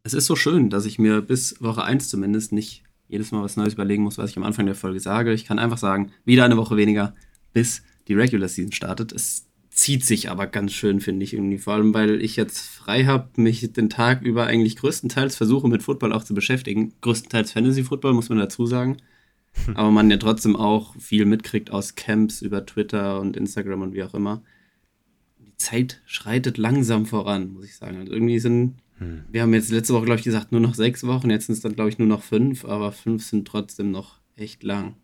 Es ist so schön, dass ich mir bis Woche eins zumindest nicht jedes Mal was Neues überlegen muss, was ich am Anfang der Folge sage. Ich kann einfach sagen, wieder eine Woche weniger, bis die Regular Season startet. Es zieht sich aber ganz schön, finde ich irgendwie. Vor allem, weil ich jetzt frei habe, mich den Tag über eigentlich größtenteils versuche, mit Football auch zu beschäftigen. Größtenteils Fantasy Football, muss man dazu sagen. Aber man ja trotzdem auch viel mitkriegt aus Camps über Twitter und Instagram und wie auch immer. Die Zeit schreitet langsam voran, muss ich sagen. Und irgendwie sind, Hm. wir haben jetzt letzte Woche, glaube ich, gesagt, nur noch 6 Wochen. Jetzt sind es dann, glaube ich, nur noch 5. Aber 5 sind trotzdem noch echt lang.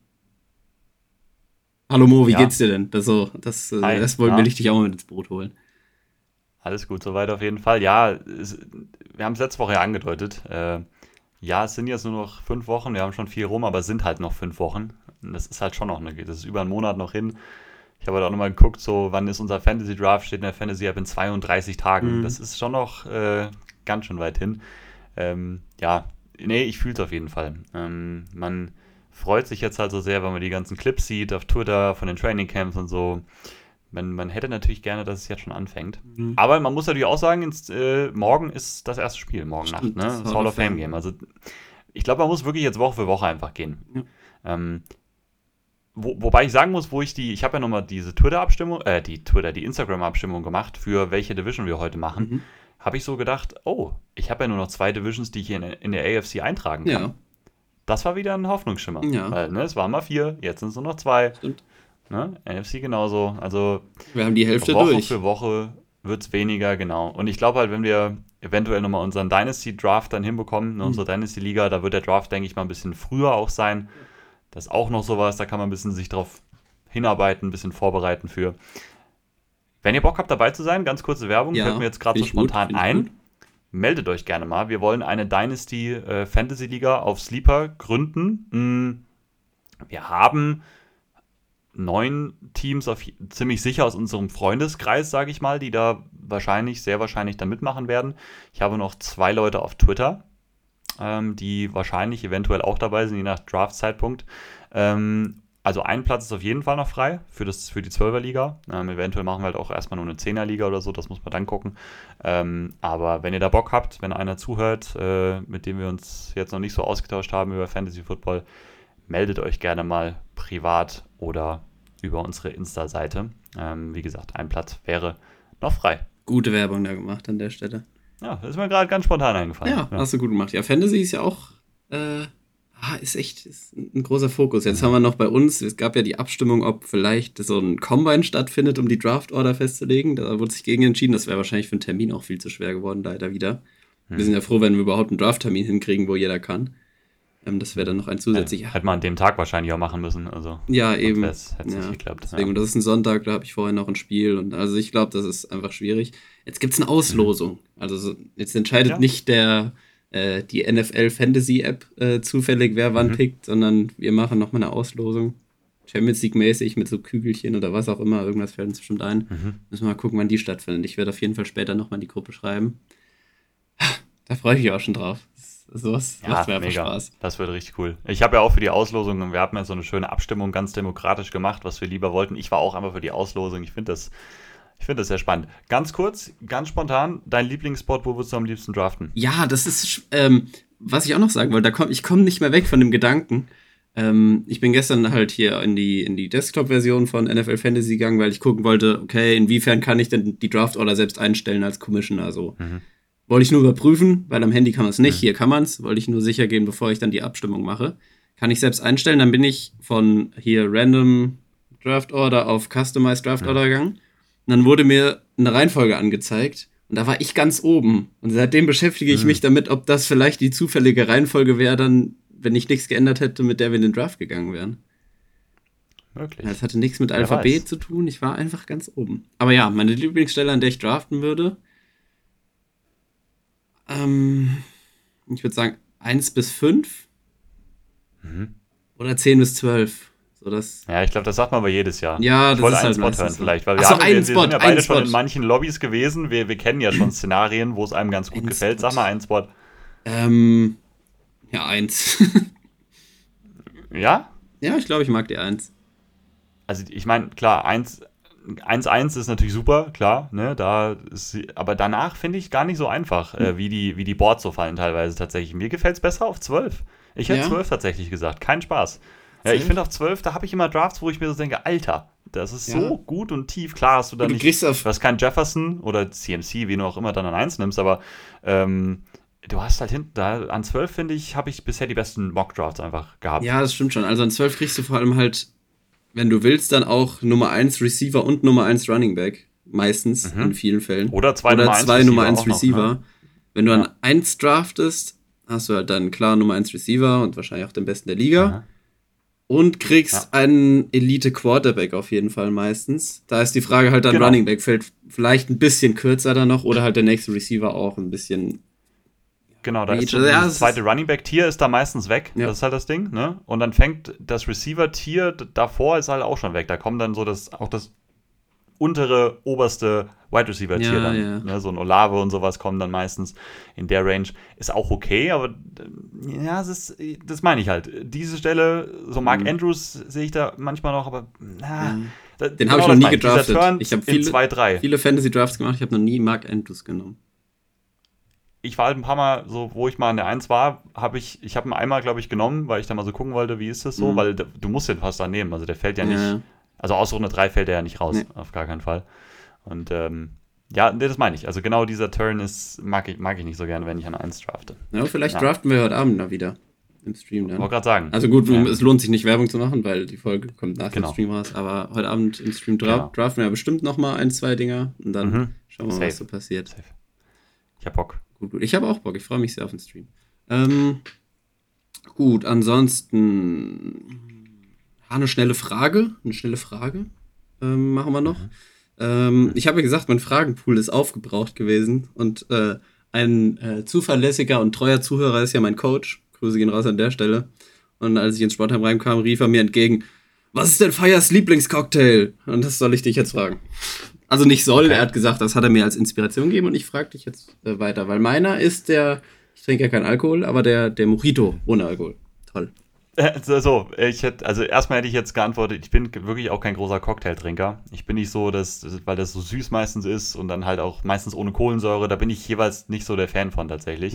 Hallo Mo, wie Ja, geht's dir denn? hi, Will na? ich dich auch mal mit ins Boot holen. Alles gut, soweit auf jeden Fall. Ja, wir haben es letzte Woche ja angedeutet. Ja, es sind jetzt nur noch 5 Wochen, wir haben schon viel rum, aber es sind halt noch 5 Wochen. Und das ist halt schon noch das ist über einen Monat noch hin. Ich habe halt auch nochmal geguckt, so wann ist unser Fantasy Draft, steht in der Fantasy App in 32 Tagen. Mhm. Das ist schon noch ganz schön weit hin. Ja, nee, ich fühle es auf jeden Fall. Man freut sich jetzt halt so sehr, wenn man die ganzen Clips sieht auf Twitter von den Trainingcamps und so. Man hätte natürlich gerne, dass es jetzt schon anfängt. Mhm. Aber man muss natürlich auch sagen, morgen ist das erste Spiel, morgen Nacht, Stimmt, ne? das Das Hall Hall of of Fame Fame. Game. Also ich glaube, man muss wirklich jetzt Woche für Woche einfach gehen. Ja. Ähm, wobei ich sagen muss, ich habe ja nochmal diese Twitter-Abstimmung, die Instagram-Abstimmung gemacht, für welche Division wir heute machen, Mhm. habe ich so gedacht, oh, ich habe ja nur noch 2 Divisions, die ich in der AFC eintragen kann. Ja, Das war wieder ein Hoffnungsschimmer. ja, Weil, ne, es waren mal 4, jetzt sind es nur noch 2. stimmt. Ne? NFC genauso. Also Wir haben die Hälfte Woche für durch. Woche wird es weniger, genau. Und ich glaube halt, wenn wir eventuell nochmal unseren Dynasty-Draft dann hinbekommen, ne, Mhm. unsere Dynasty-Liga, da wird der Draft, denke ich mal, ein bisschen früher auch sein. Ja. Das ist auch noch sowas, da kann man ein bisschen sich drauf hinarbeiten, ein bisschen vorbereiten für. Wenn ihr Bock habt, dabei zu sein, ganz kurze Werbung, fällt mir Ja, jetzt gerade so finde ich gut, spontan finde ich gut. ein. Meldet euch gerne mal. Wir wollen eine Dynasty Fantasy Liga auf Sleeper gründen. Wir haben 9 Teams ziemlich sicher aus unserem Freundeskreis, sage ich mal, die da sehr wahrscheinlich da mitmachen werden. Ich habe noch 2 Leute auf Twitter, die wahrscheinlich eventuell auch dabei sind, je nach Draft-Zeitpunkt. Also ein Platz ist auf jeden Fall noch frei für die Zwölferliga. Eventuell machen wir halt auch erstmal nur eine Zehnerliga oder so, das muss man dann gucken. Aber wenn ihr da Bock habt, wenn einer zuhört, mit dem wir uns jetzt noch nicht so ausgetauscht haben über Fantasy Football, meldet euch gerne mal privat oder über unsere Insta-Seite. Wie gesagt, ein Platz wäre noch frei. Gute Werbung da gemacht an der Stelle. Ja, das ist mir gerade ganz spontan eingefallen. Ja, Ja. hast du gut gemacht. Ja, Fantasy ist ja auch, ist ein großer Fokus. Jetzt haben Mhm. wir noch bei uns, es gab ja die Abstimmung, ob vielleicht so ein Combine stattfindet, um die Draft-Order festzulegen. Da wurde sich gegen entschieden. Das wäre wahrscheinlich für einen Termin auch viel zu schwer geworden, leider wieder. Wir sind Mhm. ja froh, wenn wir überhaupt einen Draft-Termin hinkriegen, wo jeder kann. Das wäre dann noch ein zusätzlicher. Hätte man an dem Tag wahrscheinlich auch machen müssen. Also, Ja, sonst eben. hätte es nicht Ja, geklappt. deswegen. Ja. Und das ist ein Sonntag, da habe ich vorher noch ein Spiel. Und also ich glaube, das ist einfach schwierig. Jetzt gibt es eine Mhm. Auslosung. Also jetzt entscheidet Ja. nicht die NFL Fantasy App zufällig, wer wann Mhm. pickt, sondern wir machen nochmal eine Auslosung. Champions League mäßig mit so Kügelchen oder was auch immer. Irgendwas fällt uns bestimmt ein. Mhm. Müssen wir mal gucken, wann die stattfindet. Ich werde auf jeden Fall später nochmal in die Gruppe schreiben. Da freue ich mich auch schon drauf. Sowas macht Ja, mir einfach mega. Spaß. Das wird richtig cool. Ich habe ja auch für die Auslosung, und wir hatten ja so eine schöne Abstimmung ganz demokratisch gemacht, was wir lieber wollten. Ich war auch einfach für die Auslosung. Ich finde das sehr spannend. Ganz kurz, ganz spontan, dein Lieblingsspot, wo würdest du am liebsten draften? Ja, das ist, was ich auch noch sagen wollte, ich komme nicht mehr weg von dem Gedanken. Ich bin gestern halt hier in die Desktop-Version von NFL Fantasy gegangen, weil ich gucken wollte, okay, inwiefern kann ich denn die Draft-Order selbst einstellen als Commissioner. Also Mhm. wollte ich nur überprüfen, weil am Handy kann man es nicht, Mhm. hier kann man es, wollte ich nur sicher gehen, bevor ich dann die Abstimmung mache. Kann ich selbst einstellen, dann bin ich von hier Random Draft Order auf Customized Draft Mhm. Order gegangen. Und dann wurde mir eine Reihenfolge angezeigt. Und da war ich ganz oben. Und seitdem beschäftige ich mich Mhm. damit, ob das vielleicht die zufällige Reihenfolge wäre, dann, wenn ich nichts geändert hätte, mit der wir in den Draft gegangen wären. Es Möglich. hatte nichts mit Wer Alphabet weiß. zu tun, ich war einfach ganz oben. Aber ja, meine Lieblingsstelle, an der ich draften würde, ähm, ich würde sagen 1 bis 5 Mhm. oder 10 bis 12. So das. Ja, ich glaube, das sagt man aber jedes Jahr. Ja, Ich das wollte ist einen halt Spot hören meistens so. vielleicht, weil Achso, einen wir Spot, sind ja einen beide schon Spot. in manchen Lobbys gewesen. Wir kennen ja schon Szenarien, wo es einem ganz gut Ein gefällt. Spot. Sag mal einen Spot. Ähm, ja, 1. Ja? Ja, ich glaube, ich mag die 1. Also ich meine, klar, eins, 1-1 ist natürlich super, klar, ne? Aber danach finde ich gar nicht so einfach, wie die Boards so fallen teilweise tatsächlich. Mir gefällt es besser auf 12. Ich hätte 12 tatsächlich gesagt, kein Spaß. Ja, ich finde auf 12, da habe ich immer Drafts, wo ich mir so denke, Alter, das ist so gut und tief. Klar hast du da nicht, du hast keinen Jefferson oder CMC, wie du auch immer dann an 1 nimmst, aber du hast halt hinten, da an 12, finde ich, habe ich bisher die besten Mock-Drafts einfach gehabt. Ja, das stimmt schon. Also an 12 kriegst du vor allem halt, wenn du willst, dann auch Nummer 1 Receiver und Nummer 1 Running Back. Meistens, in vielen Fällen. Oder zwei Nummer 1 Receiver. Ne? Wenn du an 1 draftest, hast du halt dann klar Nummer 1 Receiver und wahrscheinlich auch den besten der Liga. Aha. Und kriegst einen Elite-Quarterback auf jeden Fall meistens. Da ist die Frage halt dann, Running Back fällt vielleicht ein bisschen kürzer dann noch oder halt der nächste Receiver auch ein bisschen. Genau, da ist das zweite Running Back-Tier ist da meistens weg. Ja. Das ist halt das Ding, ne? Und dann fängt das Receiver-Tier davor ist halt auch schon weg. Da kommt dann so das untere, oberste Wide Receiver-Tier dann. Ja. Ne? So ein Olave und sowas kommen dann meistens in der Range. Ist auch okay, aber ja, das meine ich halt. Diese Stelle, so Mark Andrews sehe ich da manchmal noch, aber den habe ich noch nie gedraftet. Ich habe viele Fantasy-Drafts gemacht, ich habe noch nie Mark Andrews genommen. Ich war halt ein paar Mal so, wo ich mal an der 1 war, habe ihn einmal, glaube ich, genommen, weil ich da mal so gucken wollte, wie ist das so, weil du musst den fast da nehmen, also der fällt ja nicht, also aus Runde 3 fällt der ja nicht raus, auf gar keinen Fall. Und das meine ich, also genau dieser Turn mag ich nicht so gerne, wenn ich an 1 drafte. Ja, vielleicht draften wir heute Abend da wieder im Stream dann. Wollte gerade sagen. Also gut, es lohnt sich nicht Werbung zu machen, weil die Folge kommt nach dem Stream raus, aber heute Abend im Stream draften wir ja bestimmt nochmal 1-2 Dinger und dann schauen wir mal, was so passiert. Safe. Ich hab Bock. Gut. Ich habe auch Bock. Ich freue mich sehr auf den Stream. Gut, ansonsten eine schnelle Frage. Machen wir noch. Ich habe ja gesagt, mein Fragenpool ist aufgebraucht gewesen und ein zuverlässiger und treuer Zuhörer ist ja mein Coach. Grüße gehen raus an der Stelle. Und als ich ins Sportheim reinkam, rief er mir entgegen, was ist denn Feyers Lieblingscocktail? Und das soll ich dich jetzt fragen. Also nicht soll, er hat gesagt, das hat er mir als Inspiration gegeben und ich frage dich jetzt weiter, weil meiner ist ich trinke ja keinen Alkohol, aber der Mojito ohne Alkohol. Toll. Erstmal hätte ich jetzt geantwortet, ich bin wirklich auch kein großer Cocktailtrinker. Ich bin nicht so, weil das so süß meistens ist und dann halt auch meistens ohne Kohlensäure, da bin ich jeweils nicht so der Fan von tatsächlich.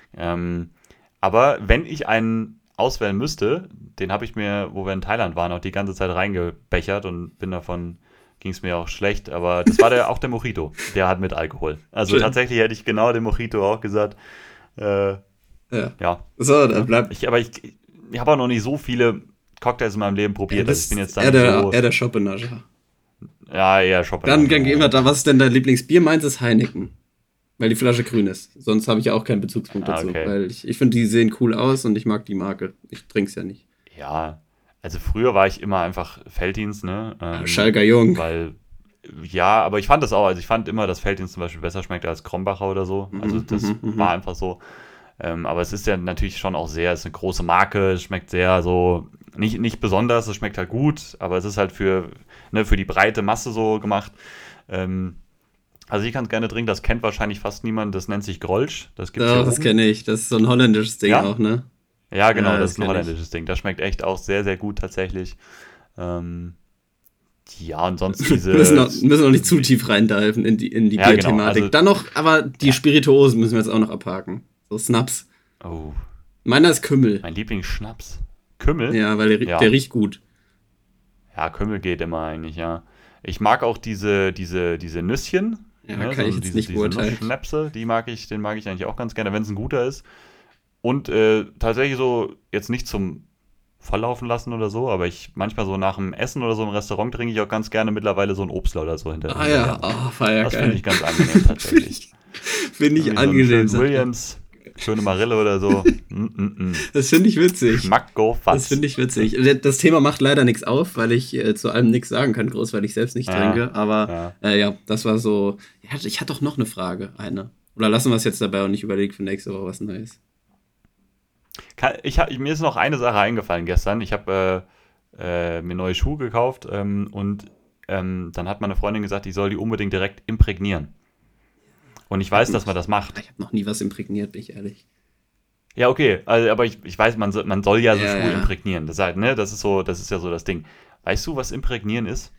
Aber wenn ich einen auswählen müsste, den habe ich mir, wo wir in Thailand waren, auch die ganze Zeit reingebechert und ging es mir auch schlecht, aber das war auch der Mojito, der hat mit Alkohol. Also schön. Tatsächlich hätte ich genau den Mojito auch gesagt. Ja. So, dann bleibt. Ich habe auch noch nicht so viele Cocktails in meinem Leben probiert. Ich bin jetzt eher der Schopenhauer. Ja, eher Schopenhauer. Dann gehen wir da, was ist denn dein Lieblingsbier? Meins ist Heineken. Weil die Flasche grün ist. Sonst habe ich ja auch keinen Bezugspunkt dazu. Okay. Weil ich finde, die sehen cool aus und ich mag die Marke. Ich trinke es ja nicht. Ja, also früher war ich immer einfach Felddienst, ne? Schalker Jung. Aber ich fand das auch. Also ich fand immer, dass Felddienst zum Beispiel besser schmeckt als Krombacher oder so. Also das war einfach so. Aber es ist ja natürlich schon auch es ist eine große Marke. Es schmeckt sehr so, nicht besonders, es schmeckt halt gut, aber es ist halt für die breite Masse so gemacht. Also ich kann es gerne trinken, das kennt wahrscheinlich fast niemand, das nennt sich Grolsch. Das kenne ich, das ist so ein holländisches Ding auch, ne? Ja, genau, das ist ein holländisches Ding. Das schmeckt echt auch sehr, sehr gut tatsächlich. Und sonst diese... müssen noch nicht zu tief reindiven in die Bierthematik. Genau, also, dann noch, aber die Spirituosen müssen wir jetzt auch noch abhaken. So Snaps. Oh. Meiner ist Kümmel. Mein Lieblingsschnaps. Kümmel? Ja, weil der riecht gut. Ja, Kümmel geht immer eigentlich, ja. Ich mag auch diese Nüsschen. Ja, kann ich jetzt nicht beurteilen. Schnäpse, den mag ich eigentlich auch ganz gerne, wenn es ein guter ist. Und tatsächlich so, jetzt nicht zum volllaufen lassen oder so, aber manchmal so nach dem Essen oder so im Restaurant trinke ich auch ganz gerne mittlerweile so ein Obstler oder so hinterher. Ah ja, feiergeil. Das finde ich ganz angenehm tatsächlich. Finde ich angenehm. So Williams, schöne Marille oder so. Das finde ich witzig. Schmack, go, fast. Das finde ich witzig. Das Thema macht leider nichts auf, weil ich zu allem nichts sagen kann, groß, weil ich selbst nicht trinke. Aber das war so. Ich hatte doch noch eine Frage, eine. Oder lassen wir es jetzt dabei und nicht überlegen für nächste Woche was Neues. Mir ist noch eine Sache eingefallen gestern. Ich habe mir neue Schuhe gekauft und dann hat meine Freundin gesagt, ich soll die unbedingt direkt imprägnieren. Und ich weiß, dass man das macht. Ich habe noch nie was imprägniert, bin ich ehrlich. Ja, okay. Also, aber ich weiß, man soll ja so Schuhe imprägnieren. Das ist halt, ne? Das ist ja so das Ding. Weißt du, was imprägnieren ist?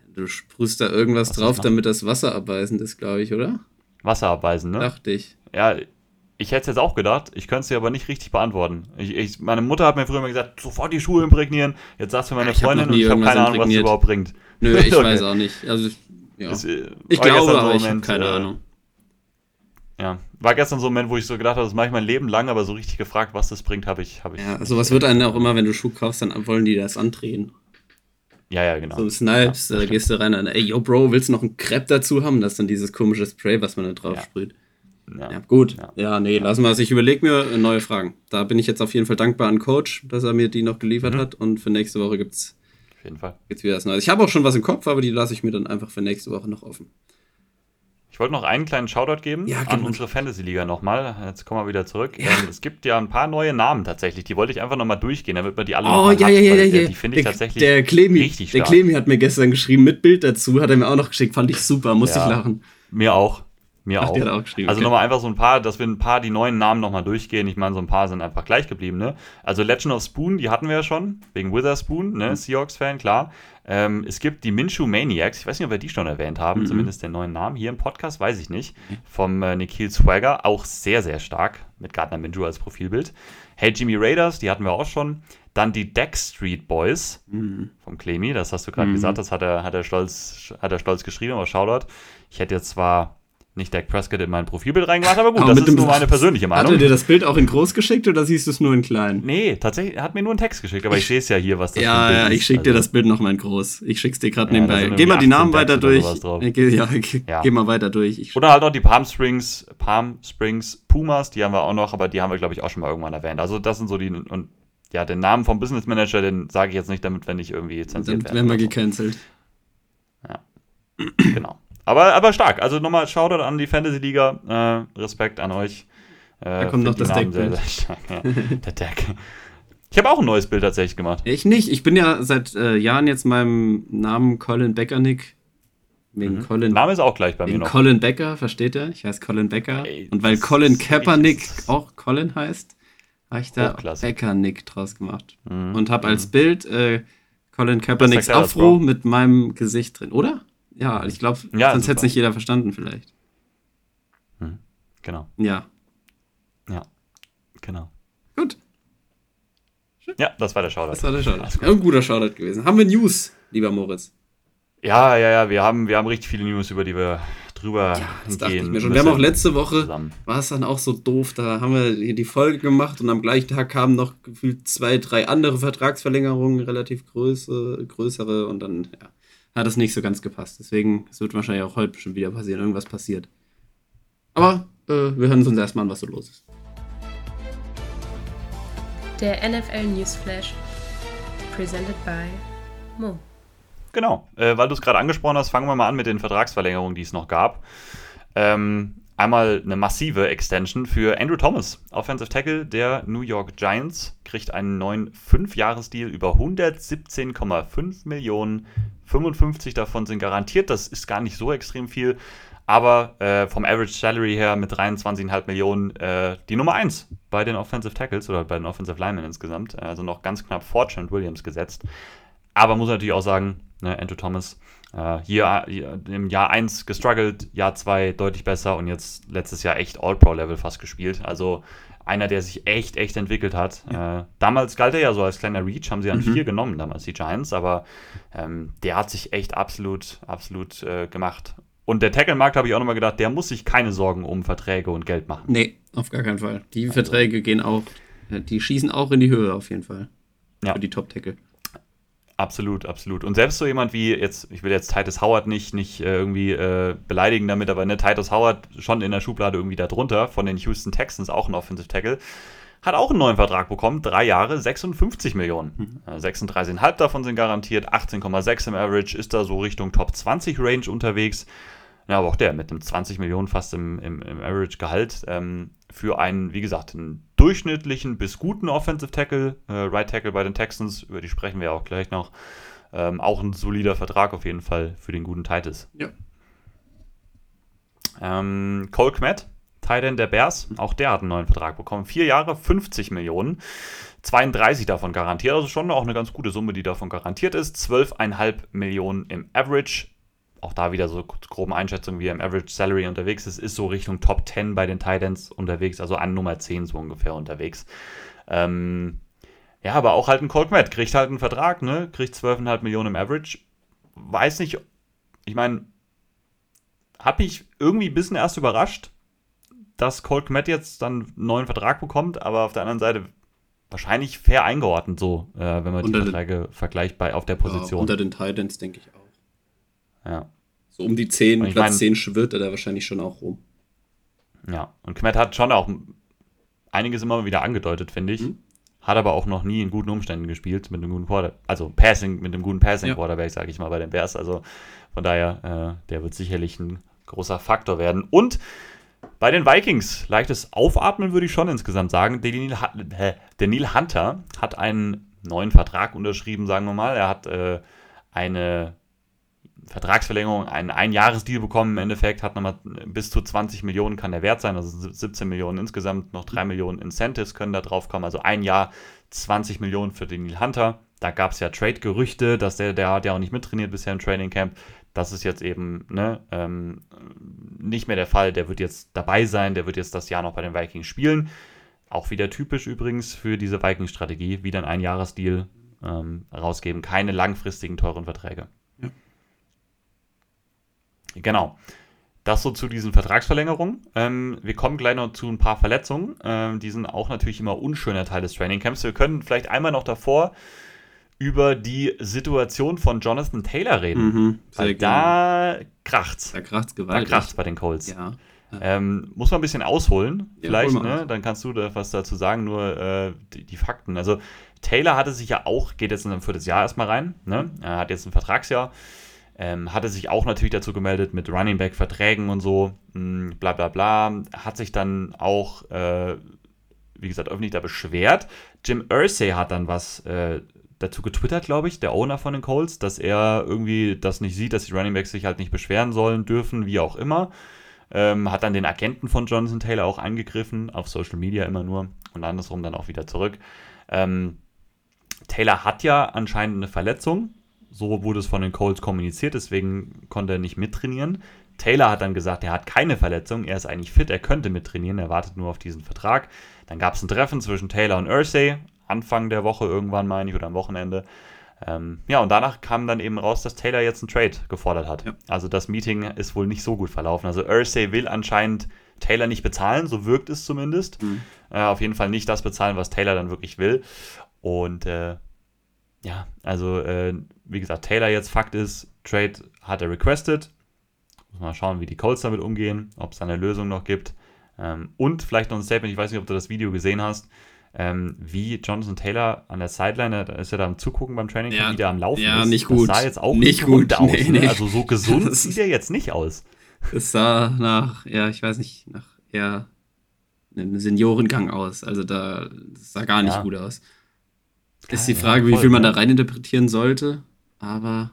Du sprühst da irgendwas Was drauf, noch? damit das wasserabweisend ist, glaube ich, oder? Wasserabweisen, ne? Dachte ich. Ja, ich hätte es jetzt auch gedacht, ich könnte es dir aber nicht richtig beantworten. Meine Mutter hat mir früher immer gesagt, sofort die Schuhe imprägnieren. Jetzt sagst du meine Ich hab noch Freundin und nie ich habe irgendwas keine Ahnung, was es imprägniert. überhaupt bringt. Nö, ich Okay. weiß auch nicht. Also, ja. Es, Ich war glaube, gestern so aber ein ich habe Moment, keine Ahnung. Ja, war gestern so ein Moment, wo ich so gedacht habe, das mache ich mein Leben lang, aber so richtig gefragt, was das bringt, habe ich. Ja, sowas wird einen auch immer, wenn du Schuh kaufst, dann wollen die das andrehen. Ja, genau. So Snipes, Ja, da gehst du rein und ey, yo, Bro, willst du noch einen Crepe dazu haben? Das ist dann dieses komische Spray, was man da drauf Ja. sprüht. Ja. Ja, gut. Ja. Ja, nee, lassen wir es. Ich überlege mir neue Fragen. Da bin ich jetzt auf jeden Fall dankbar an Coach, dass er mir die noch geliefert hat. Und für nächste Woche gibt's Auf jeden Fall. wieder was Neues. Ich habe auch schon was im Kopf, aber die lasse ich mir dann einfach für nächste Woche noch offen. Ich wollte noch einen kleinen Shoutout geben Ja, an genau. unsere Fantasy-Liga nochmal. Jetzt kommen wir wieder zurück. Es gibt ja ein paar neue Namen tatsächlich. Die wollte ich einfach nochmal durchgehen, damit man die alle noch mal hat, weil die finde ich tatsächlich Der Klemi, richtig der stark. Klemi hat mir gestern geschrieben, mit Bild dazu, hat er mir auch noch geschickt. Fand ich super, musste Ja. ich lachen. Mir auch. Ach, der hat auch geschrieben, Also okay. nochmal einfach so ein paar, dass wir die neuen Namen nochmal durchgehen. Ich meine, so ein paar sind einfach gleich geblieben, ne? Also Legend of Spoon, die hatten wir ja schon, wegen Witherspoon, ne? Seahawks-Fan, klar. Es gibt die Minshew Maniacs, ich weiß nicht, ob wir die schon erwähnt haben, zumindest den neuen Namen. Hier im Podcast weiß ich nicht. Vom Nikhil Swagger, auch sehr, sehr stark, mit Gardner Minshew als Profilbild. Hey Jimmy Raiders, die hatten wir auch schon. Dann die Deck Street Boys vom Clemi, das hast du gerade gesagt, das hat er stolz geschrieben, aber Shoutout. Ich hätte jetzt zwar nicht Dak Prescott in mein Profilbild reingemacht, aber gut, Aber das mit ist dem nur meine persönliche Hat Meinung. er dir das Bild auch in groß geschickt oder siehst du es nur in klein? Nee, tatsächlich, er hat mir nur einen Text geschickt, aber ich sehe es ja hier, was das für ein Ja, Bild ja, ist. ich schicke dir Also, das Bild nochmal in groß. Ich schick's dir gerade Ja, da nebenbei. sind Geh mal die irgendwie Namen 18 weiter Decks oder durch. sowas drauf. Ja, geh mal weiter durch. Oder halt auch die Palm Springs Pumas, die haben wir auch noch, aber die haben wir, glaube ich, auch schon mal irgendwann erwähnt. Also das sind so die, und ja, den Namen vom Business Manager, den sage ich jetzt nicht, damit wir nicht irgendwie zensiert Dann werden. werden wir oder so. gecancelt. Genau. Aber stark. Also nochmal Shoutout an die Fantasy-Liga. Respekt an euch. Da kommt noch Find die das Namen Deckbild. sehr, sehr stark. Ja, der Deck. Ich habe auch ein neues Bild tatsächlich gemacht. Ich nicht. Ich bin ja seit Jahren jetzt meinem Namen Colin Beckernick. Wegen Colin, Name ist auch gleich bei mir wegen noch. Colin Becker, versteht ihr? Ich heiße Colin Becker. Ey, Und weil das Colin ist Kaepernick richtig- auch Colin heißt, habe ich da Hochklasse. Beckernick draus gemacht. Und habe als Bild Colin Bester Kaepernicks Clever, Afro Bro. mit meinem Gesicht drin, oder? Ja, ich glaube, Ja, sonst hätte es super. nicht jeder verstanden vielleicht. Genau. Ja, Ja. Genau. gut. Ja, das war der Shoutout. Das war der Shoutout. Alles gut. Ja, ein guter Shoutout gewesen. Haben wir News, lieber Moritz? Ja, wir haben richtig viele News, über die wir drüber Das dachte ich gehen mir schon. Wir haben auch müssen letzte Woche, zusammen. war es dann auch so doof, da haben wir hier die Folge gemacht und am gleichen Tag kamen noch gefühlt 2, 3 andere Vertragsverlängerungen, relativ größere und dann hat es nicht so ganz gepasst. Deswegen, es wird wahrscheinlich auch heute schon wieder passieren, irgendwas passiert. Aber wir hören uns erstmal an, was so los ist. Der NFL Newsflash. Presented by Mo. Genau, weil du es gerade angesprochen hast, fangen wir mal an mit den Vertragsverlängerungen, die es noch gab. Einmal eine massive Extension für Andrew Thomas, Offensive Tackle der New York Giants, kriegt einen neuen 5-Jahres-Deal über 117,5 Millionen. 55 davon sind garantiert, das ist gar nicht so extrem viel, aber vom Average Salary her mit 23,5 Millionen die Nummer 1 bei den Offensive Tackles oder bei den Offensive Linemen insgesamt, also noch ganz knapp vor Trent Williams gesetzt. Aber muss natürlich auch sagen, ne, Andrew Thomas hier im Jahr 1 gestruggelt, Jahr 2 deutlich besser und jetzt letztes Jahr echt All-Pro-Level fast gespielt. Also einer, der sich echt entwickelt hat. Damals galt er ja so als kleiner Reach, haben sie an 4 genommen, damals die Giants, aber der hat sich echt absolut gemacht. Und der Tackle-Markt, habe ich auch nochmal gedacht, der muss sich keine Sorgen um Verträge und Geld machen. Nee, auf gar keinen Fall. Die Verträge gehen auch, die schießen auch in die Höhe auf jeden Fall. Ja. Für die Top-Tackle. Absolut. Und selbst so jemand wie jetzt, ich will jetzt Titus Howard nicht irgendwie beleidigen damit, aber ne, Titus Howard schon in der Schublade irgendwie da drunter, von den Houston Texans, auch ein Offensive Tackle, hat auch einen neuen Vertrag bekommen, 3 Jahre, 56 Millionen. 36,5 davon sind garantiert, 18,6 im Average, ist da so Richtung Top 20 Range unterwegs. Ja, aber auch der mit einem 20 Millionen fast im Average-Gehalt für einen, wie gesagt, einen durchschnittlichen bis guten Offensive Tackle, Right Tackle bei den Texans, über die sprechen wir ja auch gleich noch. Auch ein solider Vertrag auf jeden Fall für den guten Titus. Ja. Cole Kmet, Tight End der Bears, auch der hat einen neuen Vertrag bekommen. 4 Jahre, 50 Millionen, 32 davon garantiert, also schon auch eine ganz gute Summe, die davon garantiert ist. 12,5 Millionen im Average. Auch da wieder so grobe Einschätzung, wie er im Average Salary unterwegs ist so Richtung Top 10 bei den Tight Ends unterwegs, also an Nummer 10 so ungefähr unterwegs. Ja, aber auch halt ein Cole Kmet, kriegt halt einen Vertrag, ne? Kriegt 12,5 Millionen im Average. Weiß nicht, ich meine, hat mich irgendwie ein bisschen erst überrascht, dass Cole Kmet jetzt dann einen neuen Vertrag bekommt, aber auf der anderen Seite wahrscheinlich fair eingeordnet so, wenn man die Verträge vergleicht auf der Position. Ja, unter den Titans denke ich auch. Ja. So um die 10, Platz 10 schwirrt er da wahrscheinlich schon auch rum. Ja, und Kmet hat schon auch einiges immer wieder angedeutet, finde ich. Hat aber auch noch nie in guten Umständen gespielt, mit einem guten Passing-Quarterback, sage ich mal, bei den Bears. Also von daher, der wird sicherlich ein großer Faktor werden. Und bei den Vikings, leichtes Aufatmen würde ich schon insgesamt sagen. Danielle Hunter hat einen neuen Vertrag unterschrieben, sagen wir mal. Er hat eine Vertragsverlängerung, einen Einjahresdeal bekommen im Endeffekt, hat nochmal bis zu 20 Millionen kann der Wert sein, also 17 Millionen insgesamt, noch 3 Millionen Incentives können da drauf kommen, also ein Jahr 20 Millionen für Danielle Hunter. Da gab es ja Trade-Gerüchte, dass der hat ja auch nicht mittrainiert bisher im Training Camp. Das ist jetzt eben nicht mehr der Fall. Der wird jetzt dabei sein, der wird jetzt das Jahr noch bei den Vikings spielen. Auch wieder typisch übrigens für diese Vikings-Strategie, wieder ein Einjahresdeal rausgeben, keine langfristigen teuren Verträge. Ja. Genau. Das so zu diesen Vertragsverlängerungen. Wir kommen gleich noch zu ein paar Verletzungen. Die sind auch natürlich immer unschöner Teil des Trainingcamps. Wir können vielleicht einmal noch davor über die Situation von Jonathan Taylor reden. Weil da kracht's. Da kracht's gewaltig. Da kracht's bei den Colts. Ja. Muss man ein bisschen ausholen, vielleicht, hol mal ne? aus. Dann kannst du da was dazu sagen, nur die Fakten. Also Taylor hatte sich ja auch, geht jetzt in ein 4. Jahr erstmal rein, ne? Er hat jetzt ein Vertragsjahr, hatte sich auch natürlich dazu gemeldet mit Running Back Verträgen und so, bla bla bla, hat sich dann auch, wie gesagt, öffentlich da beschwert. Jim Irsay hat dann was dazu getwittert, glaube ich, der Owner von den Colts, dass er irgendwie das nicht sieht, dass die Running Backs sich halt nicht beschweren sollen, dürfen, wie auch immer. Hat dann den Agenten von Jonathan Taylor auch angegriffen, auf Social Media immer nur und andersrum dann auch wieder zurück. Taylor hat ja anscheinend eine Verletzung, so wurde es von den Colts kommuniziert, deswegen konnte er nicht mittrainieren. Taylor hat dann gesagt, er hat keine Verletzung, er ist eigentlich fit, er könnte mittrainieren, er wartet nur auf diesen Vertrag. Dann gab es ein Treffen zwischen Taylor und Irsay, Anfang der Woche irgendwann, meine ich, oder am Wochenende. Ja, und danach kam dann eben raus, dass Taylor jetzt einen Trade gefordert hat. Ja. Also das Meeting ist wohl nicht so gut verlaufen. Also Irsay will anscheinend Taylor nicht bezahlen, so wirkt es zumindest. Auf jeden Fall nicht das bezahlen, was Taylor dann wirklich will. Und ja, also wie gesagt, Taylor jetzt, Fakt ist, Trade hat er requested. Muss mal schauen, wie die Colts damit umgehen, ob es da eine Lösung noch gibt. Und vielleicht noch ein Statement, ich weiß nicht, ob du das Video gesehen hast, wie Jonathan Taylor an der Sideline, da ist er da am Zugucken beim Training, wie der am Laufen ist. Ja, nicht gut. Das sah jetzt auch nicht gut aus. Nee. Also so gesund sieht er jetzt nicht aus. Es sah nach, ich weiß nicht, nach eher einem Seniorengang aus. Also das sah gar nicht gut aus. Ist die Frage, wie viel man da reininterpretieren sollte, aber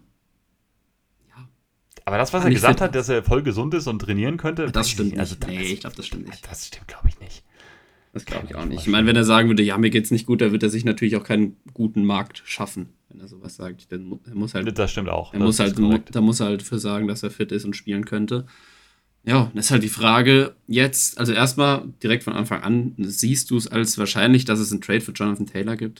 aber das, was er gesagt hat, dass er voll gesund ist und trainieren könnte, das stimmt nicht. Also, ich glaube, das stimmt nicht. Das stimmt, glaube ich, nicht. Das glaube ich auch nicht. Ich meine, wenn er sagen würde, ja, mir geht's nicht gut, da wird er sich natürlich auch keinen guten Markt schaffen, wenn er sowas sagt. Dann muss halt, das stimmt auch. Da muss er halt für sagen, dass er fit ist und spielen könnte. Ja, das ist halt die Frage jetzt, also erstmal direkt von Anfang an, siehst du es als wahrscheinlich, dass es einen Trade für Jonathan Taylor gibt?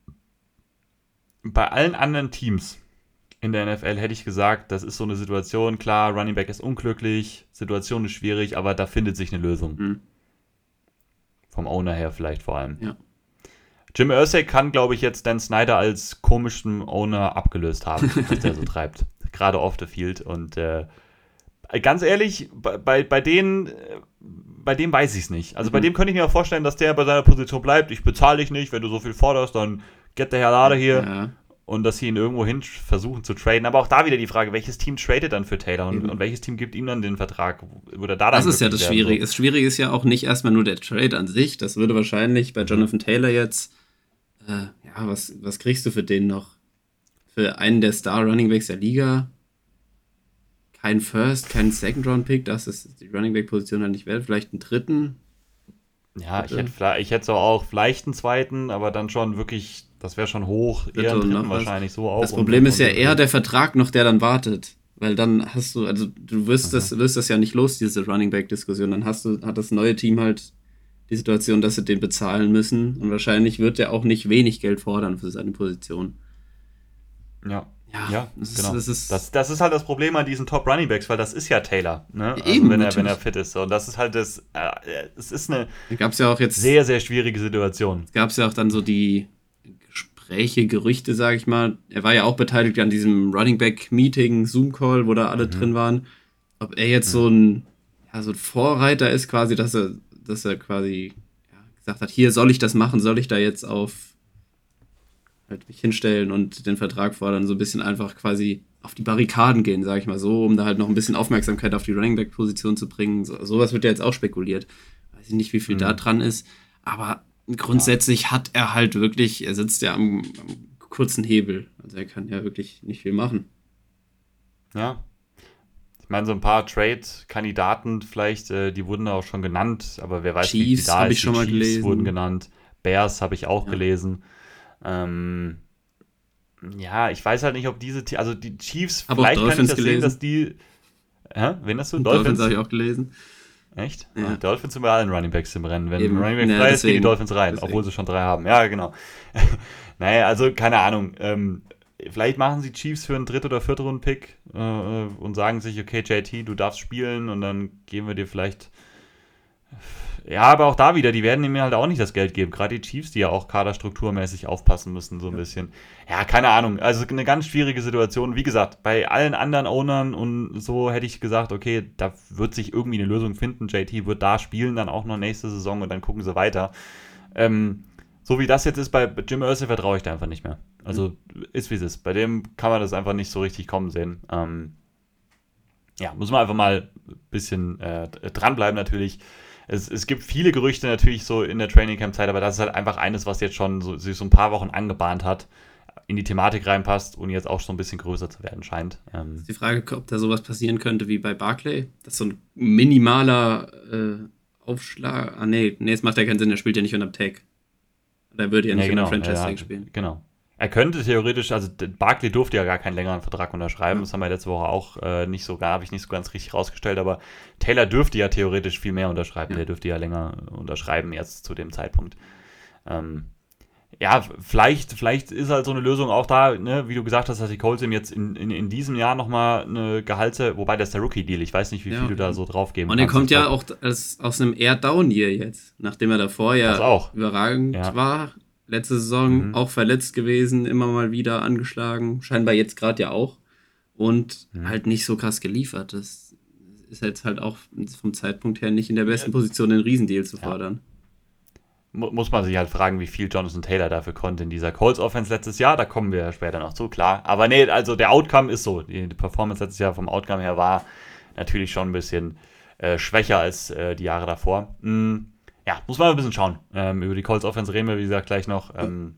Bei allen anderen Teams in der NFL hätte ich gesagt, das ist so eine Situation, klar, Running Back ist unglücklich, Situation ist schwierig, aber da findet sich eine Lösung. Vom Owner her vielleicht vor allem. Ja. Jim Irsay kann, glaube ich, jetzt Dan Snyder als komischen Owner abgelöst haben, was der so treibt. Gerade off the field. Und ganz ehrlich, bei dem weiß ich es nicht. Also bei dem könnte ich mir auch vorstellen, dass der bei seiner Position bleibt. Ich bezahle dich nicht, wenn du so viel forderst, dann get the hell out of here. Ja. Und dass sie ihn irgendwo hin versuchen zu traden. Aber auch da wieder die Frage, welches Team tradet dann für Taylor und welches Team gibt ihm dann den Vertrag? Oder da dann das ist ja das Schwierige. Das Schwierige ist ja auch nicht erstmal nur der Trade an sich. Das würde wahrscheinlich bei Jonathan Taylor jetzt, was kriegst du für den noch? Für einen der Star-Runningbacks der Liga? kein First, kein Second-Round-Pick, das ist die Running-Back-Position halt nicht wert, vielleicht einen dritten. Ja, ich hätte so auch vielleicht einen zweiten, aber dann schon wirklich, das wäre schon hoch, eher einen dritten wahrscheinlich so auch. Das Problem ist ja eher der Vertrag noch, der dann wartet. Weil dann hast du, also du wirst das ja nicht los, diese Running-Back-Diskussion. Dann hat das neue Team halt die Situation, dass sie den bezahlen müssen. Und wahrscheinlich wird er auch nicht wenig Geld fordern für seine Position. Ja, genau. Das ist halt das Problem an diesen Top-Runningbacks, weil das ist ja Taylor, ne? Eben, also wenn er fit ist. Und das ist halt es ist eine sehr, sehr schwierige Situation. Es gab ja auch dann so die Gespräche, Gerüchte, sage ich mal. Er war ja auch beteiligt an diesem Running-Back-Meeting, Zoom-Call, wo da alle drin waren. Ob er jetzt so ein Vorreiter ist quasi, dass er quasi gesagt hat, hier soll ich das machen, soll ich da jetzt mich hinstellen und den Vertrag fordern, so ein bisschen einfach quasi auf die Barrikaden gehen, sage ich mal so, um da halt noch ein bisschen Aufmerksamkeit auf die Running-Back-Position zu bringen. Sowas wird ja jetzt auch spekuliert. Weiß ich nicht, wie viel da dran ist, aber grundsätzlich hat er halt wirklich, er sitzt ja am kurzen Hebel, also er kann ja wirklich nicht viel machen. Ja. Ich meine, so ein paar Trade-Kandidaten vielleicht, die wurden auch schon genannt, aber wer weiß, Chiefs, wie viel da ist. Ich schon mal Chiefs gelesen. Wurden genannt, Bears habe ich auch gelesen. Ich weiß halt nicht, ob also die Chiefs, aber vielleicht kann ich das sehen, dass die... Wen hast du? Dolphins habe ich auch gelesen. Echt? Ja. Die Dolphins sind bei allen Runningbacks im Rennen. Wenn Eben. ein Runningback frei ist, gehen die Dolphins rein, deswegen. obwohl sie schon 3 haben. Ja, genau. Naja, also keine Ahnung. Vielleicht machen sie Chiefs für einen 3. oder 4. Runden-Pick und sagen sich, okay, JT, du darfst spielen und dann geben wir dir vielleicht... Ja, aber auch da wieder, die werden ihm halt auch nicht das Geld geben. Gerade die Chiefs, die ja auch kaderstrukturmäßig aufpassen müssen, so ein bisschen. Ja, keine Ahnung. Also eine ganz schwierige Situation. Wie gesagt, bei allen anderen Ownern und so hätte ich gesagt, okay, da wird sich irgendwie eine Lösung finden. JT wird da spielen, dann auch noch nächste Saison und dann gucken sie weiter. So wie das jetzt ist, bei Jim Irsay vertraue ich da einfach nicht mehr. Also ist wie es ist. Bei dem kann man das einfach nicht so richtig kommen sehen. Muss man einfach mal ein bisschen dranbleiben natürlich. Es gibt viele Gerüchte natürlich so in der Training-Camp-Zeit, aber das ist halt einfach eines, was jetzt schon sich so ein paar Wochen angebahnt hat, in die Thematik reinpasst und jetzt auch schon ein bisschen größer zu werden scheint. Ist die Frage, ob da sowas passieren könnte wie bei Barkley, dass so ein minimaler Aufschlag... es macht ja keinen Sinn, er spielt ja nicht unterm Tag. Da würde er nicht unter Franchise-Tag spielen. Genau. Er könnte theoretisch, also Barkley durfte ja gar keinen längeren Vertrag unterschreiben, das haben wir letzte Woche auch habe ich nicht so ganz richtig rausgestellt, aber Taylor dürfte ja theoretisch viel mehr unterschreiben, der dürfte ja länger unterschreiben jetzt zu dem Zeitpunkt. Vielleicht ist halt so eine Lösung auch da, ne, wie du gesagt hast, dass die Colts ihm jetzt in diesem Jahr nochmal eine wobei das ist der Rookie-Deal, ich weiß nicht, wie viel du da so drauf geben kannst. Und er kommt ja auch aus einem Air-Down-Year jetzt, nachdem er davor überragend war. Letzte Saison auch verletzt gewesen, immer mal wieder angeschlagen, scheinbar jetzt gerade ja auch und halt nicht so krass geliefert. Das ist jetzt halt auch vom Zeitpunkt her nicht in der besten Position, den Riesendeal zu fordern. Muss man sich halt fragen, wie viel Jonathan Taylor dafür konnte in dieser Colts-Offense letztes Jahr, da kommen wir später noch zu, klar. Aber nee, also der Outcome ist so, die Performance letztes Jahr vom Outcome her war natürlich schon ein bisschen schwächer als die Jahre davor. Muss man ein bisschen schauen. Über die Colts Offense reden wir, wie gesagt, gleich noch.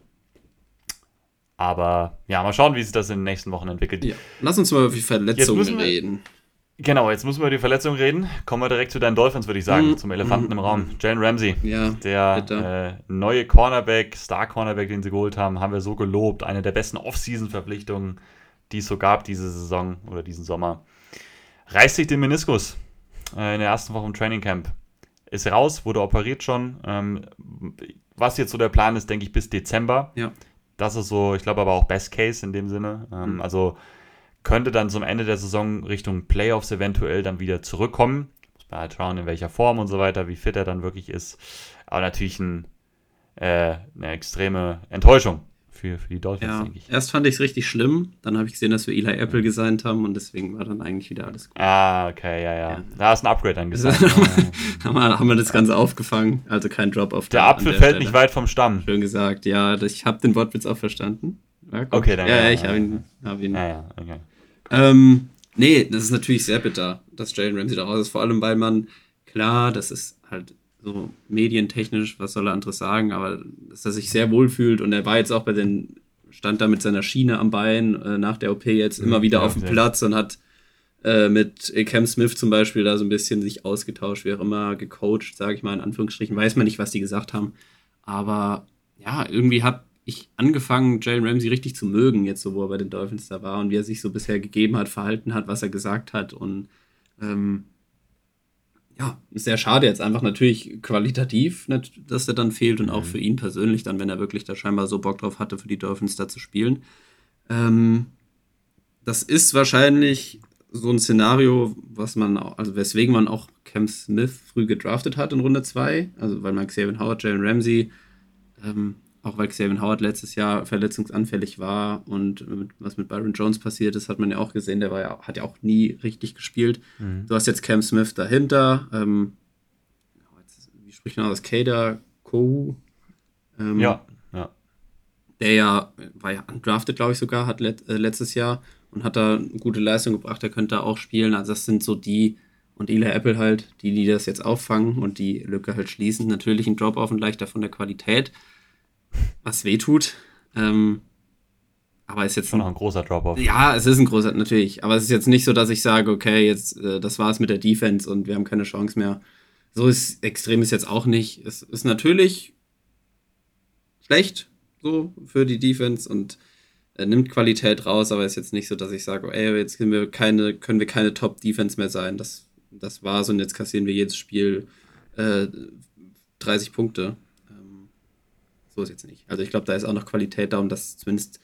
Aber mal schauen, wie sich das in den nächsten Wochen entwickelt. Ja. Lass uns mal über die Verletzungen reden. Genau, jetzt müssen wir über die Verletzungen reden. Kommen wir direkt zu deinen Dolphins, würde ich sagen, zum Elefanten im Raum. Jalen Ramsey, der neue Cornerback, Star-Cornerback, den sie geholt haben wir so gelobt. Eine der besten Off-Season-Verpflichtungen, die es so gab diese Saison oder diesen Sommer. Reißt sich den Meniskus in der ersten Woche im Training-Camp. Ist raus, wurde operiert schon. Was jetzt so der Plan ist, denke ich, bis Dezember. Ja. Das ist so, ich glaube aber auch Best Case in dem Sinne. Also könnte dann zum Ende der Saison Richtung Playoffs eventuell dann wieder zurückkommen. Muss man halt schauen, in welcher Form und so weiter, wie fit er dann wirklich ist. Aber natürlich eine extreme Enttäuschung für die Dolphins, denke ich. Erst fand ich es richtig schlimm, dann habe ich gesehen, dass wir Eli Apple gesigned haben und deswegen war dann eigentlich wieder alles gut. Okay, ja. Da ist ein Upgrade angesagt. haben wir das Ganze aufgefangen, also kein Drop auf der Apfel fällt nicht weit vom Stamm. Schön gesagt, ja, ich habe den Wortwitz auch verstanden. Ja, okay, danke. Ja, ich habe ihn. Okay. Das ist natürlich sehr bitter, dass Jalen Ramsey da raus ist, vor allem, weil klar, das ist halt so medientechnisch, was soll er anderes sagen, aber dass er sich sehr wohl fühlt und er war jetzt auch stand da mit seiner Schiene am Bein nach der OP jetzt immer wieder auf dem Platz und hat mit Cam Smith zum Beispiel da so ein bisschen sich ausgetauscht, wie auch immer, gecoacht, sage ich mal in Anführungsstrichen. Weiß man nicht, was die gesagt haben. Aber ja, irgendwie habe ich angefangen, Jalen Ramsey richtig zu mögen, jetzt so, wo er bei den Dolphins da war und wie er sich so bisher gegeben hat, verhalten hat, was er gesagt hat. Und ja, ist sehr schade jetzt einfach natürlich qualitativ, dass er dann fehlt und auch für ihn persönlich dann, wenn er wirklich da scheinbar so Bock drauf hatte, für die Dolphins da zu spielen. Das ist wahrscheinlich so ein Szenario, also weswegen man auch Cam Smith früh gedraftet hat in Runde 2, also weil man Xavier Howard, Jalen Ramsey, auch weil Xavier Howard letztes Jahr verletzungsanfällig war und was mit Byron Jones passiert ist, hat man ja auch gesehen, hat ja auch nie richtig gespielt. Du hast jetzt Cam Smith dahinter, wie spricht man aus, Kader Kohu, Ja. der war ja undrafted, glaube ich sogar, hat letztes Jahr und hat da eine gute Leistung gebracht, der könnte da auch spielen. Also das sind so die, und Eli Apple halt, die das jetzt auffangen und die Lücke halt schließen. Natürlich ein Drop-off und leichter von der Qualität, was wehtut. Aber ist jetzt schon noch ein großer Drop-off. Ja, es ist ein großer, natürlich. Aber es ist jetzt nicht so, dass ich sage, okay, jetzt das war's mit der Defense und wir haben keine Chance mehr. So extrem ist jetzt auch nicht. Es ist natürlich schlecht so für die Defense und nimmt Qualität raus, aber ist jetzt nicht so, dass ich sage, ey, jetzt können wir keine Top-Defense mehr sein. Das war's und jetzt kassieren wir jedes Spiel 30 Punkte. So ist jetzt nicht. Also ich glaube, da ist auch noch Qualität da, um das zumindest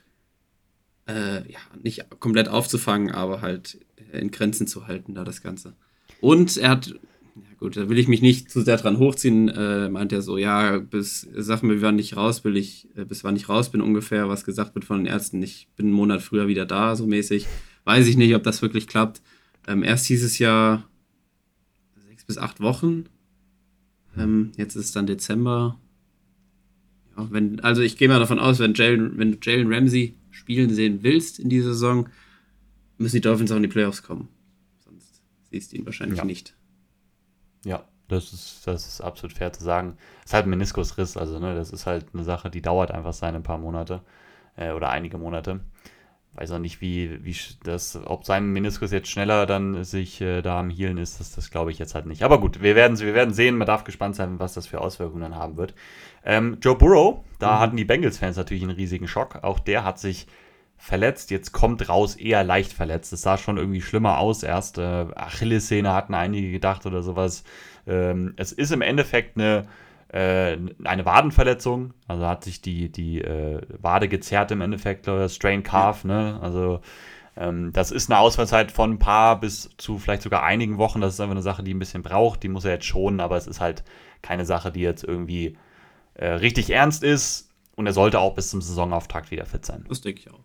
nicht komplett aufzufangen, aber halt in Grenzen zu halten, da das Ganze. Und er hat, ja gut, da will ich mich nicht zu sehr dran hochziehen, meint er so, ja, sag mir, wann ich raus will, bis wann ich raus bin ungefähr, was gesagt wird von den Ärzten, ich bin einen Monat früher wieder da, so mäßig. Weiß ich nicht, ob das wirklich klappt. Erst hieß es ja 6 bis 8 Wochen. Jetzt ist es dann Dezember. Ja, also ich gehe mal davon aus, wenn du Jalen Ramsey spielen sehen willst in dieser Saison, müssen die Dolphins auch in die Playoffs kommen. Sonst siehst du ihn wahrscheinlich nicht. Ja, das ist absolut fair zu sagen. Es ist halt ein Meniskusriss, also ne, das ist halt eine Sache, die dauert einfach seine paar Monate oder einige Monate. Weiß auch nicht, ob sein Meniskus jetzt schneller dann sich da am Healen ist, das glaube ich jetzt halt nicht. Aber gut, wir werden sehen, man darf gespannt sein, was das für Auswirkungen dann haben wird. Joe Burrow, da hatten die Bengals-Fans natürlich einen riesigen Schock. Auch der hat sich verletzt, jetzt kommt raus, eher leicht verletzt. Es sah schon irgendwie schlimmer aus erst. Achillessehne hatten einige gedacht oder sowas. Es ist im Endeffekt eine Wadenverletzung, also hat sich die Wade gezerrt im Endeffekt, Strain Calf, ne? Also das ist eine Ausfallzeit von ein paar bis zu vielleicht sogar einigen Wochen. Das ist einfach eine Sache, die ein bisschen braucht, die muss er jetzt schonen, aber es ist halt keine Sache, die jetzt irgendwie richtig ernst ist und er sollte auch bis zum Saisonauftakt wieder fit sein. Das denke ich auch.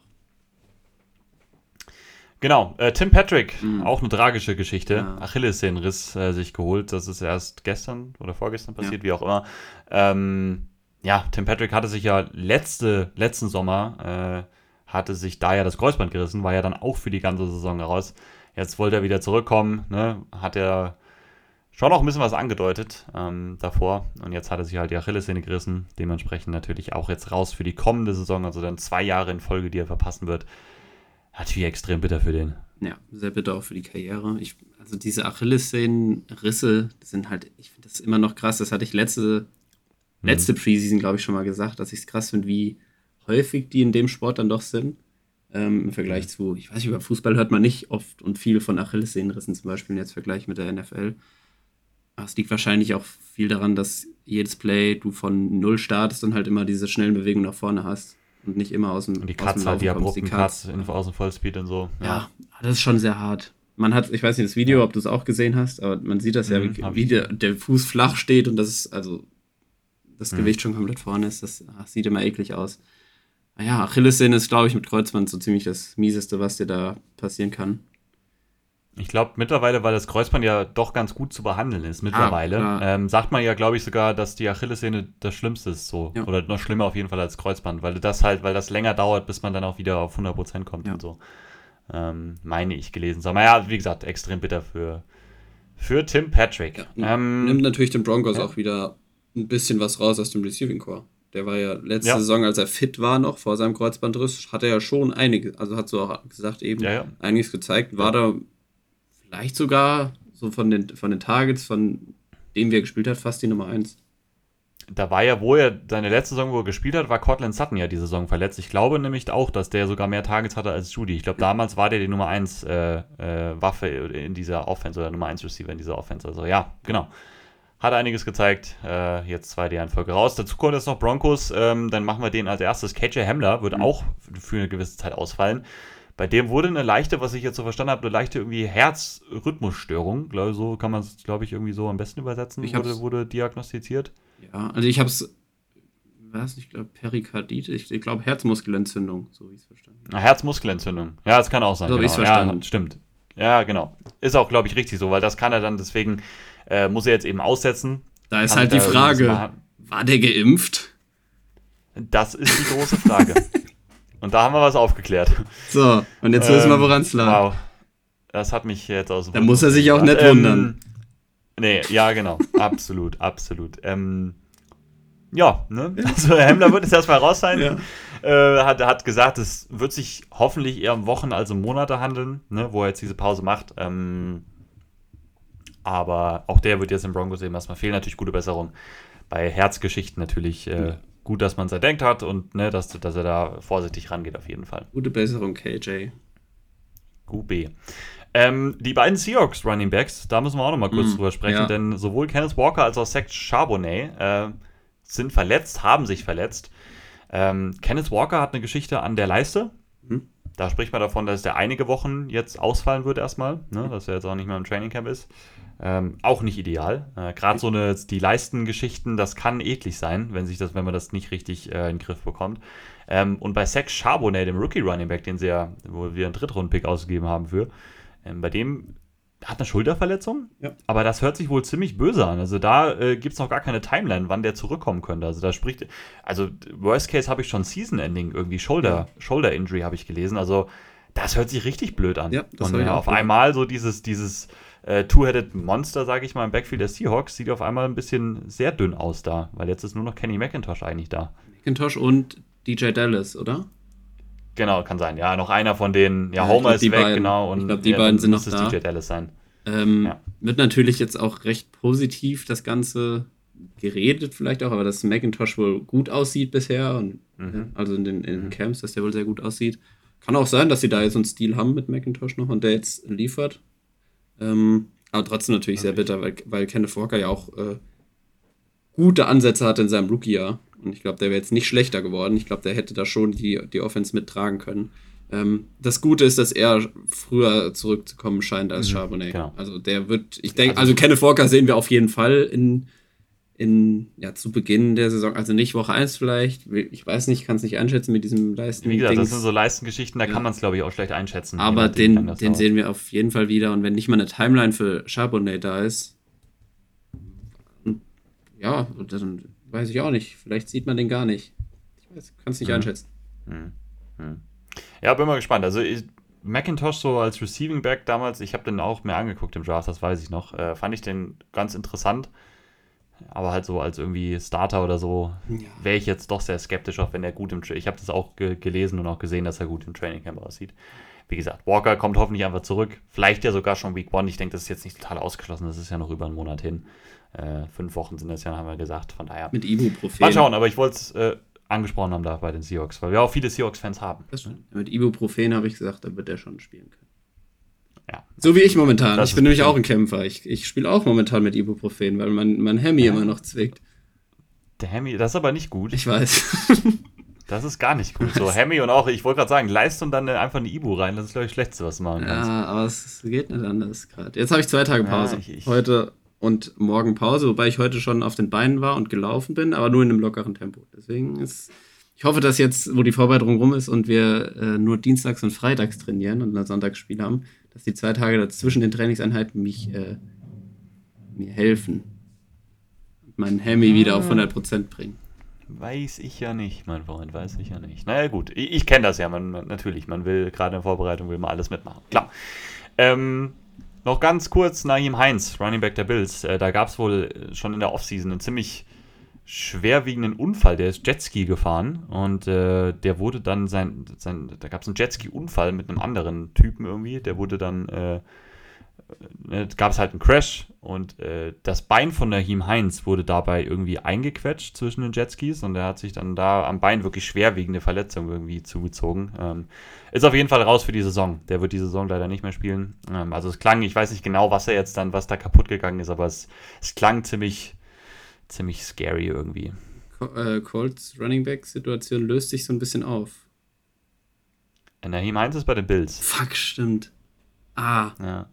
Genau, Tim Patrick, auch eine tragische Geschte. Ja. Achillessehnenriss sich geholt. Das ist erst gestern oder vorgestern passiert, wie auch immer. Tim Patrick hatte sich ja letzten Sommer hatte sich da ja das Kreuzband gerissen, war ja dann auch für die ganze Saison raus. Jetzt wollte er wieder zurückkommen, ne? Hat er schon noch ein bisschen was angedeutet davor. Und jetzt hat er sich halt die Achillessehne gerissen. Dementsprechend natürlich auch jetzt raus für die kommende Saison, also dann 2 Jahre in Folge, die er verpassen wird. Natürlich extrem bitter für den. Ja, sehr bitter auch für die Karriere. Also diese Achillessehnenrisse sind halt, ich finde das immer noch krass. Das hatte ich letzte Preseason, glaube ich, schon mal gesagt, dass ich es krass finde, wie häufig die in dem Sport dann doch sind. Im Vergleich zu, ich weiß nicht, über Fußball hört man nicht oft und viel von Achillessehnenrissen zum Beispiel jetzt Vergleich mit der NFL. Aber es liegt wahrscheinlich auch viel daran, dass jedes Play du von 0 startest und halt immer diese schnellen Bewegungen nach vorne hast. Und nicht immer aus dem Und die Cuts halt, die abrupten Cuts aus dem Vollspeed und so. Ja, das ist schon sehr hart. Man hat, ich weiß nicht, das Video, ob du es auch gesehen hast, aber man sieht das wie der Fuß flach steht und das ist, also das Gewicht schon komplett vorne ist. Das sieht immer eklig aus. Naja, Achillessehne ist, glaube ich, mit Kreuzband so ziemlich das Mieseste, was dir da passieren kann. Ich glaube mittlerweile, weil das Kreuzband ja doch ganz gut zu behandeln ist, mittlerweile, sagt man ja, glaube ich, sogar, dass die Achillessehne das Schlimmste ist, so. Ja. Oder noch schlimmer auf jeden Fall als Kreuzband, weil das länger dauert, bis man dann auch wieder auf 100% kommt und so. Meine ich gelesen zu haben. Ja, wie gesagt, extrem bitter für Tim Patrick. Ja, nimmt natürlich den Broncos auch wieder ein bisschen was raus aus dem Receiving Core. Der war ja letzte Saison, als er fit war noch, vor seinem Kreuzbandriss, hat er ja schon einiges, also hat so auch gesagt eben, einiges gezeigt, war da Vielleicht sogar so von den Targets, von denen wir gespielt hat, fast die Nummer 1. Da war ja, seine letzte Saison, wo er gespielt hat, war Cortland Sutton ja die Saison verletzt. Ich glaube nämlich auch, dass der sogar mehr Targets hatte als Judy. Ich glaube, damals war der die Nummer 1 Waffe in dieser Offense oder Nummer 1 Receiver in dieser Offense. Also ja, genau. Hat einiges gezeigt. Jetzt 2 Jahre in Folge raus. Dazu kommt jetzt noch Broncos. Dann machen wir den als erstes. KJ Hamler wird auch für eine gewisse Zeit ausfallen. Bei dem wurde eine leichte, was ich jetzt so verstanden habe, eine leichte irgendwie Herzrhythmusstörung. So kann man es, glaube ich, irgendwie so am besten übersetzen. Wurde diagnostiziert. Ja, also ich habe es, ich glaube Perikarditis, ich glaube Herzmuskelentzündung, so wie ich es verstanden habe. Herzmuskelentzündung. Ja, das kann auch sein. So wie ich es verstanden habe. Ja, stimmt. Ja, genau. Ist auch, glaube ich, richtig so, weil das kann er dann, deswegen muss er jetzt eben aussetzen. Da ist halt die Frage, war der geimpft? Das ist die große Frage. Und da haben wir was aufgeklärt. So, und jetzt wissen wir, woran es lag. Wow. Das hat mich jetzt aus dem Da muss er sich auch nicht wundern. Nee, ja, genau. Absolut, absolut. Ja, ne? Also Hamler wird jetzt erstmal raus sein. Ja. Hat gesagt, es wird sich hoffentlich eher um Wochen als um Monate handeln, ne, wo er jetzt diese Pause macht. Aber auch der wird jetzt im Broncos eben erstmal fehlen. Natürlich gute Besserung. Bei Herzgeschichten natürlich gut, dass man es erdenkt hat und ne, dass er da vorsichtig rangeht auf jeden Fall. Gute Besserung, KJ. QB. Die beiden Seahawks Running Backs, da müssen wir auch noch mal kurz drüber sprechen, denn sowohl Kenneth Walker als auch Zach Charbonnet sind verletzt, haben sich verletzt. Kenneth Walker hat eine Geschichte an der Leiste. Da spricht man davon, dass der einige Wochen jetzt ausfallen wird erstmal, ne, dass er jetzt auch nicht mehr im Trainingcamp ist. Auch nicht ideal. Gerade so die Leistengeschichten, das kann eklig sein, wenn man das nicht richtig in den Griff bekommt. Und bei Zach Charbonnet, dem Rookie Running Back, wo wir einen Drittrunden-Pick ausgegeben haben bei dem hat eine Schulterverletzung, aber das hört sich wohl ziemlich böse an. Also da gibt es noch gar keine Timeline, wann der zurückkommen könnte. Also Worst Case habe ich schon Season-Ending, irgendwie Shoulder-Injury habe ich gelesen. Also das hört sich richtig blöd an. Ja, das und auf einmal so dieses Two-Headed Monster, sage ich mal, im Backfield der Seahawks, sieht auf einmal ein bisschen sehr dünn aus da, weil jetzt ist nur noch Kenny McIntosh eigentlich da. McIntosh und DJ Dallas, oder? Genau, kann sein. Ja, noch einer von denen. Ja, Homer ist weg, beiden. Genau. Und ich glaube, die beiden sind noch da. Muss es DJ Dallas sein. Wird natürlich jetzt auch recht positiv das Ganze geredet vielleicht auch, aber dass McIntosh wohl gut aussieht bisher und also in den Camps, dass der wohl sehr gut aussieht. Kann auch sein, dass sie da jetzt so einen Stil haben mit McIntosh noch und der jetzt liefert. Aber trotzdem natürlich sehr bitter, weil Kenneth Walker ja auch gute Ansätze hatte in seinem Rookie-Jahr. Und ich glaube, der wäre jetzt nicht schlechter geworden. Ich glaube, der hätte da schon die Offense mittragen können. Das Gute ist, dass er früher zurückzukommen scheint als Charbonnet. Genau. Also der wird, ich denke, also Kenneth Walker sehen wir auf jeden Fall zu Beginn der Saison, also nicht Woche 1 vielleicht, ich weiß nicht, kann es nicht einschätzen mit diesem Leisten. Wie gesagt, das sind so Leistengeschichten, da kann man es, glaube ich, auch schlecht einschätzen. Aber den sehen wir auf jeden Fall wieder und wenn nicht mal eine Timeline für Charbonnet da ist, ja, dann weiß ich auch nicht, vielleicht sieht man den gar nicht. Ich kann es nicht einschätzen. Ja, bin mal gespannt. Also McIntosh so als Receiving Back damals, ich habe den auch mir angeguckt im Draft, das weiß ich noch, fand ich den ganz interessant. Aber halt so als irgendwie Starter oder so wäre ich jetzt doch sehr skeptisch, auch wenn er gut ich habe das auch gelesen und auch gesehen, dass er gut im Trainingcamp aussieht. Wie gesagt, Walker kommt hoffentlich einfach zurück. Vielleicht ja sogar schon Week 1. Ich denke, das ist jetzt nicht total ausgeschlossen. Das ist ja noch über einen Monat hin. 5 Wochen sind das ja, haben wir gesagt. Von daher. Mit Ibuprofen. Mal schauen, aber ich wollte es angesprochen haben da bei den Seahawks, weil wir auch viele Seahawks-Fans haben. Das stimmt. Mit Ibuprofen habe ich gesagt, da wird er schon spielen können. Ja. So wie ich momentan. Ich bin nämlich auch ein Kämpfer. Ich spiele auch momentan mit Ibuprofen, weil mein Hemi immer noch zwickt. Der Hemi, das ist aber nicht gut. Ich weiß. Das ist gar nicht gut. So Hemi und auch, ich wollte gerade sagen, Leist und dann einfach eine Ibu rein. Das ist, glaube ich, das Schlechteste, was du machen kannst. Ja, aber es geht nicht anders gerade. Jetzt habe ich 2 Tage Pause. Heute und morgen Pause, wobei ich heute schon auf den Beinen war und gelaufen bin, aber nur in einem lockeren Tempo. Deswegen ich hoffe, dass jetzt, wo die Vorbereitung rum ist und wir nur dienstags und freitags trainieren und ein Sonntagsspiel haben, dass die 2 Tage dazwischen den Trainingseinheiten mir helfen und meinen Hemi wieder auf 100% bringen. Weiß ich ja nicht, mein Freund, weiß ich ja nicht. Naja gut, ich kenne das ja, natürlich, man will gerade in Vorbereitung will man alles mitmachen, klar. Noch ganz kurz, Nyheim Hines, Running Back der Bills, da gab es wohl schon in der Offseason einen ziemlich schwerwiegenden Unfall, der ist Jetski gefahren und der wurde dann da gab es einen Jetski-Unfall mit einem anderen Typen irgendwie, der wurde dann gab es halt einen Crash und das Bein von Nyheim Hines wurde dabei irgendwie eingequetscht zwischen den Jetskis und er hat sich dann da am Bein wirklich schwerwiegende Verletzung irgendwie zugezogen. Ist auf jeden Fall raus für die Saison. Der wird die Saison leider nicht mehr spielen. Also es klang, ich weiß nicht genau, was da kaputt gegangen ist, aber es klang ziemlich scary irgendwie. Colts Running Back Situation löst sich so ein bisschen auf. Nyheim Hines ist bei den Bills. Fuck, stimmt. Ja.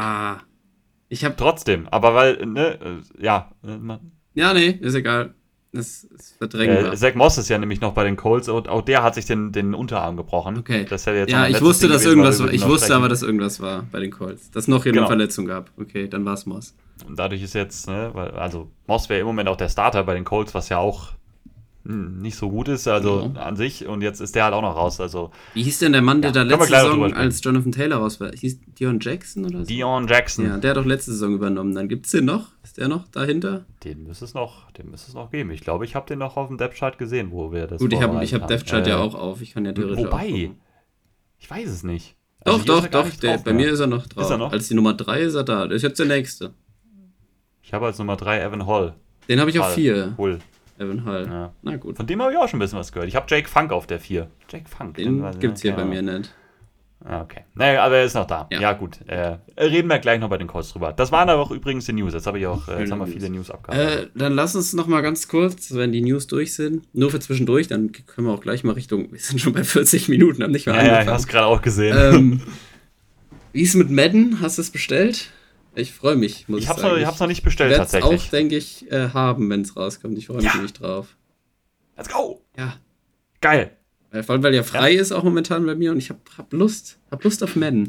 Ich hab... Trotzdem, aber weil, Ja, nee, ist egal. Das ist verdrängbar. Zach Moss ist ja nämlich noch bei den Colts und auch der hat sich den Unterarm gebrochen. Okay. Das hätte jetzt ja, ich wusste, dass irgendwas war. Ich wusste aber, dass irgendwas war bei den Colts. Dass noch hier eine Verletzung gab. Okay, dann war es Moss. Und dadurch ist jetzt, also Moss wäre im Moment auch der Starter bei den Colts, was ja auch nicht so gut ist, an sich. Und jetzt ist der halt auch noch raus. Also, wie hieß denn der Mann, der da letzte Saison als Jonathan Taylor raus war? Hieß Deion Jackson oder so? Deion Jackson. Ja, der hat doch letzte Saison übernommen. Dann gibt's den noch? Ist der noch dahinter? Den müsste es noch geben. Ich glaube, ich habe den noch auf dem Depth-Chart gesehen, wo wir das gut, ich hab Depth-Chart ja auch auf. Ich kann ja theoretisch wobei, ich weiß es nicht. Also doch. Bei mir ist er noch drauf. Ist er noch? Als die Nummer 3 ist er da. Das ist jetzt der nächste. Ich habe als Nummer 3 Evan Hall. Den habe ich auf 4. Cool. Evan Hall. Ja. Na gut. Von dem habe ich auch schon ein bisschen was gehört. Ich habe Jake Funk auf der 4. Jake Funk. Den gibt's hier bei mir nicht. Okay. Naja, aber er ist noch da. Ja gut. Reden wir gleich noch bei den Colts drüber. Das waren aber auch übrigens die News. Jetzt haben wir viele News abgehalten. Dann lass uns noch mal ganz kurz, wenn die News durch sind, nur für zwischendurch, dann können wir auch gleich mal Richtung, wir sind schon bei 40 Minuten, haben nicht mehr angefangen. Ja, ich hab's gerade auch gesehen. Wie ist es mit Madden? Hast du es bestellt? Ich freue mich, muss ich sagen. Ich hab's noch nicht bestellt, tatsächlich. Ich werde es auch, denke ich, haben, wenn es rauskommt. Ich freue mich nämlich drauf. Let's go! Ja. Geil. Vor allem, weil ja frei ist auch momentan bei mir und ich hab Lust auf Madden.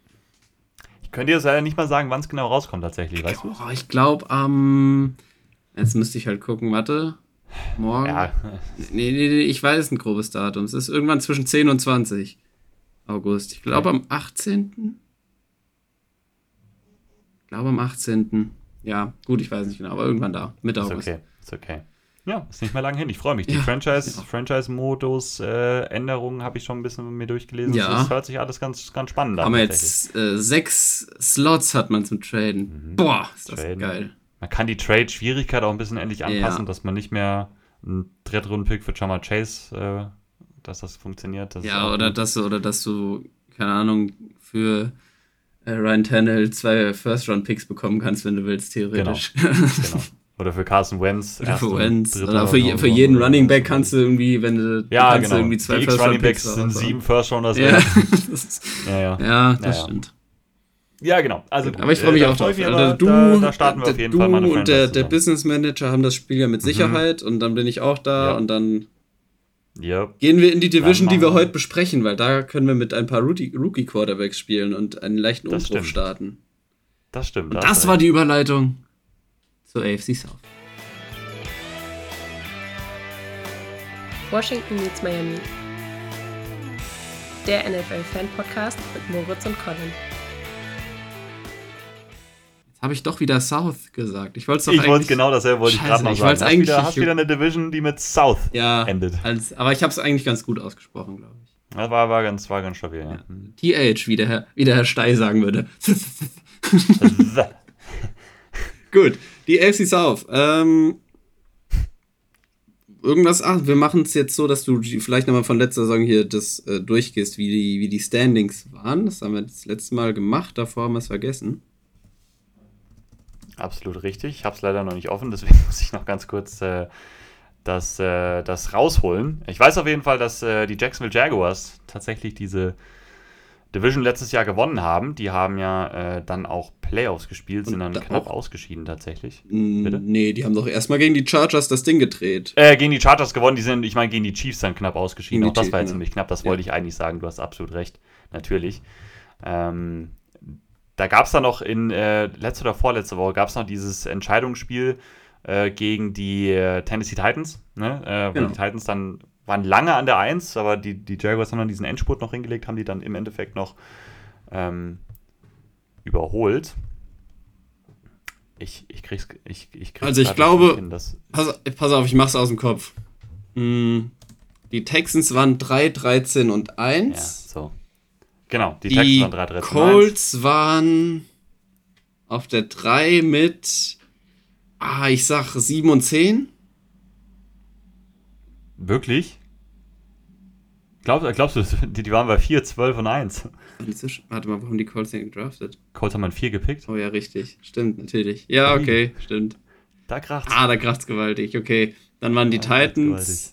Ich könnte dir leider nicht mal sagen, wann es genau rauskommt tatsächlich, weißt du? Ich glaube jetzt müsste ich halt gucken, warte. Morgen? Ja. Nee, ich weiß ein grobes Datum. Es ist irgendwann zwischen 10 und 20 August. Ich glaube am 18. Ja, gut, ich weiß nicht genau, aber irgendwann da. Mitte August. Ist okay. Ja, ist nicht mehr lange hin. Ich freue mich. Die Franchise-Modus, Änderungen habe ich schon ein bisschen mit mir durchgelesen. Ja. Das hört sich alles ganz, ganz spannend an. Haben wir jetzt 6 Slots hat man zum Traden. Boah, ist das geil. Man kann die Trade-Schwierigkeit auch ein bisschen endlich anpassen, dass man nicht mehr einen Drittrunden-Pick für Ja'Marr Chase, dass das funktioniert. Oder dass du, keine Ahnung, für Ryan Tannehill 2 First-Round-Picks bekommen kannst, wenn du willst, theoretisch. Genau. Oder für Carson Wentz. Oder für jeden Running Back kannst du irgendwie, wenn du irgendwie 2 Running Backs sind 7 First-Rounders. Ja, das stimmt. Ja, genau. Also aber ich freue mich auch drauf. Da starten wir auf jeden Fall mal eine Franchise. Und der Business Manager haben das Spiel ja mit Sicherheit und dann bin ich auch da und dann gehen wir in die Division, die wir heute besprechen, weil da können wir mit ein paar Rookie-Quarterbacks spielen und einen leichten Umbruch starten. Das stimmt. Und das war die Überleitung zur AFC South. Washington meets Miami. Der NFL-Fan-Podcast mit Moritz und Colin. Jetzt habe ich doch wieder South gesagt. Ich wollte genau dasselbe wollte ich gerade noch sagen. Hast wieder eine Division, die mit South endet. Aber ich habe es eigentlich ganz gut ausgesprochen, glaube ich. Das war ganz stabil, ja. TH, wie der Herr Stey sagen würde. Gut, die AFC South. Wir machen es jetzt so, dass du vielleicht nochmal von letzter Saison hier das durchgehst, wie die Standings waren. Das haben wir das letzte Mal gemacht, davor haben wir es vergessen. Absolut richtig. Ich habe es leider noch nicht offen, deswegen muss ich noch ganz kurz das rausholen. Ich weiß auf jeden Fall, dass die Jacksonville Jaguars tatsächlich diese Division letztes Jahr gewonnen haben. Die haben ja dann auch Playoffs gespielt, sind dann knapp ausgeschieden tatsächlich. Bitte? Nee, die haben doch erstmal gegen die Chargers das Ding gedreht. Gegen die Chargers gewonnen, gegen die Chiefs dann knapp ausgeschieden. Auch das war jetzt ziemlich knapp, das wollte ich eigentlich sagen. Du hast absolut recht, natürlich. Da gab es dann noch letzte oder vorletzte Woche gab es noch dieses Entscheidungsspiel gegen die Tennessee Titans, ne? Wo die Titans dann waren lange an der 1, aber die Jaguars haben dann diesen Endspurt noch hingelegt, haben die dann im Endeffekt noch überholt. Ich krieg's also ich glaube, hin, pass auf, ich mach's aus dem Kopf. Die Texans waren 3-13-1. Ja, so. Genau, die Texans waren 3-13-1. Die Colts waren Auf der 3 mit, ich sag 7 und 10. Wirklich? Glaubst du, die waren bei 4, 12 und 1? Warte mal, wo haben die Colts denn gedraftet? Colts haben 4 gepickt. Oh ja, richtig. Stimmt, natürlich. Ja, okay, stimmt. Da kracht's. Da kracht's gewaltig. Okay, dann waren die Titans.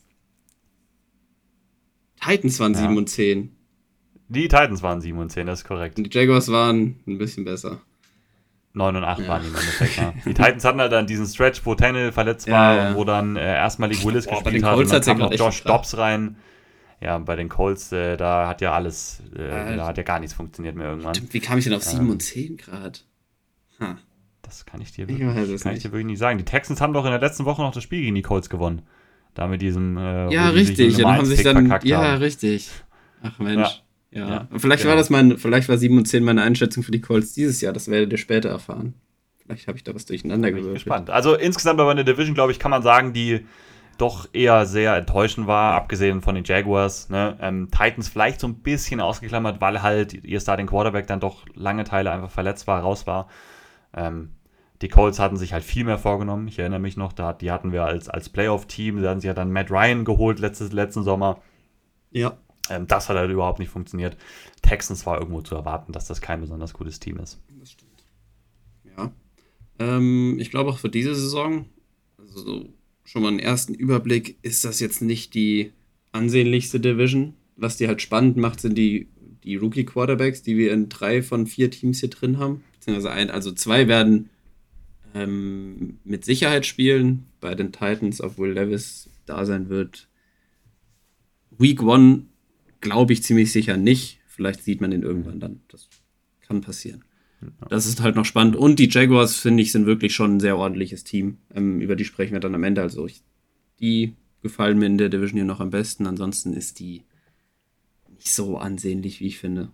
Titans waren 7 und 10. Die Titans waren 7 und 10, das ist korrekt. Und die Jaguars waren ein bisschen besser. 9 und 8 waren die im Endeffekt. Ja. Die Titans hatten halt dann diesen Stretch, wo Tannehill verletzt war, wo dann erstmal Willis gespielt hat und dann kam noch Josh Dobbs rein. Ja, bei den Colts, da hat ja alles, da hat ja gar nichts funktioniert mehr irgendwann. Wie kam ich denn auf 7 und 10 Grad? Das kann ich dir wirklich nicht sagen. Die Texans haben doch in der letzten Woche noch das Spiel gegen die Colts gewonnen. Da mit diesem, ja, richtig. Dann haben sich dann, ja, richtig. Ach Mensch. Ja. Vielleicht war 7 und 10 meine Einschätzung für die Colts dieses Jahr. Das werdet ihr später erfahren. Vielleicht habe ich da was durcheinander gewürfelt. Ich bin gespannt. Also insgesamt bei der Division, glaube ich, kann man sagen, die doch eher sehr enttäuschend war, abgesehen von den Jaguars. Ne? Titans vielleicht so ein bisschen ausgeklammert, weil halt ihr Starting Quarterback dann doch lange Teile einfach verletzt war, raus war. Die Colts hatten sich halt viel mehr vorgenommen. Ich erinnere mich noch, die hatten wir als Playoff-Team. Da hatten sie ja dann Matt Ryan geholt letzten Sommer. Ja. Das hat halt überhaupt nicht funktioniert. Texans war irgendwo zu erwarten, dass das kein besonders gutes Team ist. Das stimmt. Ja. Ich glaube auch für diese Saison, also so schon mal einen ersten Überblick, ist das jetzt nicht die ansehnlichste Division. Was die halt spannend macht, sind die Rookie-Quarterbacks, die wir in 3 von 4 Teams hier drin haben. Beziehungsweise 2 werden mit Sicherheit spielen. Bei den Titans, obwohl Levis da sein wird. Week 1 glaube ich ziemlich sicher nicht. Vielleicht sieht man den irgendwann dann. Das kann passieren. Das ist halt noch spannend. Und die Jaguars, finde ich, sind wirklich schon ein sehr ordentliches Team. Über die sprechen wir dann am Ende. Also die gefallen mir in der Division hier noch am besten. Ansonsten ist die nicht so ansehnlich, wie ich finde.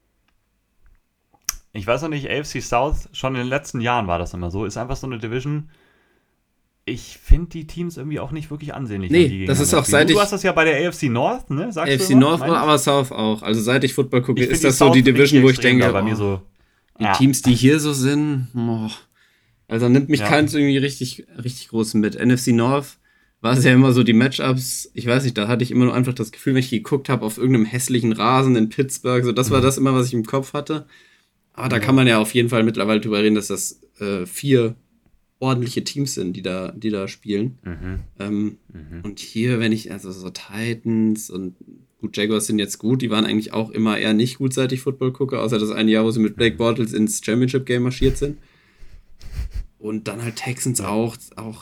Ich weiß noch nicht, AFC South, schon in den letzten Jahren war das immer so. Ist einfach so eine Division. Ich finde die Teams irgendwie auch nicht wirklich ansehnlich. Nee, das ist auch Du hast das ja bei der AFC North, ne? Sagst AFC North, aber South auch. Also seit ich Football gucke, ist das so die Division, wo ich denke, bei mir so, die Teams, die hier so sind, also nimmt mich keins irgendwie richtig, richtig groß mit. NFC North war es ja immer so die Matchups, ich weiß nicht, da hatte ich immer nur einfach das Gefühl, wenn ich geguckt habe auf irgendeinem hässlichen Rasen in Pittsburgh, so das war das immer, was ich im Kopf hatte. Aber da kann man ja auf jeden Fall mittlerweile drüber reden, dass das 4 ordentliche Teams sind, die da spielen. Und hier, wenn ich, also so Titans und gut, Jaguars sind jetzt gut, die waren eigentlich auch immer eher nicht gut, seit ich Football gucke, außer das eine Jahr, wo sie mit Blake Bortles ins Championship-Game marschiert sind. Und dann halt Texans auch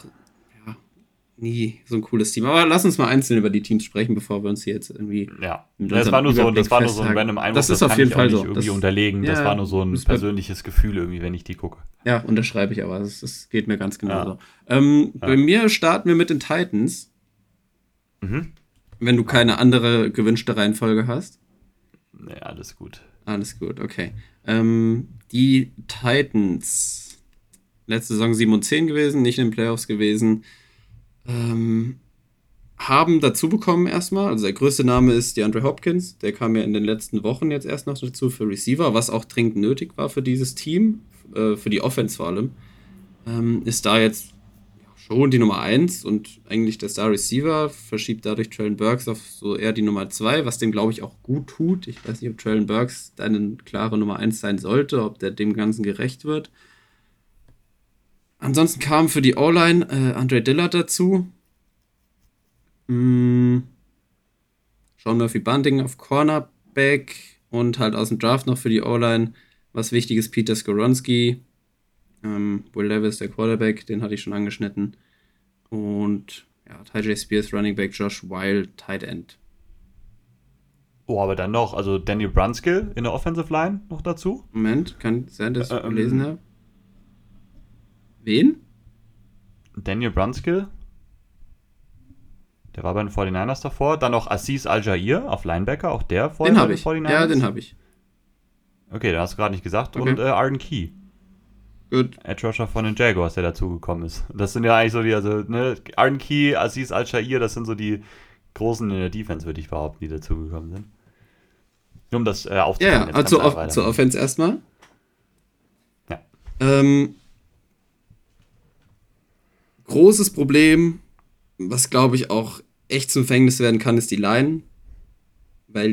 nie so ein cooles Team. Aber lass uns mal einzeln über die Teams sprechen, bevor wir uns hier jetzt irgendwie. Ja, das war nur so ein random Einwurf. Das ist auf jeden Fall so. Irgendwie unterlegen. Das war nur so ein persönliches Gefühl irgendwie, wenn ich die gucke. Ja, unterschreibe ich aber. Das geht mir ganz genauso. Bei mir starten wir mit den Titans. Wenn du keine andere gewünschte Reihenfolge hast. Nee, alles gut. Alles gut, okay. Die Titans. Letzte Saison 7 und 10 gewesen, nicht in den Playoffs gewesen. Haben dazu bekommen erstmal, also der größte Name ist DeAndre Hopkins, der kam ja in den letzten Wochen jetzt erst noch dazu für Receiver, was auch dringend nötig war für dieses Team, für die Offense vor allem, ist da jetzt schon die Nummer 1 und eigentlich der Star Receiver, verschiebt dadurch Traylon Burks auf so eher die Nummer 2, was dem glaube ich auch gut tut. Ich weiß nicht, ob Traylon Burks eine klare Nummer 1 sein sollte, ob der dem Ganzen gerecht wird. Ansonsten kam für die O-Line Andre Dillard dazu. Sean Murphy-Bunting auf Cornerback und halt aus dem Draft noch für die O-Line was Wichtiges, Peter Skoronski. Will Levis, der Quarterback, den hatte ich schon angeschnitten. Und Tyjae Spears, Running Back, Josh Weil, Tight End. Oh, aber dann noch, also Daniel Brunskill in der Offensive Line noch dazu. Moment, kann sein, dass ich gelesen habe. Wen? Daniel Brunskill. Der war bei den 49ers davor. Dann noch Aziz Al-Jair auf Linebacker, auch der vorher bei den 49ers. Ja, den habe ich. Okay, den hast du gerade nicht gesagt. Okay. Und Arden Key. Gut. Edge Rusher von den Jaguars, der dazugekommen ist. Das sind ja eigentlich so die, also, ne, Arden Key, Aziz Al-Jair, das sind so die Großen in der Defense, würde ich behaupten, die dazugekommen sind. Nur um das aufzunehmen. Ja, zur Offense erstmal. Ja. Großes Problem, was glaube ich auch echt zum Verhängnis werden kann, ist die Line, weil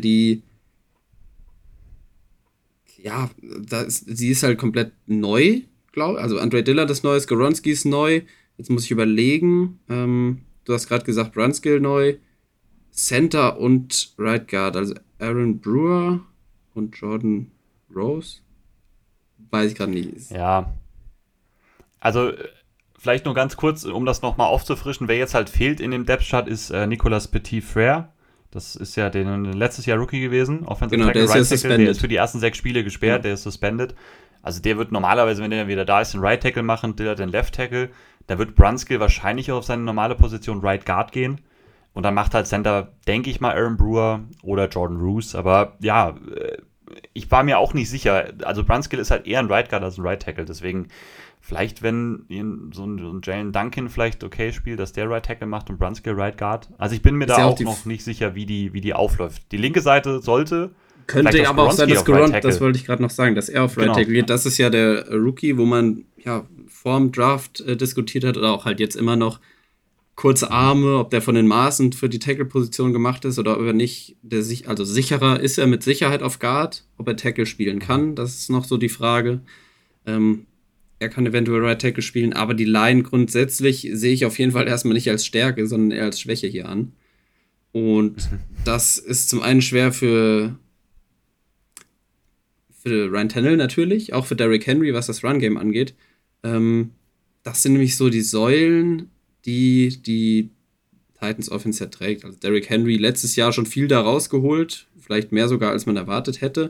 sie ist halt komplett neu, glaube ich. Also Andre Dillard ist neu, Skoronski ist neu. Jetzt muss ich überlegen. Du hast gerade gesagt, Brunskill neu. Center und Right Guard, also Aaron Brewer und Jordan Rose. Weiß ich gerade nicht. Ja, also vielleicht nur ganz kurz, um das nochmal aufzufrischen, wer jetzt halt fehlt in dem Depth-Chart ist Nicolas Petit-Frere. Das ist ja letztes Jahr Rookie gewesen, Offensive Genau, Tackle, der ist Right Tackle, der ist für die ersten 6 Spiele gesperrt, der ist suspended. Also der wird normalerweise, wenn der wieder da ist, den Right Tackle machen, Dillard den Left Tackle. Da wird Brunskill wahrscheinlich auch auf seine normale Position Right Guard gehen. Und dann macht halt Center, denke ich mal, Aaron Brewer oder Jordan Roos. Aber ja, ich war mir auch nicht sicher. Also Brunskill ist halt eher ein Right Guard als ein Right Tackle. Deswegen vielleicht, wenn so ein Jalen Duncan vielleicht okay spielt, dass der Right Tackle macht und Brunskill Right Guard. Also ich bin mir da auch noch nicht sicher, wie die aufläuft. Die linke Seite könnte aber auch sein, dass Skoronski, das wollte ich gerade noch sagen, dass er auf Right Tackle geht. Das ist ja der Rookie, wo man ja vorm Draft diskutiert hat oder auch halt jetzt immer noch kurze Arme, ob der von den Maßen für die Tackle-Position gemacht ist oder ob er nicht, also sicherer ist er mit Sicherheit auf Guard, ob er Tackle spielen kann, das ist noch so die Frage. Er kann eventuell Right Tackle spielen, aber die Line grundsätzlich sehe ich auf jeden Fall erstmal nicht als Stärke, sondern eher als Schwäche hier an. Und das ist zum einen schwer für Ryan Tannehill natürlich, auch für Derrick Henry, was das Run-Game angeht. Das sind nämlich so die Säulen, die Titans Offense ja trägt. Also Derrick Henry letztes Jahr schon viel da rausgeholt, vielleicht mehr sogar, als man erwartet hätte.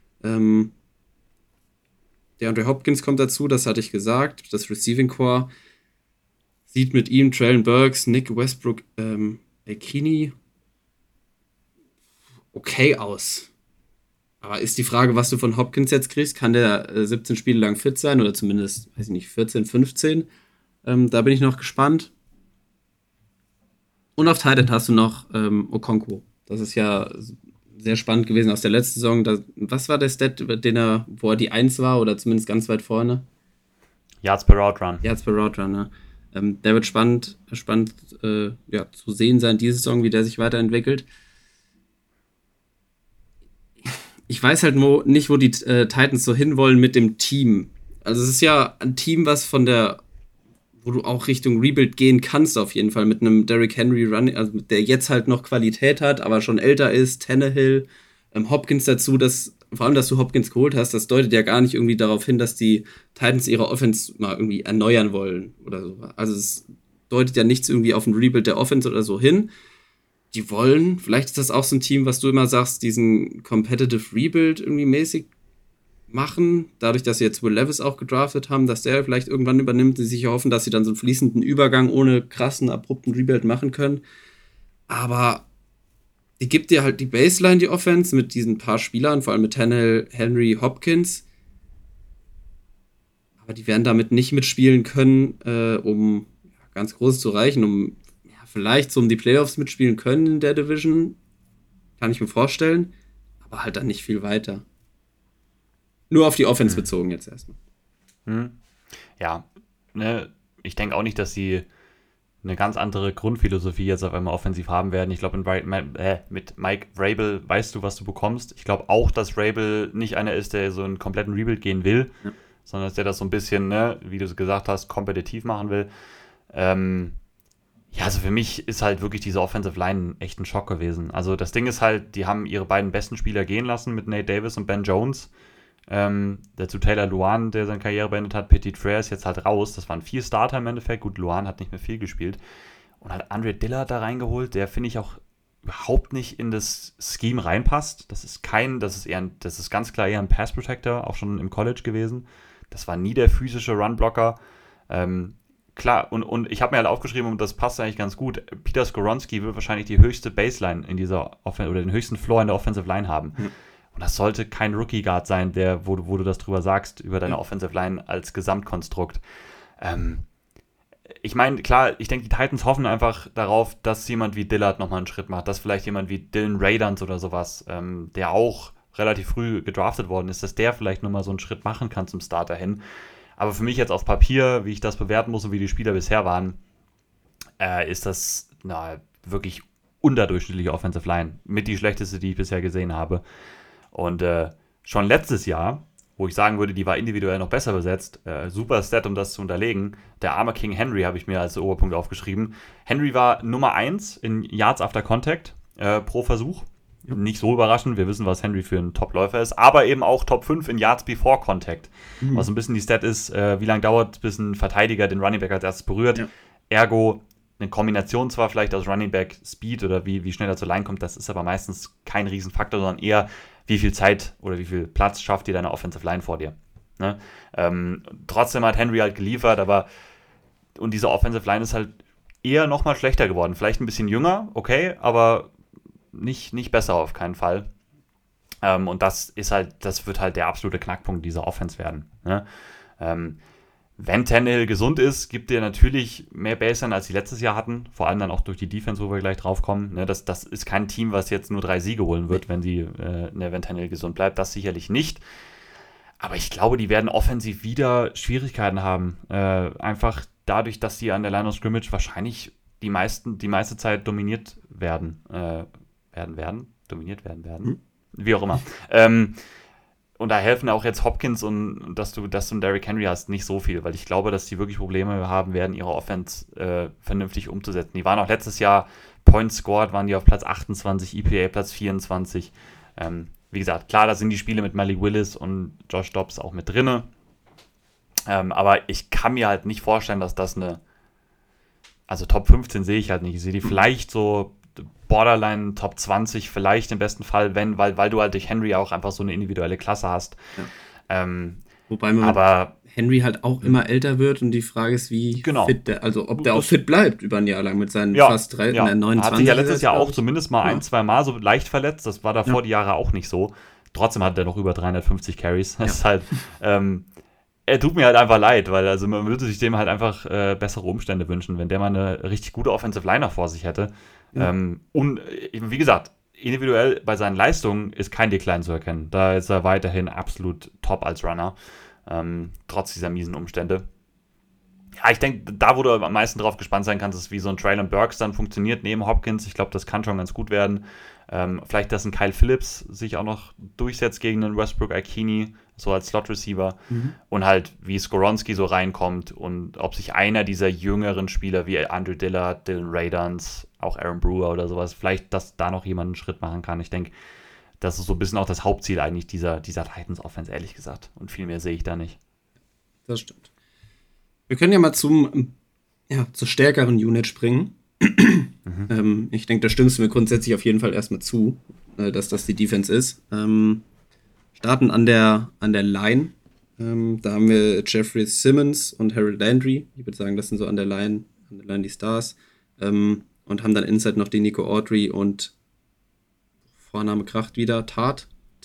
DeAndre Hopkins kommt dazu, das hatte ich gesagt. Das Receiving Core sieht mit ihm Traylon Burks, Nick Westbrook, Ekini okay aus. Aber ist die Frage, was du von Hopkins jetzt kriegst, kann der 17 Spiele lang fit sein oder zumindest, weiß ich nicht, 14, 15? Da bin ich noch gespannt. Und auf Tight End hast du noch Okonkwo. Das ist ja sehr spannend gewesen aus der letzten Saison. Was war der Stat, wo er die 1 war oder zumindest ganz weit vorne? Yards per Route Run. Yards per Route Run, ne? Der wird spannend zu sehen sein, diese Saison, wie der sich weiterentwickelt. Ich weiß halt nicht, wo die Titans so hinwollen mit dem Team. Also es ist ja ein Team, was wo du auch Richtung Rebuild gehen kannst auf jeden Fall, mit einem Derrick Henry Run, also der jetzt halt noch Qualität hat, aber schon älter ist, Tannehill, Hopkins dazu, vor allem, dass du Hopkins geholt hast, das deutet ja gar nicht irgendwie darauf hin, dass die Titans ihre Offense mal irgendwie erneuern wollen oder so. Also es deutet ja nichts irgendwie auf ein Rebuild der Offense oder so hin. Die wollen, vielleicht ist das auch so ein Team, was du immer sagst, diesen Competitive Rebuild irgendwie mäßig machen, dadurch, dass sie jetzt Will Levis auch gedraftet haben, dass der vielleicht irgendwann übernimmt, sie sich hoffen, dass sie dann so einen fließenden Übergang ohne krassen, abrupten Rebuild machen können. Aber die gibt dir halt die Baseline, die Offense, mit diesen paar Spielern, vor allem mit Tannehill, Henry, Hopkins. Aber die werden damit nicht mitspielen können, um ganz Großes zu erreichen, vielleicht so um die Playoffs mitspielen können in der Division. Kann ich mir vorstellen. Aber halt dann nicht viel weiter. Nur auf die Offense bezogen jetzt erstmal. Ja, ich denke auch nicht, dass sie eine ganz andere Grundphilosophie jetzt auf einmal offensiv haben werden. Ich glaube, mit Mike Vrabel weißt du, was du bekommst. Ich glaube auch, dass Vrabel nicht einer ist, der so einen kompletten Rebuild gehen will, sondern dass der das so ein bisschen, wie du es gesagt hast, kompetitiv machen will. Also für mich ist halt wirklich diese Offensive Line echt ein Schock gewesen. Also das Ding ist halt, die haben ihre beiden besten Spieler gehen lassen mit Nate Davis und Ben Jones. Dazu Taylor Luan, der seine Karriere beendet hat. Petit-Frere ist jetzt halt raus. Das waren 4 Starter im Endeffekt. Gut, Luan hat nicht mehr viel gespielt. Und hat Andre Dillard da reingeholt, der, finde ich, auch überhaupt nicht in das Scheme reinpasst. Das ist ganz klar eher ein Pass-Protector, auch schon im College gewesen. Das war nie der physische Run-Blocker. Klar, und ich habe mir halt aufgeschrieben, und das passt eigentlich ganz gut, Peter Skoronski will wahrscheinlich die höchste Baseline in dieser oder den höchsten Floor in der Offensive Line haben. Und das sollte kein Rookie-Guard sein, wo du das drüber sagst, über deine Offensive Line als Gesamtkonstrukt. Ich meine, klar, ich denke, die Titans hoffen einfach darauf, dass jemand wie Dillard nochmal einen Schritt macht, dass vielleicht jemand wie Dylan Radans oder sowas, der auch relativ früh gedraftet worden ist, dass der vielleicht nochmal so einen Schritt machen kann zum Starter hin. Aber für mich jetzt auf Papier, wie ich das bewerten muss und wie die Spieler bisher waren, ist das wirklich unterdurchschnittliche Offensive Line. Mit die schlechteste, die ich bisher gesehen habe. Und schon letztes Jahr, wo ich sagen würde, die war individuell noch besser besetzt, super Stat, um das zu unterlegen, der arme King Henry habe ich mir als Oberpunkt aufgeschrieben. Henry war Nummer 1 in Yards after Contact pro Versuch. Ja. Nicht so überraschend, wir wissen, was Henry für ein Top-Läufer ist, aber eben auch Top 5 in Yards before Contact. Was ein bisschen die Stat ist, wie lange dauert es, bis ein Verteidiger den Running Back als erstes berührt. Ja. Ergo, eine Kombination zwar vielleicht aus Running Back Speed oder wie schnell er zur Line kommt, das ist aber meistens kein Riesenfaktor, sondern eher, wie viel Zeit oder wie viel Platz schafft dir deine Offensive Line vor dir. Ne? Trotzdem hat Henry halt geliefert, und diese Offensive Line ist halt eher nochmal schlechter geworden. Vielleicht ein bisschen jünger, okay, aber nicht besser auf keinen Fall. Und das wird halt der absolute Knackpunkt dieser Offense werden. Ne? Wenn Tannehill gesund ist, gibt er natürlich mehr Baseline, als sie letztes Jahr hatten. Vor allem dann auch durch die Defense, wo wir gleich drauf kommen. Ne, das ist kein Team, was jetzt nur 3 Siege holen wird, wenn Tannehill gesund bleibt. Das sicherlich nicht. Aber ich glaube, die werden offensiv wieder Schwierigkeiten haben. Einfach dadurch, dass sie an der Line of Scrimmage wahrscheinlich die meiste Zeit dominiert werden. Dominiert werden. Wie auch immer. Und da helfen auch jetzt Hopkins und dass du einen Derrick Henry hast, nicht so viel, weil ich glaube, dass die wirklich Probleme haben werden, ihre Offense vernünftig umzusetzen. Die waren auch letztes Jahr Points scored, waren die auf Platz 28, EPA Platz 24. Wie gesagt, klar, da sind die Spiele mit Malik Willis und Josh Dobbs auch mit drinne. Aber ich kann mir halt nicht vorstellen, dass das also Top 15 sehe ich halt nicht. Ich sehe die vielleicht so Borderline Top 20, vielleicht im besten Fall, weil du halt durch Henry auch einfach so eine individuelle Klasse hast. Ja. Wobei man Henry halt auch immer älter wird und die Frage ist, wie fit der, also ob der auch fit bleibt über ein Jahr lang mit seinen fast 29. Hat sich ja letztes Jahr auch zumindest mal 1-2 Mal so leicht verletzt. Das war davor die Jahre auch nicht so. Trotzdem hat er noch über 350 Carries. Das ist halt, er tut mir halt einfach leid, weil also man würde sich dem halt einfach bessere Umstände wünschen, wenn der mal eine richtig gute Offensive Liner vor sich hätte. Ja. Und wie gesagt, individuell bei seinen Leistungen ist kein Decline zu erkennen. Da ist er weiterhin absolut top als Runner, trotz dieser miesen Umstände. Ja, ich denke, da wo du am meisten drauf gespannt sein kannst, ist, wie so ein Traylon Burks dann funktioniert neben Hopkins. Ich glaube, das kann schon ganz gut werden. Vielleicht, dass ein Kyle Phillips sich auch noch durchsetzt gegen einen Westbrook Ikini, so als Slot-Receiver. Und halt, wie Skoronski so reinkommt und ob sich einer dieser jüngeren Spieler wie Andre Dillard, Dylan Radans, auch Aaron Brewer oder sowas, vielleicht, dass da noch jemand einen Schritt machen kann. Ich denke, das ist so ein bisschen auch das Hauptziel eigentlich dieser Titans-Offense, ehrlich gesagt. Und viel mehr sehe ich da nicht. Das stimmt. Wir können ja mal zur stärkeren Unit springen. Ich denke, da stimmst du mir grundsätzlich auf jeden Fall erstmal zu, dass das die Defense ist. Starten an der Line. Da haben wir Jeffrey Simmons und Harold Landry. Ich würde sagen, das sind so an der Line die Stars. Und haben dann inside noch die Nico Autry und Vorname kracht wieder, Tart.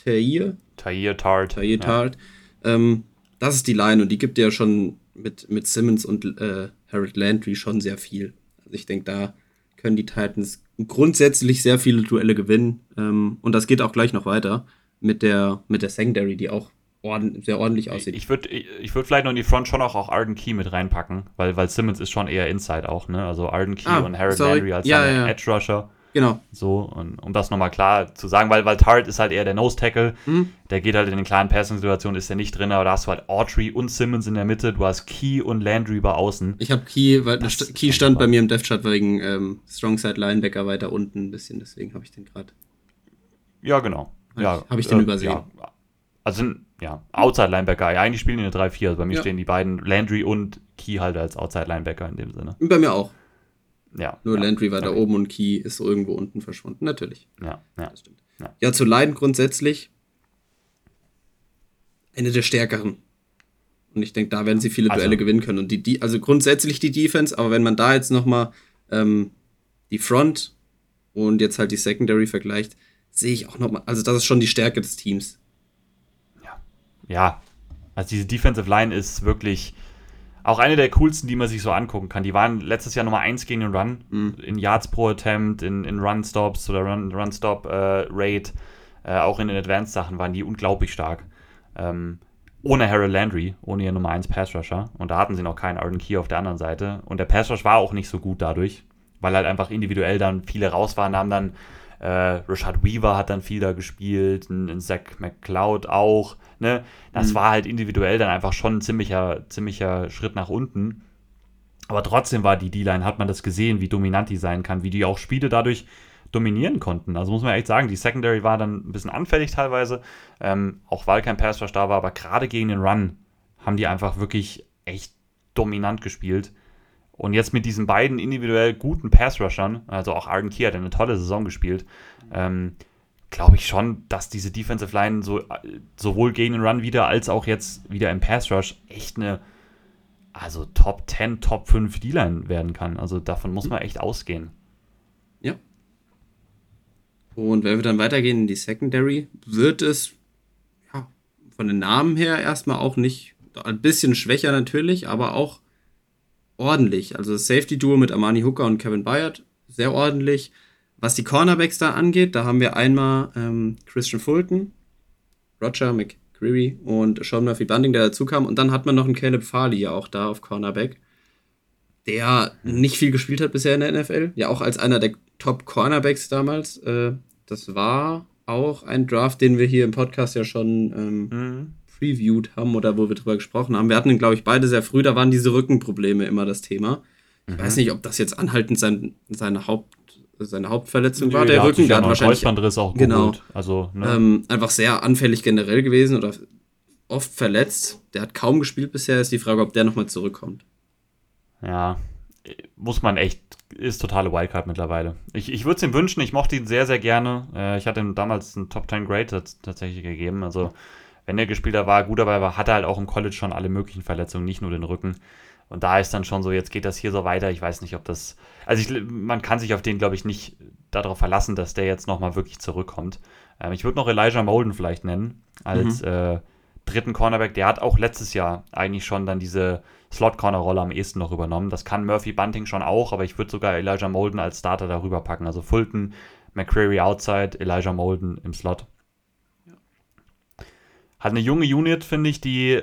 Das ist die Line und die gibt ja schon mit Simmons und Harold Landry schon sehr viel. Also ich denke, da können die Titans grundsätzlich sehr viele Duelle gewinnen. Und das geht auch gleich noch weiter mit der Secondary, die auch sehr ordentlich aussieht. Ich würd vielleicht noch in die Front schon auch Arden Key mit reinpacken, weil Simmons ist schon eher Inside auch, ne? Also Arden Key und Harold Landry als Edge Rusher. Genau. So, und um das nochmal klar zu sagen, weil Tart ist halt eher der Nose-Tackle, der geht halt in den klaren Passing-Situationen, ist der nicht drin, aber da hast du halt Autry und Simmons in der Mitte, du hast Key und Landry über außen. Ich habe Key, weil Key stand bei mir im Depth-Chart wegen Strong-Side-Linebacker weiter unten ein bisschen, deswegen habe ich den gerade. Ja, genau. Habe ich den übersehen. Ja. Also, Outside-Linebacker, ja, eigentlich spielen die eine 3-4, also bei mir stehen die beiden, Landry und Key halt als Outside-Linebacker in dem Sinne. Bei mir auch. Ja. Nur Landry war da oben und Key ist so irgendwo unten verschwunden, natürlich. Ja. Das stimmt. Ja, zu Line grundsätzlich eine der stärkeren. Und ich denke, da werden sie viele Duelle gewinnen können. Und also grundsätzlich die Defense, aber wenn man da jetzt nochmal die Front und jetzt halt die Secondary vergleicht, sehe ich auch nochmal, also das ist schon die Stärke des Teams. Ja, also diese Defensive Line ist wirklich auch eine der coolsten, die man sich so angucken kann. Die waren letztes Jahr Nummer 1 gegen den Run, in Yards pro Attempt, in Run-Stops oder Run-Stop-Rate, auch in den Advanced-Sachen waren die unglaublich stark. ohne Harold Landry, ohne ihr Nummer 1 Pass-Rusher. Und da hatten sie noch keinen Arden Key auf der anderen Seite. Und der Pass-Rush war auch nicht so gut dadurch, weil halt einfach individuell dann viele raus waren. Da haben dann Rashad Weaver hat dann viel da gespielt, ein Zach McCloud auch. Ne? Das war halt individuell dann einfach schon ein ziemlicher Schritt nach unten. Aber trotzdem war die D-Line, hat man das gesehen, wie dominant die sein kann, wie die auch Spiele dadurch dominieren konnten. Also muss man echt sagen, die Secondary war dann ein bisschen anfällig teilweise, auch weil kein Pass-Rush da war, aber gerade gegen den Run haben die einfach wirklich echt dominant gespielt. Und jetzt mit diesen beiden individuell guten Pass-Rushern, also auch Arden Key hat eine tolle Saison gespielt, glaube ich schon, dass diese Defensive Line sowohl gegen den Run wieder, als auch jetzt wieder im Pass-Rush echt eine Top 10, Top 5 D-Line werden kann. Also davon muss man echt ausgehen. Ja. Und wenn wir dann weitergehen in die Secondary, wird es von den Namen her erstmal auch nicht, ein bisschen schwächer natürlich, aber auch ordentlich. Also das Safety-Duo mit Amani Hooker und Kevin Byard, sehr ordentlich. Was die Cornerbacks da angeht, da haben wir einmal Christian Fulton, Roger McCreary und Sean Murphy-Bunting, der dazu kam. Und dann hat man noch einen Caleb Farley ja auch da auf Cornerback, der nicht viel gespielt hat bisher in der NFL. Ja, auch als einer der Top-Cornerbacks damals. Das war auch ein Draft, den wir hier im Podcast ja schon previewed haben oder wo wir drüber gesprochen haben. Wir hatten ihn, glaube ich, beide sehr früh. Da waren diese Rückenprobleme immer das Thema. Ich weiß nicht, ob das jetzt anhaltend seine Hauptverletzung war. Der Rücken, der hat wahrscheinlich Kreuzbandriss auch genau. geholt. Also, ne? Einfach sehr anfällig generell gewesen oder oft verletzt. Der hat kaum gespielt bisher. Ist die Frage, ob der nochmal zurückkommt. Ja, muss man echt, ist totale Wildcard mittlerweile. Ich würde es ihm wünschen, ich mochte ihn sehr, sehr gerne. Ich hatte ihm damals einen Top 10 Grade tatsächlich gegeben. Also, wenn er gespielt hat, war er gut dabei, aber hatte halt auch im College schon alle möglichen Verletzungen, nicht nur den Rücken. Und da ist dann schon so, jetzt geht das hier so weiter. Ich weiß nicht, ob das, man kann sich auf den, glaube ich, nicht darauf verlassen, dass der jetzt nochmal wirklich zurückkommt. Ich würde noch Elijah Molden vielleicht nennen, als dritten Cornerback. Der hat auch letztes Jahr eigentlich schon dann diese Slot-Corner-Rolle am ehesten noch übernommen. Das kann Murphy-Bunting schon auch, aber ich würde sogar Elijah Molden als Starter darüber packen. Also Fulton, McCreary outside, Elijah Molden im Slot. Ja. Hat eine junge Unit, finde ich, die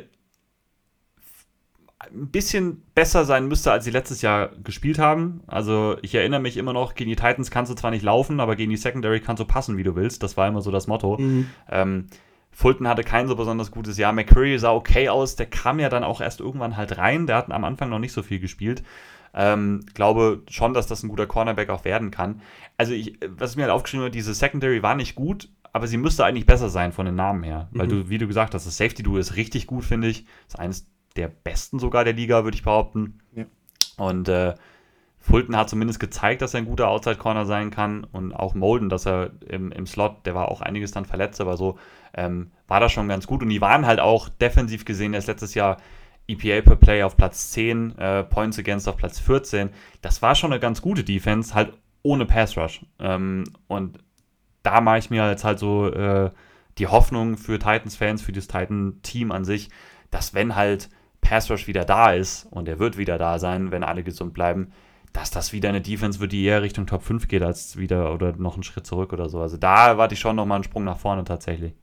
ein bisschen besser sein müsste, als sie letztes Jahr gespielt haben. Also ich erinnere mich immer noch, gegen die Titans kannst du zwar nicht laufen, aber gegen die Secondary kannst du passen, wie du willst. Das war immer so das Motto. Fulton hatte kein so besonders gutes Jahr. McCreary sah okay aus. Der kam ja dann auch erst irgendwann halt rein. Der hat am Anfang noch nicht so viel gespielt. Glaube schon, dass das ein guter Cornerback auch werden kann. Also was ich mir halt aufgeschrieben habe, diese Secondary war nicht gut, aber sie müsste eigentlich besser sein von den Namen her. Weil wie du gesagt hast, das Safety-Duo ist richtig gut, finde ich. Das ist eines der besten sogar der Liga, würde ich behaupten. Ja. Und Fulton hat zumindest gezeigt, dass er ein guter Outside-Corner sein kann. Und auch Molden, dass er im Slot, der war auch einiges dann verletzt, aber so war das schon ganz gut. Und die waren halt auch defensiv gesehen, erst letztes Jahr EPA per Play auf Platz 10, Points Against auf Platz 14. Das war schon eine ganz gute Defense, halt ohne Pass Rush. Und da mache ich mir jetzt halt so die Hoffnung für Titans-Fans, für das Titan-Team an sich, dass wenn halt Pass Rush wieder da ist, und er wird wieder da sein, wenn alle gesund bleiben, dass das wieder eine Defense wird, die eher Richtung Top 5 geht, als wieder oder noch einen Schritt zurück oder so. Also da erwarte ich schon nochmal einen Sprung nach vorne tatsächlich.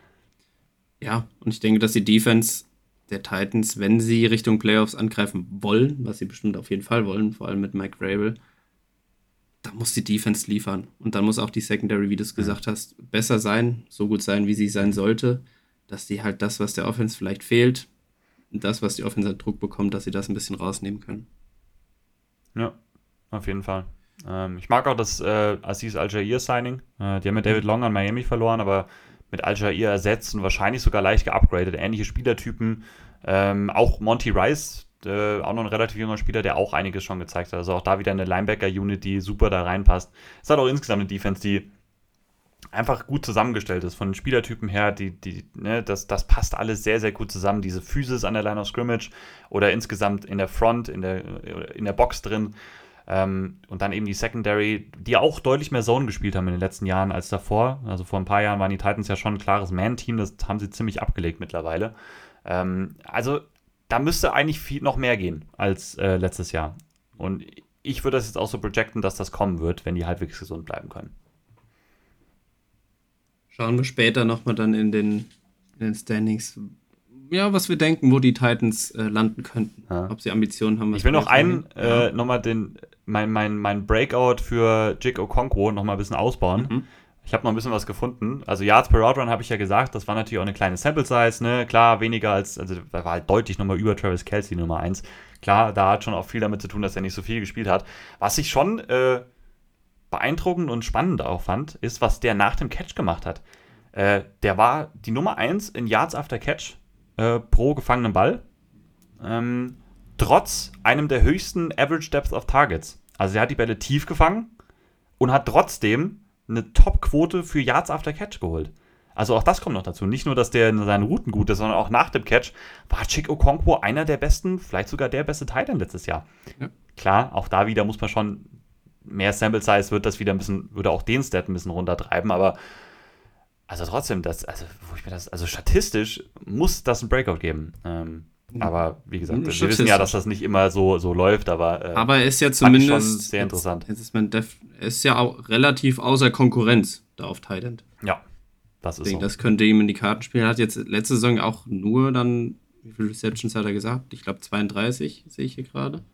Ja, und ich denke, dass die Defense der Titans, wenn sie Richtung Playoffs angreifen wollen, was sie bestimmt auf jeden Fall wollen, vor allem mit Mike Vrabel, da muss die Defense liefern. Und dann muss auch die Secondary, wie du es gesagt hast, besser sein, so gut sein, wie sie sein sollte, dass die halt das, was der Offense vielleicht fehlt, und das, was die Offense an Druck bekommt, dass sie das ein bisschen rausnehmen können. Ja, auf jeden Fall. Ich mag auch das Aziz Al-Jair-Signing. Die haben mit David Long an Miami verloren, aber mit Al-Jair ersetzt und wahrscheinlich sogar leicht geupgradet. Ähnliche Spielertypen. Auch Monty Rice, auch noch ein relativ junger Spieler, der auch einiges schon gezeigt hat. Also auch da wieder eine Linebacker-Unit, die super da reinpasst. Es hat auch insgesamt eine Defense, die einfach gut zusammengestellt ist. Von den Spielertypen her, das passt alles sehr, sehr gut zusammen. Diese Physis an der Line of Scrimmage oder insgesamt in der Front, in der Box drin. Und dann eben die Secondary, die auch deutlich mehr Zone gespielt haben in den letzten Jahren als davor. Also vor ein paar Jahren waren die Titans ja schon ein klares Man-Team, das haben sie ziemlich abgelegt mittlerweile. Also da müsste eigentlich noch mehr gehen als letztes Jahr. Und ich würde das jetzt auch so projecten, dass das kommen wird, wenn die halbwegs gesund bleiben können. Schauen wir später nochmal dann in den Standings. ja, was wir denken, wo die Titans landen könnten. Ja. Ob sie Ambitionen haben. Ich will noch nochmal mein Breakout für Jake Okonkwo nochmal ein bisschen ausbauen. Mhm. Ich habe noch ein bisschen was gefunden. Also Yards per Route Run habe ich ja gesagt, das war natürlich auch eine kleine Sample Size, ne? Klar, weniger also da war halt deutlich nochmal über Travis Kelce Nummer 1. Klar, da hat schon auch viel damit zu tun, dass er nicht so viel gespielt hat. Was ich schon beeindruckend und spannend auch fand, ist, was der nach dem Catch gemacht hat. Der war die Nummer 1 in Yards after Catch pro gefangenen Ball. Trotz einem der höchsten Average Depth of Targets. Also er hat die Bälle tief gefangen und hat trotzdem eine Top-Quote für Yards after Catch geholt. Also auch das kommt noch dazu. Nicht nur, dass der in seinen Routen gut ist, sondern auch nach dem Catch war Chig Okonkwo einer der besten, vielleicht sogar der beste Tight End letztes Jahr. Ja. Klar, auch da wieder muss man schon mehr Sample Size würde auch den Stat ein bisschen runtertreiben, aber also trotzdem, also statistisch muss das ein Breakout geben. Aber wie gesagt, wir wissen ja, dass das nicht immer so läuft, aber er ist ja zumindest schon sehr interessant. Er ist ja auch relativ außer Konkurrenz da auf Tight End. Ja, das ist so. Das könnte ihm in die Karten spielen. Er hat jetzt letzte Saison auch nur dann, wie viele Receptions hat er gesagt? Ich glaube 32, sehe ich hier gerade.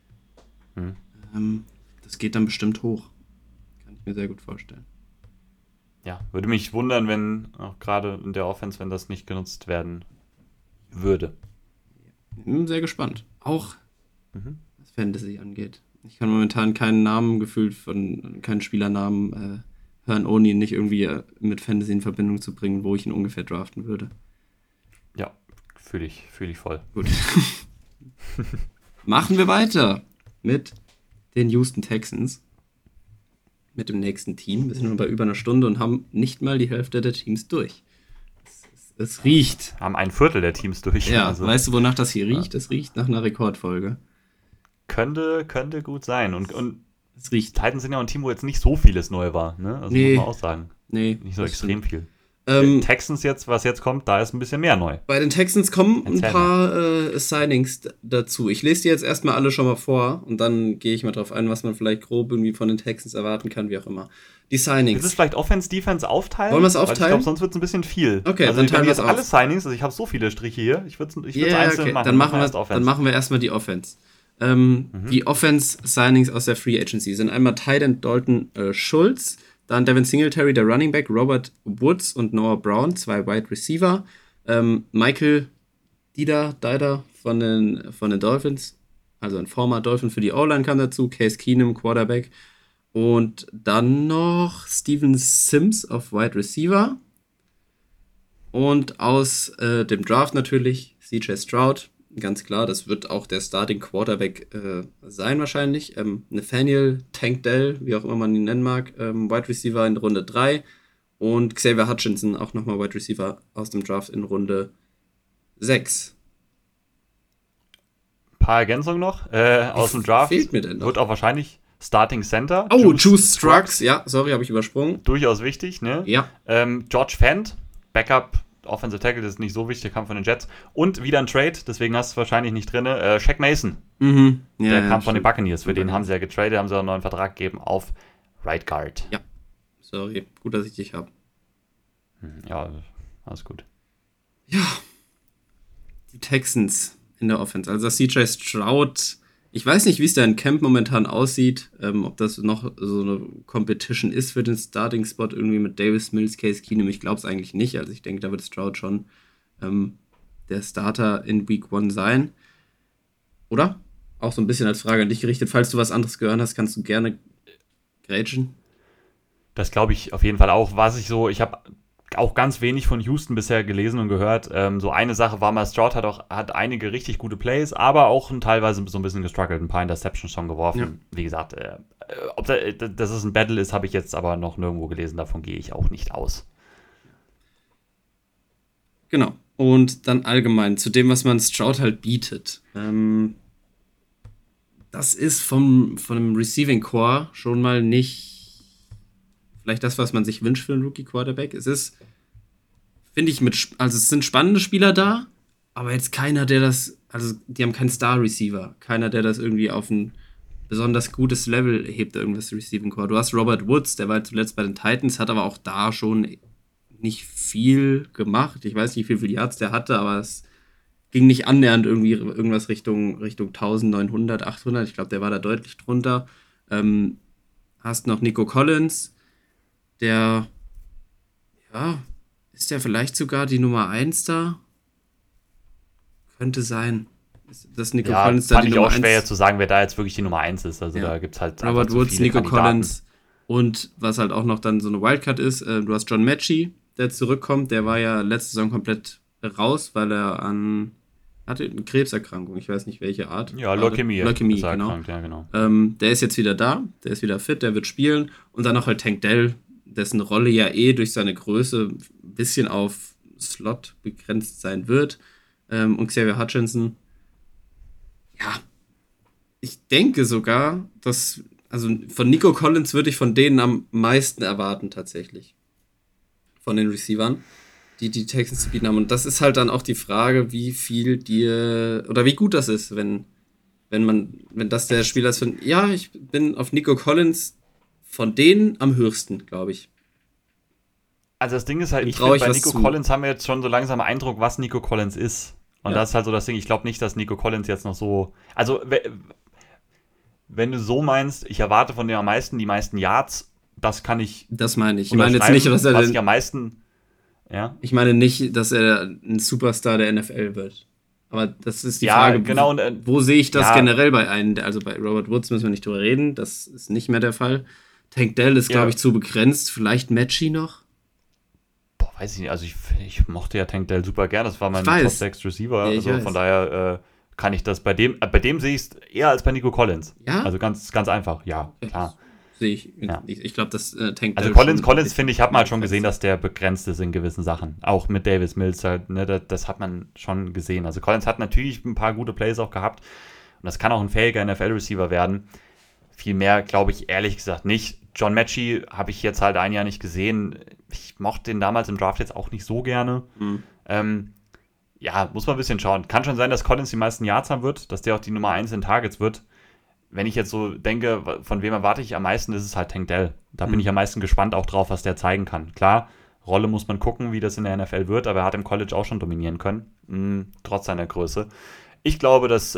Das geht dann bestimmt hoch. Kann ich mir sehr gut vorstellen. Ja, würde mich wundern, wenn auch gerade in der Offense, wenn das nicht genutzt werden würde. Bin sehr gespannt. Auch was Fantasy angeht. Ich kann momentan keinen Namen keinen Spielernamen hören, ohne ihn nicht irgendwie mit Fantasy in Verbindung zu bringen, wo ich ihn ungefähr draften würde. Ja, fühle ich voll. Gut. Machen wir weiter mit den Houston Texans. Mit dem nächsten Team. Wir sind schon bei über einer Stunde und haben nicht mal die Hälfte der Teams durch. Es riecht. Haben ein Viertel der Teams durch. Ja, also. Weißt du, wonach das hier riecht? Es riecht nach einer Rekordfolge. Könnte gut sein. Und es riecht. Titans sind ja ein Team, wo jetzt nicht so vieles neu war. Ne? Also muss man auch sagen. Nee. Nicht so extrem viel. Texans jetzt, was jetzt kommt, da ist ein bisschen mehr neu. Bei den Texans kommen ein paar Signings dazu. Ich lese die jetzt erstmal alle schon mal vor und dann gehe ich mal drauf ein, was man vielleicht grob irgendwie von den Texans erwarten kann, wie auch immer. Die Signings. Ist es vielleicht Offense, Defense aufteilen? Wollen wir es aufteilen? Weil ich glaube, sonst wird es ein bisschen viel. Okay, also dann teilen wir es auf. Alle Signings, also ich habe so viele Striche hier, ich würde es einzeln machen. Dann machen wir erstmal die Offense. Die Offense-Signings aus der Free Agency sind einmal Tight End Dalton Schultz, dann Devin Singletary, der Running Back, Robert Woods und Noah Brown, 2 Wide Receiver. Michael Dida von den Dolphins, also ein former Dolphin für die O-Line kam dazu. Case Keenum, Quarterback. Und dann noch Steven Sims auf Wide Receiver. Und aus dem Draft natürlich CJ Stroud. Ganz klar, das wird auch der Starting Quarterback sein wahrscheinlich. Nathaniel Tank Dell, wie auch immer man ihn nennen mag, Wide Receiver in Runde 3. Und Xavier Hutchinson, auch nochmal Wide Receiver aus dem Draft in Runde 6. Ein paar Ergänzungen noch aus dem Draft. Fehlt mir denn noch? Wird auch wahrscheinlich Starting Center. Oh, Juice Scruggs. Ja, sorry, habe ich übersprungen. Durchaus wichtig, ne? Ja. George Fant, Backup Offensive Tackle, das ist nicht so wichtig, der kam von den Jets. Und wieder ein Trade, deswegen hast du es wahrscheinlich nicht drin. Shaq Mason, der kam von den Buccaneers. Für den haben sie ja getradet, haben sie auch einen neuen Vertrag gegeben auf Right Guard. Ja, sorry, gut, dass ich dich habe. Ja, alles gut. Ja, die Texans in der Offense. Also das CJ Stroud, ich weiß nicht, wie es da in Camp momentan aussieht, ob das noch so eine Competition ist für den Starting-Spot irgendwie mit Davis Mills, Case Keenum. Ich glaube es eigentlich nicht. Also ich denke, da wird Stroud schon der Starter in Week 1 sein. Oder? Auch so ein bisschen als Frage an dich gerichtet. Falls du was anderes gehört hast, kannst du gerne grätschen. Das glaube ich auf jeden Fall auch. Ich habe auch ganz wenig von Houston bisher gelesen und gehört. So eine Sache war mal, Stroud hat einige richtig gute Plays, aber auch teilweise so ein bisschen gestruggelt, ein paar Interceptions schon geworfen. Ja. Wie gesagt, ob dass es ein Battle ist, habe ich jetzt aber noch nirgendwo gelesen. Davon gehe ich auch nicht aus. Genau. Und dann allgemein zu dem, was man Stroud halt bietet. Das ist vom Receiving Core schon mal nicht vielleicht das, was man sich wünscht für einen Rookie-Quarterback. Es ist, finde ich, es sind spannende Spieler da, aber jetzt keiner, die haben keinen Star-Receiver. Keiner, der das irgendwie auf ein besonders gutes Level hebt, irgendwas Receiving Core. Du hast Robert Woods, der war zuletzt bei den Titans, hat aber auch da schon nicht viel gemacht. Ich weiß nicht, wie viele Yards der hatte, aber es ging nicht annähernd irgendwie irgendwas Richtung 1900, 800. Ich glaube, der war da deutlich drunter. Hast noch Nico Collins, der, ja, ist der vielleicht sogar die Nummer 1 da? Könnte sein. Dass Nico Collins da fand die ich Nummer auch schwer 1 jetzt zu sagen, wer da jetzt wirklich die Nummer 1 ist. Also da gibt es halt einfach Robert zu Woods, viele Nico Kandidaten. Collins und was halt auch noch dann so eine Wildcard ist, du hast John Mechie, der zurückkommt. Der war ja letzte Saison komplett raus, weil er hatte eine Krebserkrankung, ich weiß nicht welche Art. Ja, Leukämie ist er genau. erkrankt, ja, genau. Der ist jetzt wieder da, der ist wieder fit, der wird spielen. Und dann noch halt Tank Dell, dessen Rolle ja durch seine Größe ein bisschen auf Slot begrenzt sein wird. Und Xavier Hutchinson. Ja, ich denke sogar, dass, also von Nico Collins würde ich von denen am meisten erwarten tatsächlich. Von den Receivern, die Texans zu bieten haben. Und das ist halt dann auch die Frage, wie viel dir, oder wie gut das ist, wenn das der Spieler ist. Ja, ich bin auf Nico Collins von denen am höchsten, glaube ich. Also das Ding ist halt, ich finde, bei Nico Collins haben wir jetzt schon so langsam einen Eindruck, was Nico Collins ist. Und das ist halt so das Ding, ich glaube nicht, dass Nico Collins jetzt noch so, also wenn du so meinst, ich erwarte von dem am meisten die meisten Yards, das kann ich. Das meine ich. Ich meine jetzt nicht, dass er was ich am meisten. Ja. Ich meine nicht, dass er ein Superstar der NFL wird. Aber das ist die Frage, genau, wo sehe ich das generell bei einem, also bei Robert Woods müssen wir nicht drüber reden, das ist nicht mehr der Fall. Tank Dell ist, glaube ich, zu begrenzt, vielleicht Mechie noch? Boah, weiß ich nicht, also ich mochte ja Tank Dell super gern, das war mein Top 6 Receiver, ja, also von daher kann ich das bei dem sehe ich es eher als bei Nico Collins. Ja? Also ganz, ganz einfach, ja, klar. Sehe ich. Ja. Ich glaube, das Tank Dell. Also Collins finde ich, hat man halt schon gesehen, dass der begrenzt ist in gewissen Sachen. Auch mit Davis Mills halt, ne, das hat man schon gesehen. Also Collins hat natürlich ein paar gute Plays auch gehabt. Und das kann auch ein fähiger NFL-Receiver werden. Viel mehr glaube ich ehrlich gesagt nicht. John Mechie habe ich jetzt halt ein Jahr nicht gesehen. Ich mochte den damals im Draft jetzt auch nicht so gerne. Ja, muss man ein bisschen schauen. Kann schon sein, dass Collins die meisten Yards haben wird, dass der auch die Nummer 1 in Targets wird. Wenn ich jetzt so denke, von wem erwarte ich am meisten, ist es halt Tank Dell. Da bin ich am meisten gespannt auch drauf, was der zeigen kann. Klar, Rolle muss man gucken, wie das in der NFL wird, aber er hat im College auch schon dominieren können, trotz seiner Größe. Ich glaube, dass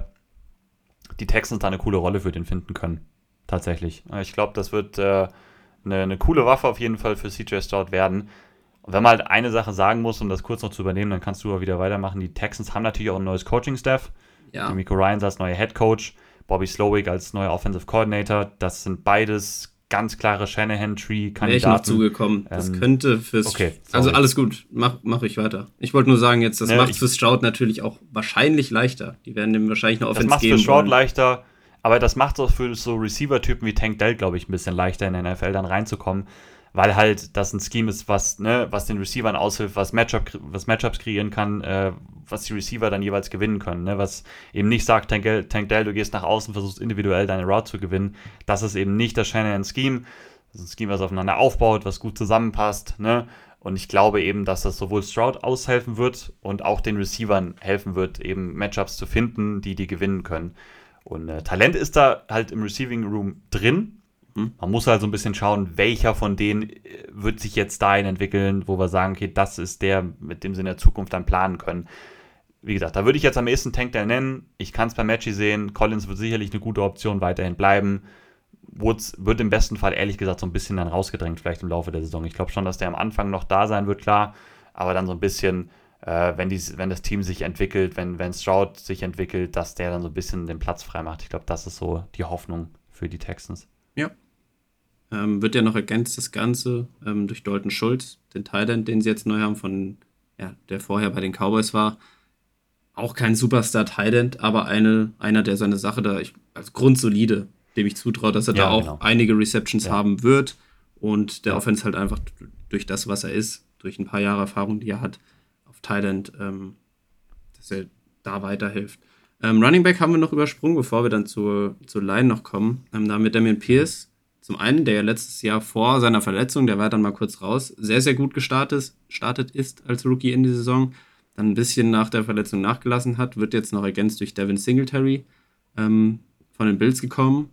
die Texans da eine coole Rolle für den finden können. Tatsächlich. Ich glaube, das wird eine coole Waffe auf jeden Fall für CJ Stroud werden. Und wenn man halt eine Sache sagen muss, um das kurz noch zu übernehmen, dann kannst du auch wieder weitermachen. Die Texans haben natürlich auch ein neues Coaching-Staff. Ja. D'Amico Ryans als neuer Head Coach, Bobby Slowick als neuer Offensive Coordinator. Das sind beides ganz klare Shanahan-Tree-Kandidaten. Wäre ich noch zugekommen. Das könnte fürs... Okay, also alles gut, mach ich weiter. Ich wollte nur sagen, jetzt, das macht es für Stroud natürlich auch wahrscheinlich leichter. Die werden dem wahrscheinlich eine Offense geben. Das macht für Stroud leichter, aber das macht es auch für so Receiver-Typen wie Tank Dell, glaube ich, ein bisschen leichter in der NFL dann reinzukommen, weil halt das ein Scheme ist, was den Receivern aushilft, was Matchups kreieren kann, was die Receiver dann jeweils gewinnen können, ne? Was eben nicht sagt, Tank Dell, du gehst nach außen, versuchst individuell deine Route zu gewinnen. Das ist eben nicht das Shanahan-Scheme. Das ist ein Scheme, was aufeinander aufbaut, was gut zusammenpasst, ne? Und ich glaube eben, dass das sowohl Stroud aushelfen wird und auch den Receivern helfen wird, eben Matchups zu finden, die gewinnen können. Und Talent ist da halt im Receiving Room drin. Man muss halt so ein bisschen schauen, welcher von denen wird sich jetzt dahin entwickeln, wo wir sagen, okay, das ist der, mit dem sie in der Zukunft dann planen können. Wie gesagt, da würde ich jetzt am ehesten Tank Dell nennen. Ich kann es bei Mechie sehen. Collins wird sicherlich eine gute Option weiterhin bleiben. Woods wird im besten Fall, ehrlich gesagt, so ein bisschen dann rausgedrängt, vielleicht im Laufe der Saison. Ich glaube schon, dass der am Anfang noch da sein wird, klar. Aber dann so ein bisschen, wenn das Team sich entwickelt, wenn Stroud sich entwickelt, dass der dann so ein bisschen den Platz frei macht. Ich glaube, das ist so die Hoffnung für die Texans. Ja. Wird ja noch ergänzt das Ganze durch Dalton Schultz, den Tight End, den sie jetzt neu haben, der vorher bei den Cowboys war. Auch kein Superstar-Tight End, aber einer, der seine Sache da als grundsolide, dem ich zutraue, dass er da auch einige Receptions haben wird und der Offense halt einfach durch das, was er ist, durch ein paar Jahre Erfahrung, die er hat, auf Tight End, dass er da weiterhilft. Running Back haben wir noch übersprungen, bevor wir dann zur Line noch kommen. Da haben wir Dameon Pierce, zum einen, der ja letztes Jahr vor seiner Verletzung, der war dann mal kurz raus, sehr, sehr gut gestartet ist als Rookie in die Saison, dann ein bisschen nach der Verletzung nachgelassen hat, wird jetzt noch ergänzt durch Devin Singletary von den Bills gekommen.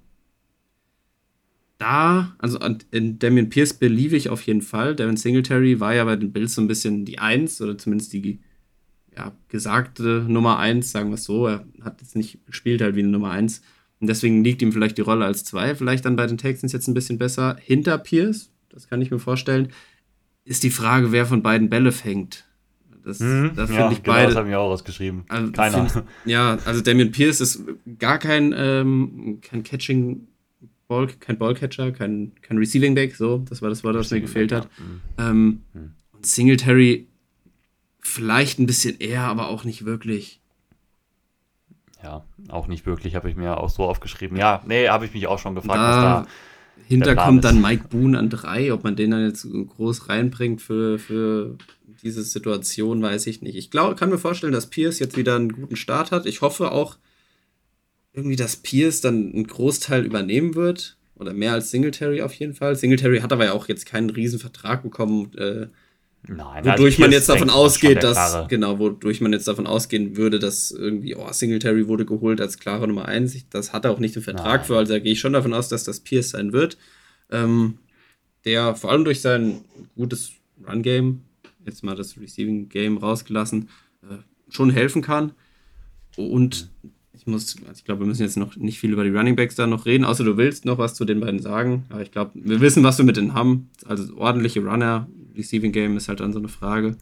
Also in Dameon Pierce believe ich auf jeden Fall. Devin Singletary war ja bei den Bills so ein bisschen die Eins oder zumindest gesagte Nummer 1, sagen wir es so. Er hat jetzt nicht gespielt halt wie eine Nummer 1. Und deswegen liegt ihm vielleicht die Rolle als 2, vielleicht dann bei den Texans jetzt ein bisschen besser. Hinter Pierce, das kann ich mir vorstellen, ist die Frage, wer von beiden Bälle fängt. Das finde ich beide. Das habe ich auch rausgeschrieben. Also, Keiner. Also Dameon Pierce ist gar kein Catching Ball, kein Ballcatcher, kein Receiving Back, so, das war das Wort, was mir gefehlt hat. Und Singletary vielleicht ein bisschen eher, aber auch nicht wirklich. Ja, auch nicht wirklich, habe ich mir auch so aufgeschrieben. Ja, nee, habe ich mich auch schon gefragt, was da hinter kommt dann Mike Boone an 3, ob man den dann jetzt groß reinbringt für diese Situation, weiß ich nicht. Ich kann mir vorstellen, dass Pierce jetzt wieder einen guten Start hat. Ich hoffe auch irgendwie, dass Pierce dann einen Großteil übernehmen wird. Oder mehr als Singletary auf jeden Fall. Singletary hat aber ja auch jetzt keinen riesen Vertrag bekommen. Nein, wodurch man jetzt davon ausgeht, wodurch man jetzt davon ausgehen würde, dass irgendwie, Singletary wurde geholt als klare Nummer 1. Das hat er auch nicht im Vertrag für, also da gehe ich schon davon aus, dass das Pierce sein wird. Der vor allem durch sein gutes Run-Game, jetzt mal das Receiving-Game rausgelassen, schon helfen kann. Und ich glaube, wir müssen jetzt noch nicht viel über die Running Backs da noch reden, außer du willst noch was zu den beiden sagen. Aber ich glaube, wir wissen, was wir mit denen haben. Also ordentliche Runner, Receiving Game ist halt dann so eine Frage.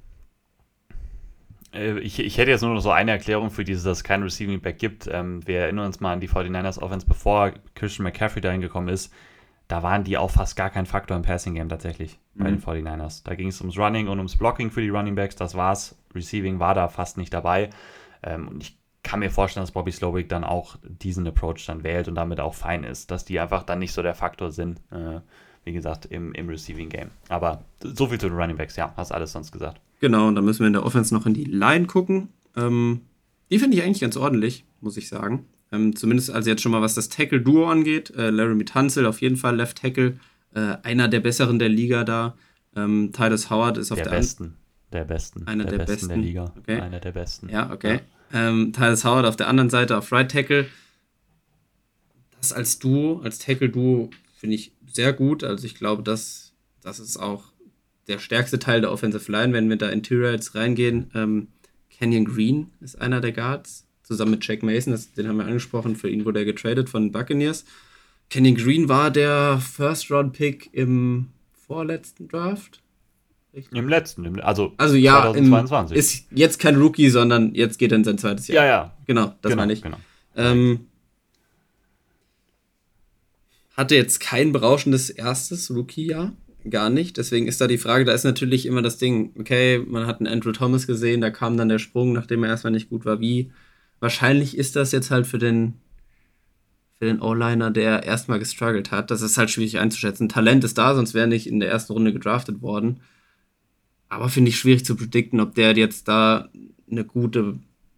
Ich hätte jetzt nur noch so eine Erklärung für dieses, dass es keinen Receiving Back gibt. Wir erinnern uns mal an die 49ers Offense, bevor Christian McCaffrey dahin gekommen ist. Da waren die auch fast gar kein Faktor im Passing Game tatsächlich bei den 49ers. Da ging es ums Running und ums Blocking für die Running Backs. Das war's. Receiving war da fast nicht dabei. Und ich kann mir vorstellen, dass Bobby Slowik dann auch diesen Approach dann wählt und damit auch fein ist, dass die einfach dann nicht so der Faktor sind, wie gesagt, im Receiving Game. Aber so viel zu den Running Backs, ja, hast alles sonst gesagt. Genau, und dann müssen wir in der Offense noch in die Line gucken. Die finde ich eigentlich ganz ordentlich, muss ich sagen. Zumindest also jetzt schon mal, was das Tackle-Duo angeht. Laramie Tunsil auf jeden Fall Left Tackle, einer der besseren der Liga da. Titus Howard ist auf der besten. Einer der besten der Liga. Okay. Einer der besten. Ja, okay. Ja. Titus Howard auf der anderen Seite auf Right Tackle. Das als Duo, als Tackle-Duo finde ich sehr gut. Also ich glaube, das ist auch der stärkste Teil der Offensive Line, wenn wir da Interior jetzt reingehen. Kenyon Green ist einer der Guards, zusammen mit Jack Mason, den haben wir angesprochen, für ihn wurde er getradet von den Buccaneers. Kenyon Green war der First-Round-Pick im vorletzten Draft. Richtig? Im letzten, also ja, 2022. Ist jetzt kein Rookie, sondern jetzt geht er in sein zweites Jahr. Ja. Genau, das meine ich. Genau. Hatte jetzt kein berauschendes erstes Rookie-Jahr. Gar nicht. Deswegen ist da die Frage, da ist natürlich immer das Ding, okay, man hat einen Andrew Thomas gesehen, da kam dann der Sprung, nachdem er erstmal nicht gut war. Wie wahrscheinlich ist das jetzt halt für den O-Liner, der erstmal gestruggelt hat? Das ist halt schwierig einzuschätzen. Talent ist da, sonst wäre er nicht in der ersten Runde gedraftet worden. Aber finde ich schwierig zu predikten, ob der jetzt da eine gute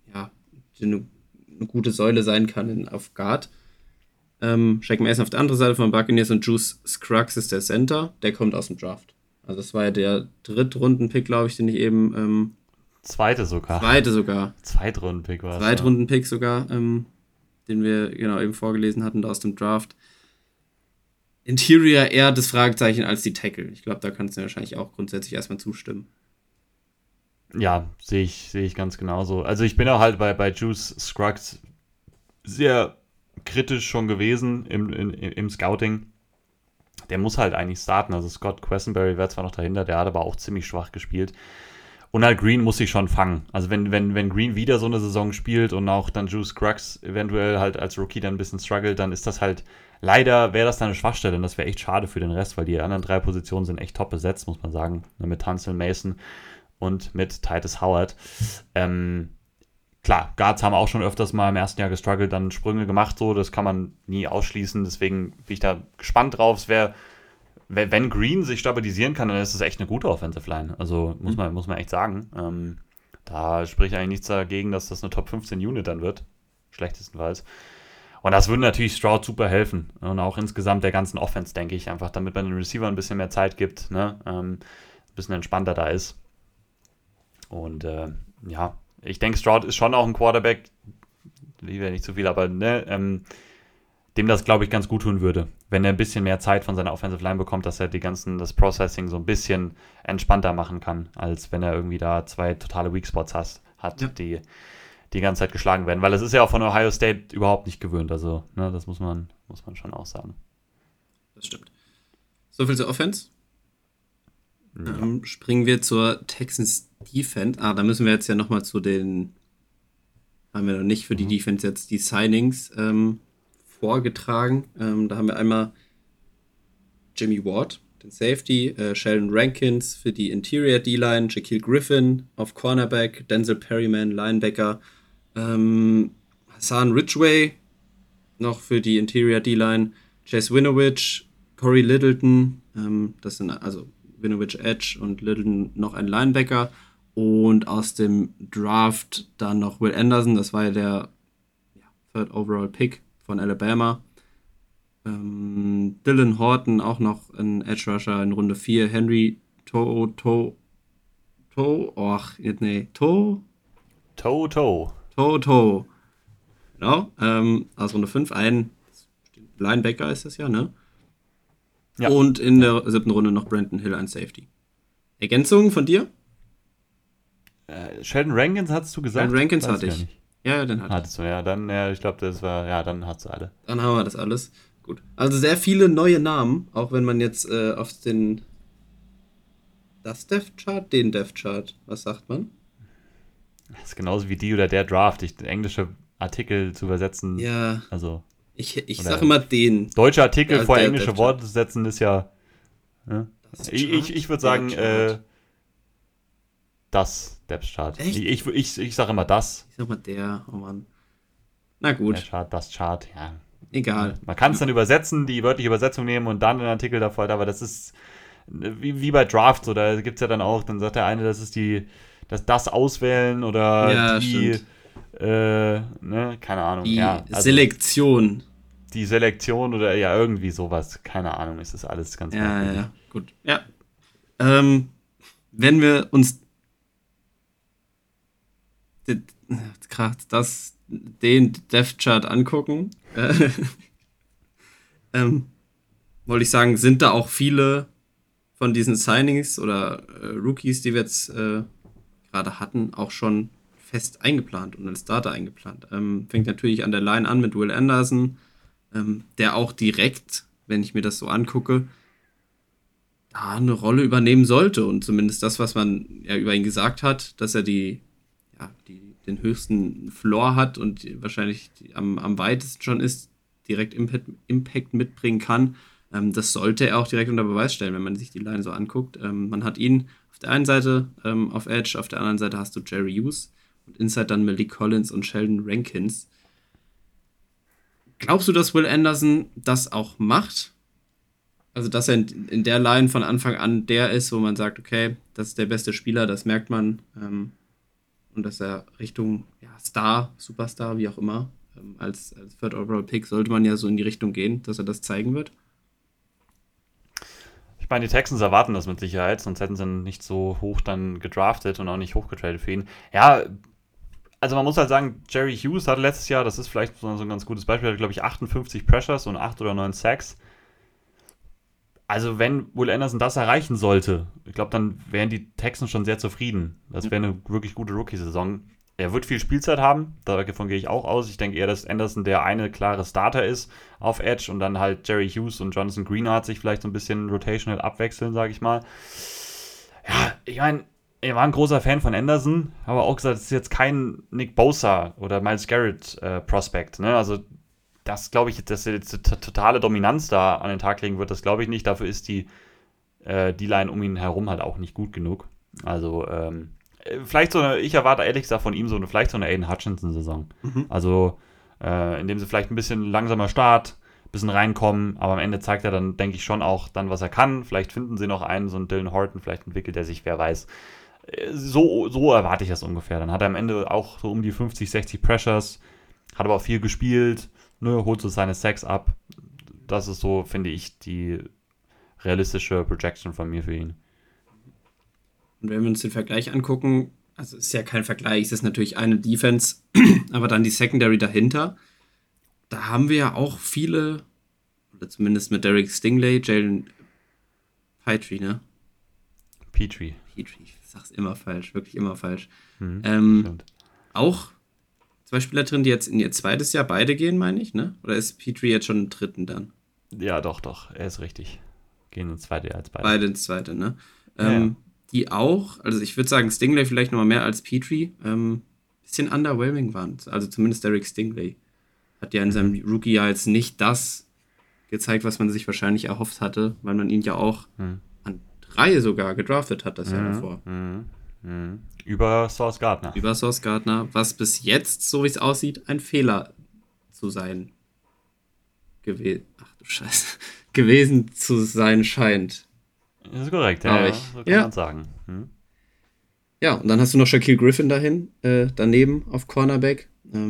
Säule sein kann auf Guard. Shaq Mason auf der anderen Seite von Buccaneers und Juice Scruggs ist der Center. Der kommt aus dem Draft. Also das war ja der Drittrunden-Pick, glaube ich, den ich eben... Zweite sogar. Zweitrunden-Pick war es. Zweitrunden-Pick sogar, den wir genau eben vorgelesen hatten aus dem Draft. Interior eher das Fragezeichen als die Tackle. Ich glaube, da kannst du wahrscheinlich auch grundsätzlich erstmal zustimmen. Ja, sehe ich ganz genauso. Also ich bin auch halt bei Juice Scruggs sehr kritisch schon gewesen im Scouting. Der muss halt eigentlich starten. Also Scott Quessenberry wäre zwar noch dahinter, der hat aber auch ziemlich schwach gespielt. Und halt Green muss sich schon fangen. Also wenn Green wieder so eine Saison spielt und auch dann Juice Scruggs eventuell halt als Rookie dann ein bisschen struggelt, dann ist das halt, leider wäre das dann eine Schwachstelle und das wäre echt schade für den Rest, weil die anderen 3 Positionen sind echt top besetzt, muss man sagen. Mit Tunsil, Mason und mit Titus Howard. Klar, Guards haben auch schon öfters mal im ersten Jahr gestruggelt, dann Sprünge gemacht, so, das kann man nie ausschließen, deswegen bin ich da gespannt drauf. Wenn Green sich stabilisieren kann, dann ist es echt eine gute Offensive Line, also muss man echt sagen. Da spricht eigentlich nichts dagegen, dass das eine Top 15 Unit dann wird, schlechtestenfalls. Und das würde natürlich Stroud super helfen und auch insgesamt der ganzen Offense, denke ich, einfach damit man den Receiver ein bisschen mehr Zeit gibt, ne? Ein bisschen entspannter da ist. Und ich denke, Stroud ist schon auch ein Quarterback, lieber nicht zu viel, aber dem das, glaube ich, ganz gut tun würde, wenn er ein bisschen mehr Zeit von seiner Offensive Line bekommt, dass er das Processing so ein bisschen entspannter machen kann, als wenn er irgendwie da 2 totale Weak Spots hat, Ja. die ganze Zeit geschlagen werden. Weil das ist ja auch von Ohio State überhaupt nicht gewöhnt. Also, ne, das muss man schon auch sagen. Das stimmt. So viel zur Offense. Ja. Springen wir zur Texans Defense. Da müssen wir jetzt ja nochmal zu den, haben wir noch nicht für die Defense jetzt die Signings vorgetragen. Da haben wir einmal Jimmy Ward, den Safety, Sheldon Rankins für die Interior D-Line, Shaquille Griffin auf Cornerback, Denzel Perryman, Linebacker, Hassan Ridgway noch für die Interior D-Line, Chase Winovich, Corey Littleton, das sind also Winovich Edge und Littleton noch ein Linebacker, und aus dem Draft dann noch Will Anderson, das war ja der Third Overall Pick von Alabama. Dylan Horton auch noch ein Edge Rusher in Runde 4. Henry Toto. Genau. Aus Runde 5. Ein Linebacker ist das ja, ne? Ja. Und in der 7. Runde noch Brandon Hill, ein Safety. Ergänzungen von dir? Sheldon Rankins hattest du gesagt? Sheldon Rankins Weiß hatte gar ich. nicht. Ja, den hatte ich. Hattest du, ja, dann, ja, ich glaube, das war, ja, dann hast du alle. Dann haben wir das alles. Gut. Also sehr viele neue Namen, auch wenn man jetzt auf den Depth Chart, was sagt man? Das ist genauso wie die oder der Draft, englische Artikel zu übersetzen. Ja, Also, ich oder sag immer den. deutsche Artikel Ja, vor der englische Depth Worte zu setzen, ist ja. Ne? Das Ich würde Chart? sagen, Der Chart. das Depth Chart. Echt? Ich sage immer das. Ich sag mal der, oh Mann. Na gut, Der Chart, das Chart, ja. egal. Man kann es dann übersetzen, die wörtliche Übersetzung nehmen und dann einen Artikel davor, aber das ist wie bei Drafts, oder gibt es ja dann auch, dann sagt der eine, das ist das auswählen oder Ja, die, stimmt. ne, keine Ahnung. Die ja, also Selektion. die Selektion oder ja, irgendwie sowas, keine Ahnung, ist das alles ganz merkwürdig. Ja, gut. Ja. Wenn wir uns den Depth Chart angucken, wollte ich sagen, sind da auch viele von diesen Signings oder Rookies, die wir jetzt gerade hatten, auch schon fest eingeplant und als Starter eingeplant. Fängt natürlich an der Line an mit Will Anderson, der auch direkt, wenn ich mir das so angucke, da eine Rolle übernehmen sollte. Und zumindest das, was man ja über ihn gesagt hat, dass er den höchsten Floor hat und wahrscheinlich am weitesten schon ist, direkt Impact mitbringen kann. Das sollte er auch direkt unter Beweis stellen, wenn man sich die Line so anguckt. Man hat ihn auf der einen Seite auf Edge, auf der anderen Seite hast du Jerry Hughes und Inside dann Malik Collins und Sheldon Rankins. Glaubst du, dass Will Anderson das auch macht? Also, dass er in der Line von Anfang an der ist, wo man sagt, okay, das ist der beste Spieler, das merkt man. Und dass er Richtung Star, Superstar, wie auch immer, als Third Overall Pick sollte man ja so in die Richtung gehen, dass er das zeigen wird. Ich meine, die Texans erwarten das mit Sicherheit, sonst hätten sie ihn nicht so hoch dann gedraftet und auch nicht hochgetradet für ihn. Ja, also man muss halt sagen, Jerry Hughes hatte letztes Jahr, das ist vielleicht so ein ganz gutes Beispiel, hatte glaube ich 58 Pressures und 8 oder 9 Sacks. Also wenn Will Anderson das erreichen sollte, ich glaube, dann wären die Texans schon sehr zufrieden. Das wäre eine wirklich gute Rookie-Saison. Er wird viel Spielzeit haben, davon gehe ich auch aus. Ich denke eher, dass Anderson der eine klare Starter ist auf Edge und dann halt Jerry Hughes und Jonathan Greenard sich vielleicht so ein bisschen rotational abwechseln, sage ich mal. Ja, ich meine, er war ein großer Fan von Anderson, aber auch gesagt, es ist jetzt kein Nick Bosa oder Myles Garrett Prospect. Ne? Also das glaube ich, dass er jetzt eine totale Dominanz da an den Tag legen wird, das glaube ich nicht. Dafür ist die Line um ihn herum halt auch nicht gut genug. Also vielleicht ich erwarte ehrlich gesagt von ihm vielleicht so eine Aiden Hutchinson-Saison. Also indem sie vielleicht ein bisschen langsamer Start, ein bisschen reinkommen, aber am Ende zeigt er dann, denke ich, schon auch dann, was er kann. Vielleicht finden sie noch einen, so einen Dylan Horton, vielleicht entwickelt er sich, wer weiß. So erwarte ich das ungefähr. Dann hat er am Ende auch so um die 50, 60 Pressures, hat aber auch viel gespielt, ne, holt so seine Sacks ab. Das ist so, finde ich, die realistische Projection von mir für ihn. Und wenn wir uns den Vergleich angucken, also es ist ja kein Vergleich, es ist natürlich eine Defense, aber dann die Secondary dahinter, da haben wir ja auch viele, oder zumindest mit Derek Stingley, Jalen Pitre, ne? Petrie. Petrie, ich sag's immer falsch, wirklich immer falsch. Stimmt. Auch 2 Spieler drin, die jetzt in ihr zweites Jahr beide gehen, meine ich, ne? Oder ist Petrie jetzt schon im dritten dann? Ja, doch, er ist richtig. Gehen ins zweite Jahr als beide. Beide ins zweite, ne? Ja. Die auch, also ich würde sagen, Stingley vielleicht nochmal mehr als Petrie, bisschen underwhelming waren. Also zumindest Derek Stingley hat ja in seinem Rookie-Jahr jetzt nicht das gezeigt, was man sich wahrscheinlich erhofft hatte, weil man ihn ja auch an 3 sogar gedraftet hat das Jahr davor. Über Sauce Gardner. Über Sauce Gardner, was bis jetzt, so wie es aussieht, ein Fehler zu sein gewesen zu sein scheint. Das ist korrekt, ja. So kann man sagen. Ja, und dann hast du noch Shaquille Griffin daneben auf Cornerback.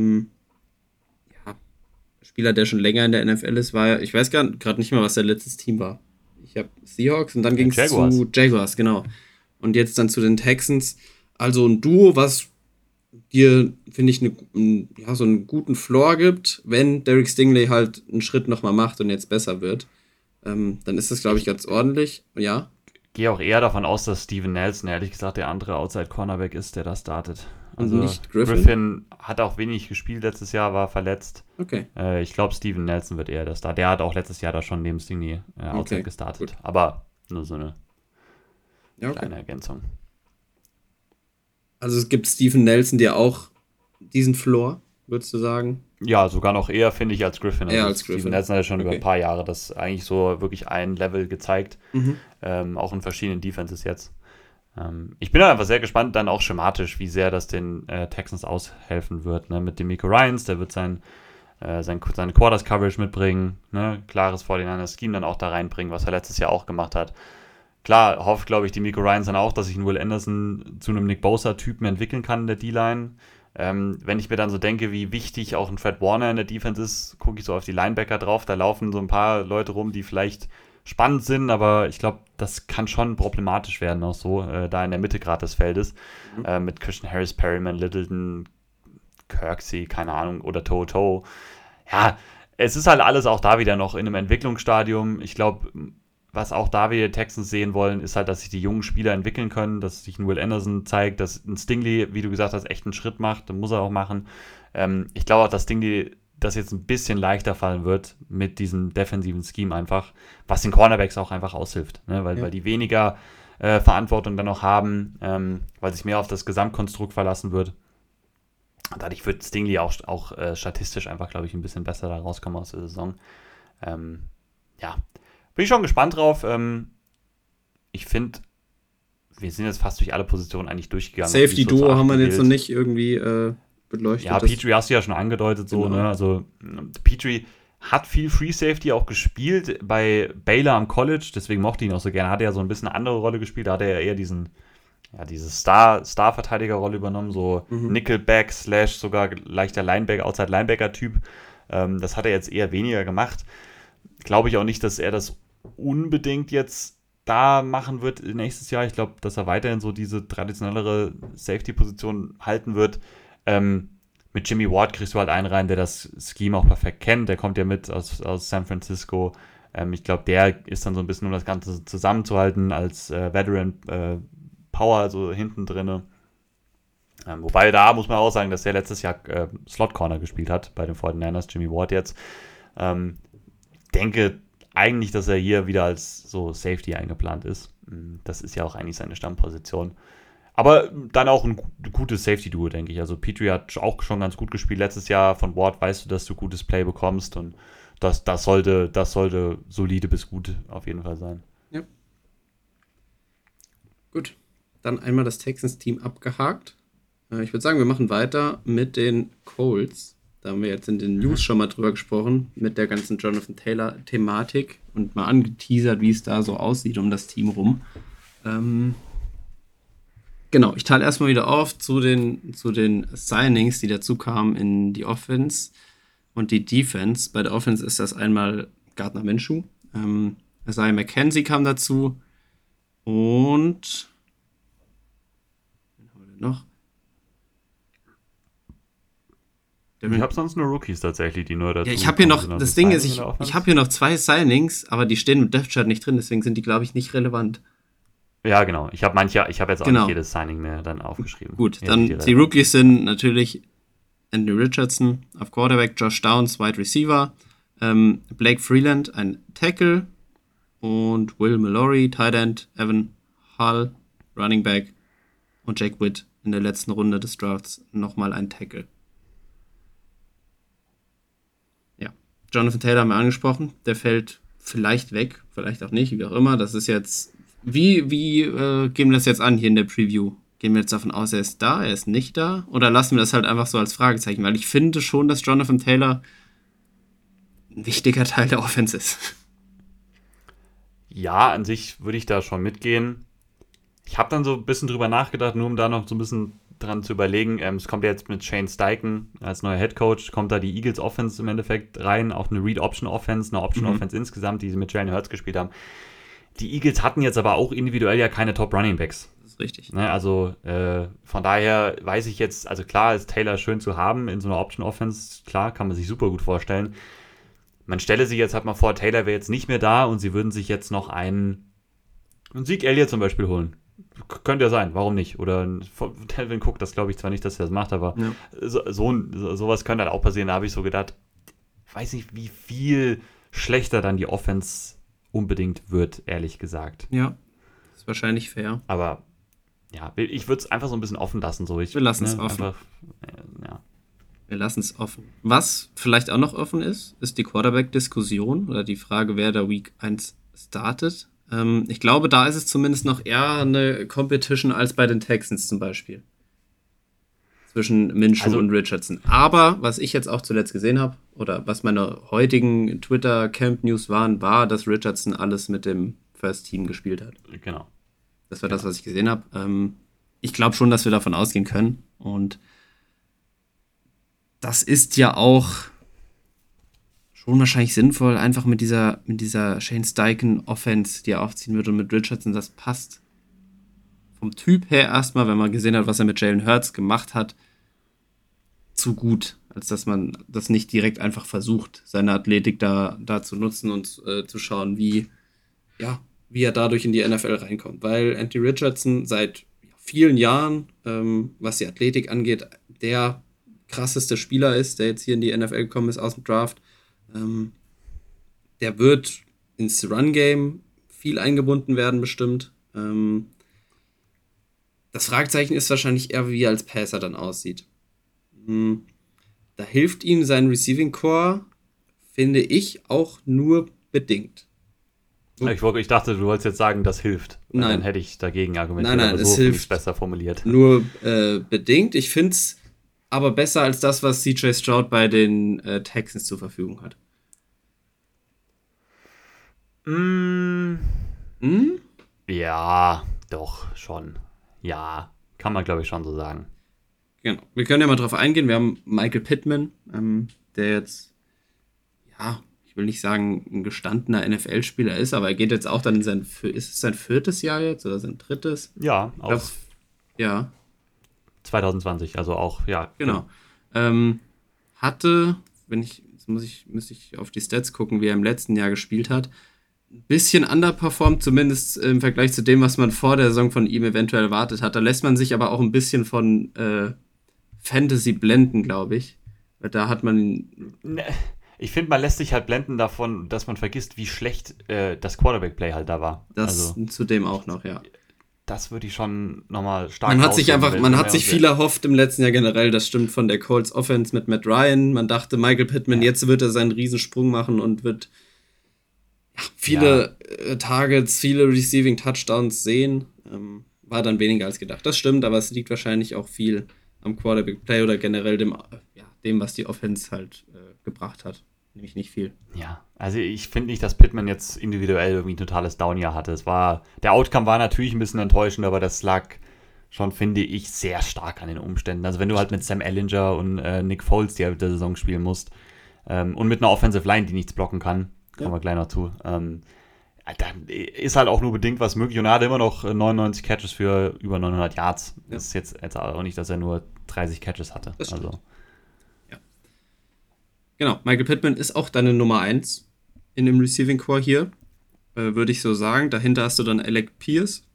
Spieler, der schon länger in der NFL ist, war, ich weiß gerade nicht mehr, was sein letztes Team war. Ich habe Seahawks und dann ging es zu Jaguars, genau. Und jetzt dann zu den Texans. Also ein Duo, was dir, finde ich, so einen guten Floor gibt, wenn Derek Stingley halt einen Schritt nochmal macht und jetzt besser wird. Dann ist das, glaube ich, ganz ordentlich. Ja. Gehe auch eher davon aus, dass Steven Nelson, ehrlich gesagt, der andere Outside-Cornerback ist, der da startet. Also und nicht Griffin? Griffin hat auch wenig gespielt letztes Jahr, war verletzt. Okay. Ich glaube, Steven Nelson wird eher der Star. Der hat auch letztes Jahr da schon neben Stingley Outside gestartet. Gut. Aber nur so eine kleine Ergänzung. Also es gibt Steven Nelson dir auch diesen Floor, würdest du sagen? Ja, sogar noch eher, finde ich, als Griffin. Eher als Griffin. Steven Nelson hat ja schon über ein paar Jahre das eigentlich so wirklich ein Level gezeigt. Auch in verschiedenen Defenses jetzt. Ich bin einfach sehr gespannt, dann auch schematisch, wie sehr das den Texans aushelfen wird. Ne? Mit dem Miko Ryans, der wird seine Quarters-Coverage mitbringen, ne? Klares 49er-Scheme dann auch da reinbringen, was er letztes Jahr auch gemacht hat. Klar, hofft, glaube ich, die Miko Ryans dann auch, dass sich ein Will Anderson zu einem Nick Bosa-Typen entwickeln kann in der D-Line. Wenn ich mir dann so denke, wie wichtig auch ein Fred Warner in der Defense ist, gucke ich so auf die Linebacker drauf. Da laufen so ein paar Leute rum, die vielleicht spannend sind, aber ich glaube, das kann schon problematisch werden, auch so, da in der Mitte gerade des Feldes. Mit Christian Harris, Perryman, Littleton, Kirksey, keine Ahnung, oder Toto. Ja, es ist halt alles auch da wieder noch in einem Entwicklungsstadium. Ich glaube, was auch da wir Texans sehen wollen, ist halt, dass sich die jungen Spieler entwickeln können, dass sich ein Will Anderson zeigt, dass ein Stingley, wie du gesagt hast, echt einen Schritt macht, den muss er auch machen. Ich glaube auch, dass Stingley das jetzt ein bisschen leichter fallen wird mit diesem defensiven Scheme einfach, was den Cornerbacks auch einfach aushilft, ne? Weil die weniger Verantwortung dann auch haben, weil sich mehr auf das Gesamtkonstrukt verlassen wird. Dadurch wird Stingley auch statistisch einfach, glaube ich, ein bisschen besser da rauskommen aus der Saison. Bin ich schon gespannt drauf. Ich finde, wir sind jetzt fast durch alle Positionen eigentlich durchgegangen. Safety-Duo haben wir jetzt noch nicht irgendwie beleuchtet. Ja, Petrie hast du ja schon angedeutet, so, genau. Ne? Also Petrie hat viel Free Safety auch gespielt bei Baylor am College, deswegen mochte ich ihn auch so gerne. Hat er ja so ein bisschen eine andere Rolle gespielt, da hat er ja eher diese Star-Verteidiger-Rolle übernommen, so Nickelback / sogar leichter Linebacker, Outside-Linebacker-Typ. Das hat er jetzt eher weniger gemacht. Glaube ich auch nicht, dass er das unbedingt jetzt da machen wird nächstes Jahr. Ich glaube, dass er weiterhin so diese traditionellere Safety-Position halten wird. Mit Jimmy Ward kriegst du halt einen rein, der das Scheme auch perfekt kennt. Der kommt ja mit aus San Francisco. Ich glaube, der ist dann so ein bisschen, um das Ganze zusammenzuhalten, als Veteran Power so hinten drin. Wobei da muss man auch sagen, dass der letztes Jahr Slot Corner gespielt hat bei den 49ers, Jimmy Ward jetzt. Denke eigentlich, dass er hier wieder als so Safety eingeplant ist. Das ist ja auch eigentlich seine Stammposition. Aber dann auch ein gutes Safety-Duo, denke ich. Also Petrie hat auch schon ganz gut gespielt letztes Jahr. Von Ward weißt du, dass du gutes Play bekommst und das sollte solide bis gut auf jeden Fall sein. Ja. Gut. Dann einmal das Texans-Team abgehakt. Ich würde sagen, wir machen weiter mit den Colts. Da haben wir jetzt in den News schon mal drüber gesprochen, mit der ganzen Jonathan Taylor-Thematik und mal angeteasert, wie es da so aussieht um das Team rum. Genau, ich teile erstmal wieder auf zu den Signings, die dazu kamen in die Offense und die Defense. Bei der Offense ist das einmal Gardner Minshew, Isaiah McKenzie kam dazu und wen haben wir denn noch? Ich habe sonst nur Rookies tatsächlich, die nur dazu. Ja, ich habe hier noch, das Ding ist, ich habe hier noch 2 Signings, aber die stehen im Depth Chart nicht drin, deswegen sind die, glaube ich, nicht relevant. Ja, genau. Ich habe jetzt auch Genau. nicht jedes Signing mehr dann aufgeschrieben. Gut, Ja, dann die Rookies sind natürlich Anthony Richardson auf Quarterback, Josh Downs, Wide Receiver, Blake Freeland, ein Tackle und Will Mallory, Tight End, Evan Hull, Running Back und Jake Witt in der letzten Runde des Drafts nochmal ein Tackle. Ja, Jonathan Taylor haben wir angesprochen, der fällt vielleicht weg, vielleicht auch nicht, wie auch immer. Das ist jetzt, wie gehen wir das jetzt an hier in der Preview? Gehen wir jetzt davon aus, er ist da, er ist nicht da? Oder lassen wir das halt einfach so als Fragezeichen? Weil ich finde schon, dass Jonathan Taylor ein wichtiger Teil der Offense ist. Ja, an sich würde ich da schon mitgehen. Ich habe dann so ein bisschen drüber nachgedacht, nur um da noch so ein bisschen dran zu überlegen. Es kommt ja jetzt mit Shane Steichen als neuer Headcoach, kommt da die Eagles Offense im Endeffekt rein, auch eine Read-Option-Offense, eine Option-Offense insgesamt, die sie mit Jalen Hurts gespielt haben. Die Eagles hatten jetzt aber auch individuell ja keine Top-Running-Backs. Das ist richtig. Ne, also von daher weiß ich jetzt, also klar ist Taylor schön zu haben in so einer Option-Offense, klar, kann man sich super gut vorstellen. Man stelle sich jetzt halt mal vor, Taylor wäre jetzt nicht mehr da und sie würden sich jetzt noch einen Zeke Elliott zum Beispiel holen. Könnte ja sein, warum nicht? Oder ein Delvin Cook, das glaube ich zwar nicht, dass er das macht, aber ja. Sowas könnte halt auch passieren. Da habe ich so gedacht, weiß nicht, wie viel schlechter dann die Offense unbedingt wird, ehrlich gesagt. Ja, ist wahrscheinlich fair. Aber ja, ich würde es einfach so ein bisschen offen lassen. So. Wir lassen es offen. Einfach, ja. Wir lassen es offen. Was vielleicht auch noch offen ist die Quarterback-Diskussion oder die Frage, wer da Week 1 startet. Ich glaube, da ist es zumindest noch eher eine Competition als bei den Texans zum Beispiel. Zwischen Minshew und Richardson. Aber was ich jetzt auch zuletzt gesehen habe, oder was meine heutigen Twitter-Camp-News waren, war, dass Richardson alles mit dem First Team gespielt hat. Genau. Das war das, was ich gesehen habe. Ich glaube schon, dass wir davon ausgehen können. Und das ist ja auch schon wahrscheinlich sinnvoll, einfach mit dieser Shane Steichen-Offense, die er aufziehen wird und mit Richardson, das passt vom Typ her erstmal, wenn man gesehen hat, was er mit Jalen Hurts gemacht hat, zu gut, als dass man das nicht direkt einfach versucht, seine Athletik da zu nutzen und zu schauen, wie er dadurch in die NFL reinkommt. Weil Anthony Richardson seit vielen Jahren, was die Athletik angeht, der krasseste Spieler ist, der jetzt hier in die NFL gekommen ist aus dem Draft. Der wird ins Run-Game viel eingebunden werden, bestimmt. Das Fragezeichen ist wahrscheinlich eher, wie er als Passer dann aussieht. Da hilft ihm sein Receiving Core, finde ich, auch nur bedingt. Ich dachte, du wolltest jetzt sagen, das hilft. Nein. Dann hätte ich dagegen argumentiert. Nein, aber es so hilft ist besser formuliert. Nur bedingt. Ich finde es aber besser als das, was CJ Stroud bei den Texans zur Verfügung hat. Ja, doch, schon. Ja, kann man, glaube ich, schon so sagen. Genau. Wir können ja mal drauf eingehen. Wir haben Michael Pittman, der jetzt, ich will nicht sagen, ein gestandener NFL-Spieler ist, aber er geht jetzt auch dann ist es sein 4. Jahr jetzt oder sein 3.? Ja, auch. Ja. 2020, also auch, ja. Genau. Hatte, müsste ich auf die Stats gucken, wie er im letzten Jahr gespielt hat, ein bisschen underperformed, zumindest im Vergleich zu dem, was man vor der Saison von ihm eventuell erwartet hat. Da lässt man sich aber auch ein bisschen von Fantasy blenden, glaube ich. Weil da hat man... Ich finde, man lässt sich halt blenden davon, dass man vergisst, wie schlecht das Quarterback-Play halt da war. Das zudem auch noch, ja. Das würde ich schon nochmal stark Man hat sich viel erhofft im letzten Jahr generell, das stimmt, von der Colts Offense mit Matt Ryan. Man dachte, Michael Pittman, jetzt wird er seinen Riesensprung machen und wird viele Targets, viele Receiving Touchdowns sehen. War dann weniger als gedacht. Das stimmt, aber es liegt wahrscheinlich auch viel am Quarterback-Play oder generell dem, was die Offense halt gebracht hat. Nämlich nicht viel. Ja, also ich finde nicht, dass Pittman jetzt individuell irgendwie ein totales Downjahr hatte. Der Outcome war natürlich ein bisschen enttäuschend, aber das lag schon, finde ich, sehr stark an den Umständen. Also wenn du halt mit Sam Ehlinger und Nick Foles die der Saison spielen musst und mit einer Offensive Line, die nichts blocken kann, kommen wir gleich noch zu, dann ist halt auch nur bedingt was möglich. Und er hatte immer noch 99 Catches für über 900 Yards. Ja. Das ist jetzt auch nicht, dass er nur 30 Catches hatte. Also. Ja. Genau, Michael Pittman ist auch deine Nummer 1 in dem Receiving Core hier, würde ich so sagen. Dahinter hast du dann Alec Pierce,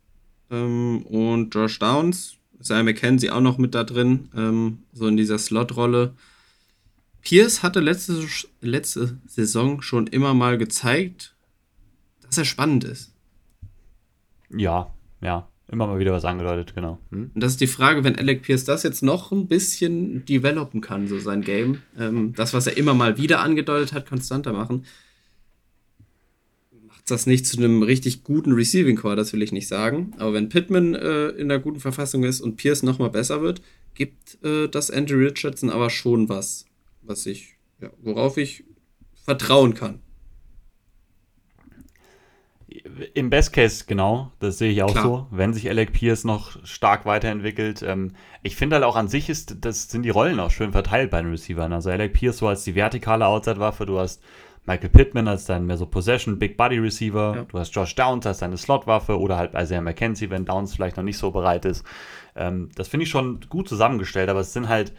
Und Josh Downs, Isaiah McKenzie auch noch mit da drin, so in dieser Slot-Rolle. Pierce hatte letzte Saison schon immer mal gezeigt, dass er spannend ist. Ja, immer mal wieder was angedeutet, genau. Und das ist die Frage, wenn Alec Pierce das jetzt noch ein bisschen developen kann, so sein Game, das, was er immer mal wieder angedeutet hat, konstanter machen, macht das nicht zu einem richtig guten Receiving Core, das will ich nicht sagen. Aber wenn Pittman in einer guten Verfassung ist und Pierce noch mal besser wird, gibt das Andrew Richardson aber schon worauf ich vertrauen kann. Im Best Case, genau, das sehe ich auch Klar. so, wenn sich Alec Pierce noch stark weiterentwickelt. Ich finde halt auch an sich das sind die Rollen auch schön verteilt bei den Receivern. Also Alec Pierce so als die vertikale Outside-Waffe, du hast Michael Pittman als dein mehr so Possession, Big Body Receiver, Ja. du hast Josh Downs als deine Slot-Waffe oder halt Isaiah McKenzie, wenn Downs vielleicht noch nicht so bereit ist. Das finde ich schon gut zusammengestellt, aber es sind halt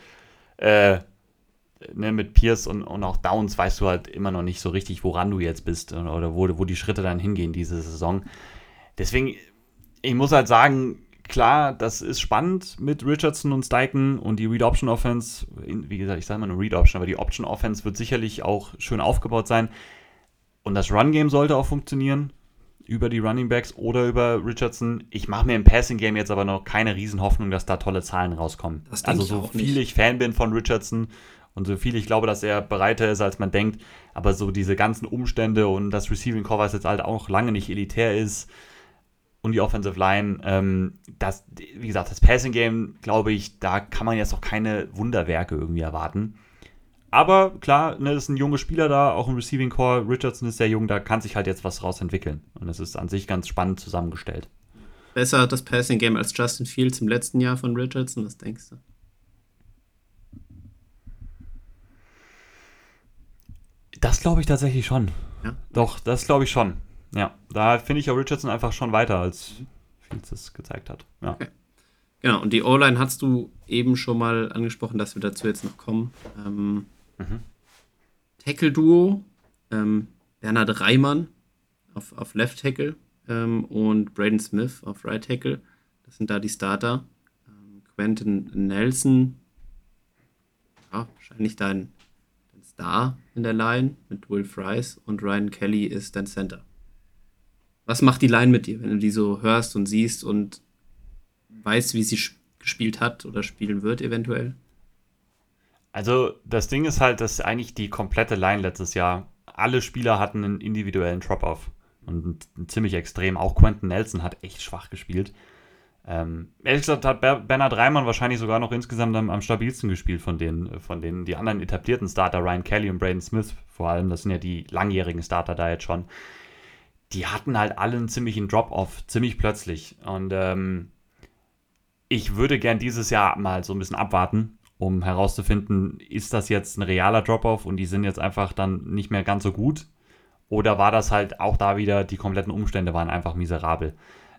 mit Pierce und auch Downs weißt du halt immer noch nicht so richtig, woran du jetzt bist oder wo die Schritte dann hingehen diese Saison. Deswegen, ich muss halt sagen, klar, das ist spannend mit Richardson und Steichen und die Read-Option-Offense. Wie gesagt, ich sage immer nur Read-Option, aber die Option-Offense wird sicherlich auch schön aufgebaut sein. Und das Run-Game sollte auch funktionieren über die Running Backs oder über Richardson. Ich mache mir im Passing-Game jetzt aber noch keine Riesenhoffnung, dass da tolle Zahlen rauskommen. Das Also denke ich so auch viel nicht. ich Fan bin von Richardson und so viel ich glaube, dass er bereiter ist, als man denkt, aber so diese ganzen Umstände und das Receiving Core, was jetzt halt auch lange nicht elitär ist und die Offensive Line, wie gesagt, das Passing Game, glaube ich, da kann man jetzt auch keine Wunderwerke irgendwie erwarten. Aber klar, ne, das ist ein junger Spieler da, auch im Receiving Core. Richardson ist sehr jung, da kann sich halt jetzt was raus entwickeln. Und es ist an sich ganz spannend zusammengestellt. Besser das Passing Game als Justin Fields im letzten Jahr von Richardson, was denkst du? Das glaube ich tatsächlich schon. Ja. Doch, das glaube ich schon. Ja, da finde ich auch Richardson einfach schon weiter, als Fields es gezeigt hat. Ja. Okay. Genau, und die O-Line hast du eben schon mal angesprochen, dass wir dazu jetzt noch kommen. Tackle-Duo, Bernhard Reimann auf Left Tackle und Braden Smith auf Right Tackle. Das sind da die Starter. Quentin Nelson, ja, wahrscheinlich dein Star in der Line mit Will Fries und Ryan Kelly ist dein Center. Was macht die Line mit dir, wenn du die so hörst und siehst und weißt, wie sie gespielt hat oder spielen wird eventuell? Also das Ding ist halt, dass eigentlich die komplette Line letztes Jahr, alle Spieler hatten einen individuellen Drop-Off und ziemlich extrem. Auch Quentin Nelson hat echt schwach gespielt. Ehrlich gesagt hat Bernhard Reimann wahrscheinlich sogar noch insgesamt am stabilsten gespielt von denen die anderen etablierten Starter, Ryan Kelly und Braden Smith vor allem, das sind ja die langjährigen Starter da jetzt schon. Die hatten halt alle einen ziemlichen Drop-Off, ziemlich plötzlich. Und ich würde gern dieses Jahr mal so ein bisschen abwarten, um herauszufinden, ist das jetzt ein realer Drop-Off und die sind jetzt einfach dann nicht mehr ganz so gut? Oder war das halt auch da wieder, die kompletten Umstände waren einfach miserabel?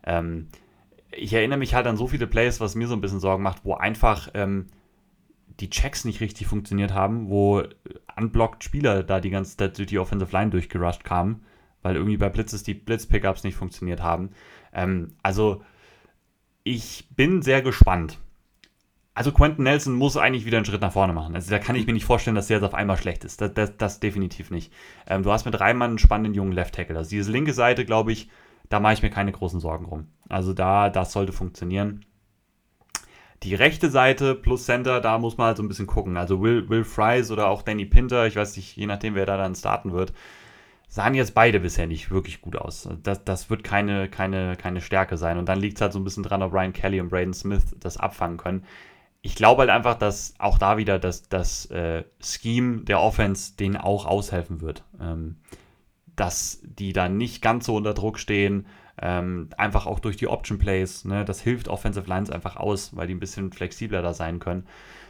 Ich erinnere mich halt an so viele Plays, was mir so ein bisschen Sorgen macht, wo einfach die Checks nicht richtig funktioniert haben, wo unblocked Spieler da die ganze Zeit durch die Offensive Line durchgerusht kamen, weil irgendwie bei Blitzes die Blitz-Pickups nicht funktioniert haben. Also ich bin sehr gespannt. Also Quentin Nelson muss eigentlich wieder einen Schritt nach vorne machen. Also da kann ich mir nicht vorstellen, dass der jetzt auf einmal schlecht ist. Das definitiv nicht. Du hast mit Reimann einen spannenden jungen Left Tackle. Also diese linke Seite, glaube ich, da mache ich mir keine großen Sorgen rum. Also das sollte funktionieren. Die rechte Seite plus Center, da muss man halt so ein bisschen gucken. Also Will Fries oder auch Danny Pinter, ich weiß nicht, je nachdem, wer da dann starten wird, sahen jetzt beide bisher nicht wirklich gut aus. Das wird keine Stärke sein. Und dann liegt es halt so ein bisschen dran, ob Ryan Kelly und Braden Smith das abfangen können. Ich glaube halt einfach, dass auch da wieder das Scheme der Offense denen auch aushelfen wird. Dass die dann nicht ganz so unter Druck stehen, einfach auch durch die Option Plays, ne? Das hilft Offensive Lines einfach aus, weil die ein bisschen flexibler da sein können.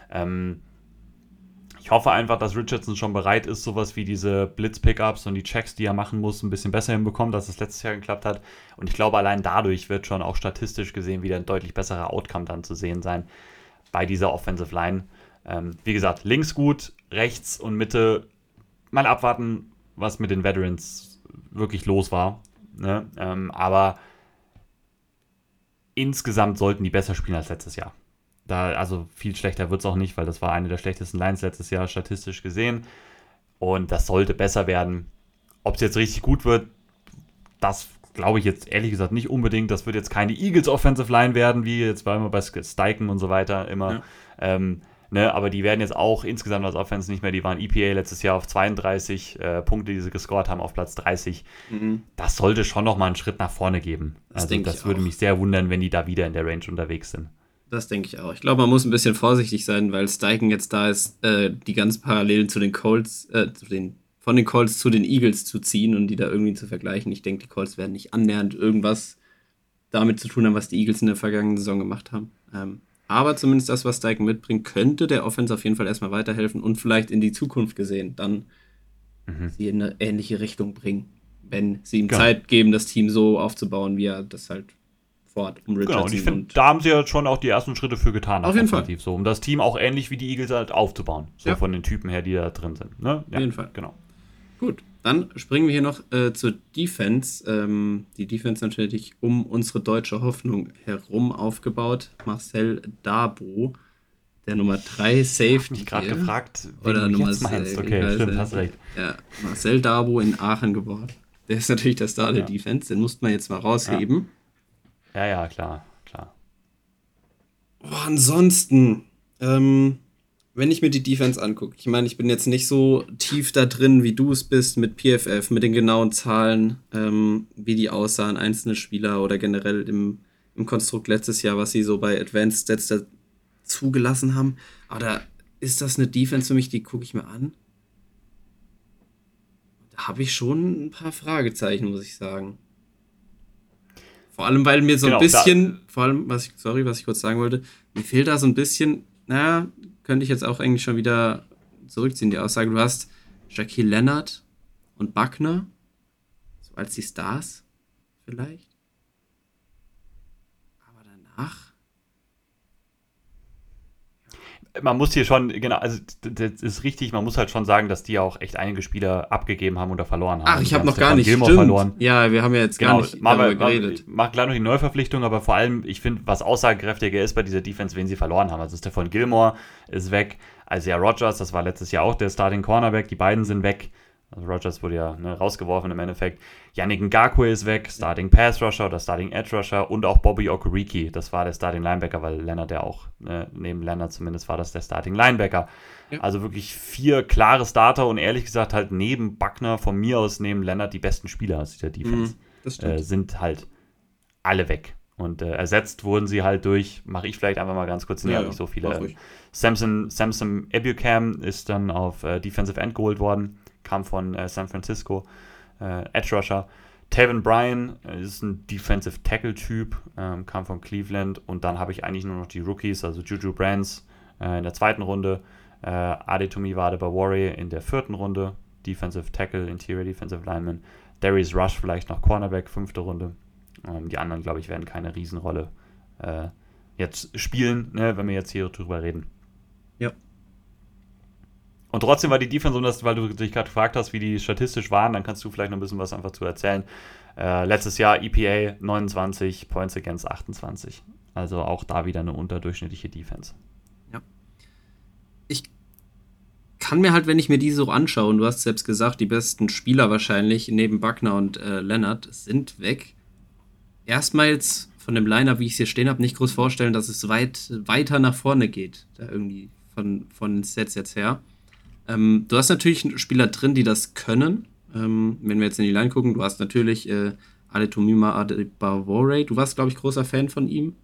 Ich hoffe einfach, dass Richardson schon bereit ist, sowas wie diese Blitz-Pickups und die Checks, die er machen muss, ein bisschen besser hinbekommt, als es letztes Jahr geklappt hat. Und ich glaube, allein dadurch wird schon auch statistisch gesehen wieder ein deutlich besserer Outcome dann zu sehen sein bei dieser Offensive Line. Wie gesagt, links gut, rechts und Mitte mal abwarten, was mit den Veterans wirklich los war. Ne? Aber insgesamt sollten die besser spielen als letztes Jahr. Also viel schlechter wird es auch nicht, weil das war eine der schlechtesten Lines letztes Jahr statistisch gesehen. Und das sollte besser werden. Ob es jetzt richtig gut wird, das glaube ich jetzt ehrlich gesagt nicht unbedingt. Das wird jetzt keine Eagles Offensive Line werden, wie jetzt bei Steichen und so weiter immer. Ja. Aber die werden jetzt auch insgesamt als Offense nicht mehr, die waren EPA letztes Jahr auf 32 Punkte, die sie gescored haben, auf Platz 30. Das sollte schon nochmal einen Schritt nach vorne geben. Das würde mich sehr wundern, wenn die da wieder in der Range unterwegs sind. Das denke ich auch. Ich glaube, man muss ein bisschen vorsichtig sein, weil Steichen jetzt da ist, die ganz Parallelen zu den Colts, von den Colts zu den Eagles zu ziehen und die da irgendwie zu vergleichen. Ich denke, die Colts werden nicht annähernd irgendwas damit zu tun haben, was die Eagles in der vergangenen Saison gemacht haben. Aber zumindest das, was Steichen mitbringt, könnte der Offense auf jeden Fall erstmal weiterhelfen und vielleicht in die Zukunft gesehen dann sie in eine ähnliche Richtung bringen, wenn sie ihm Zeit geben, das Team so aufzubauen, wie er das halt vorhat, um Richardson. Genau, und ich finde, da haben sie ja schon auch die ersten Schritte für getan. Auf jeden Fall. So, um das Team auch ähnlich wie die Eagles halt aufzubauen. So von den Typen her, die da drin sind. Ne? Auf jeden Fall. Genau. Gut, dann springen wir hier noch zur Defense. Die Defense natürlich um unsere deutsche Hoffnung herum aufgebaut. Marcel Dabo, der Nummer 3 Safety. Ich habe mich gerade gefragt, oder du jetzt meinst. Okay, stimmt, hast recht. Ja, Marcel Dabo in Aachen geboren. Der ist natürlich der Star der Defense, den musste man jetzt mal rausheben. Ja, klar. Ansonsten, wenn ich mir die Defense angucke, ich meine, ich bin jetzt nicht so tief da drin, wie du es bist, mit PFF, mit den genauen Zahlen, wie die aussahen, einzelne Spieler oder generell im Konstrukt letztes Jahr, was sie so bei Advanced Stats da zugelassen haben. Aber da ist das eine Defense für mich, die gucke ich mir an. Da habe ich schon ein paar Fragezeichen, muss ich sagen. Vor allem, weil mir so ein bisschen, was ich kurz sagen wollte, mir fehlt da so ein bisschen, könnte ich jetzt auch eigentlich schon wieder zurückziehen, die Aussage, du hast Shaquille Leonard und Buckner, so als die Stars vielleicht. Aber danach... Man muss hier schon, genau, also das ist richtig, man muss halt schon sagen, dass die auch echt einige Spieler abgegeben haben oder verloren haben. Ach, ich habe noch gar nicht, Gilmore verloren. Ja, wir haben ja jetzt gar nicht darüber geredet. Ich mache gleich noch die Neuverpflichtung, aber vor allem, ich finde, was aussagekräftiger ist bei dieser Defense, wen sie verloren haben. Also Stephon Gilmore ist weg, Isaiah Rodgers, das war letztes Jahr auch der Starting Cornerback, die beiden sind weg. Also Rodgers wurde ja rausgeworfen im Endeffekt. Yannick Ngakoue ist weg, Starting Pass Rusher oder Starting Edge Rusher und auch Bobby Okereke, das war der Starting Linebacker, weil Leonard ja auch, neben Leonard zumindest war das der Starting Linebacker. Ja. Also wirklich 4 klare Starter und ehrlich gesagt halt neben Buckner, von mir aus neben Leonard die besten Spieler aus dieser Defense. Sind halt alle weg. Und ersetzt wurden sie halt durch, mache ich vielleicht einfach mal ganz kurz näher, nicht so viele. Samson Ebukam ist dann auf Defensive End geholt worden, kam von San Francisco, Edge Rusher. Taven Bryan ist ein Defensive Tackle-Typ, kam von Cleveland. Und dann habe ich eigentlich nur noch die Rookies, also Juju Brands in der 2. Runde, Adetomi Wadebawori in der 4. Runde, Defensive Tackle, Interior Defensive Lineman, Darius Rush vielleicht noch Cornerback, 5. Runde. Die anderen, glaube ich, werden keine Riesenrolle jetzt spielen, wenn wir jetzt hier drüber reden. Ja. Und trotzdem war die Defense, weil du dich gerade gefragt hast, wie die statistisch waren, dann kannst du vielleicht noch ein bisschen was einfach zu erzählen. Letztes Jahr EPA 29, Points Against 28. Also auch da wieder eine unterdurchschnittliche Defense. Ja. Ich kann mir halt, wenn ich mir die so anschaue, und du hast selbst gesagt, die besten Spieler wahrscheinlich neben Buckner und Leonard sind weg. Erstmals von dem Line-Up, wie ich es hier stehen habe, nicht groß vorstellen, dass es weiter nach vorne geht. Da irgendwie von den Sets jetzt her. Du hast natürlich Spieler drin, die das können. Wenn wir jetzt in die Line gucken, du hast natürlich Adetomi Wadebawori. Du warst, glaube ich, großer Fan von ihm.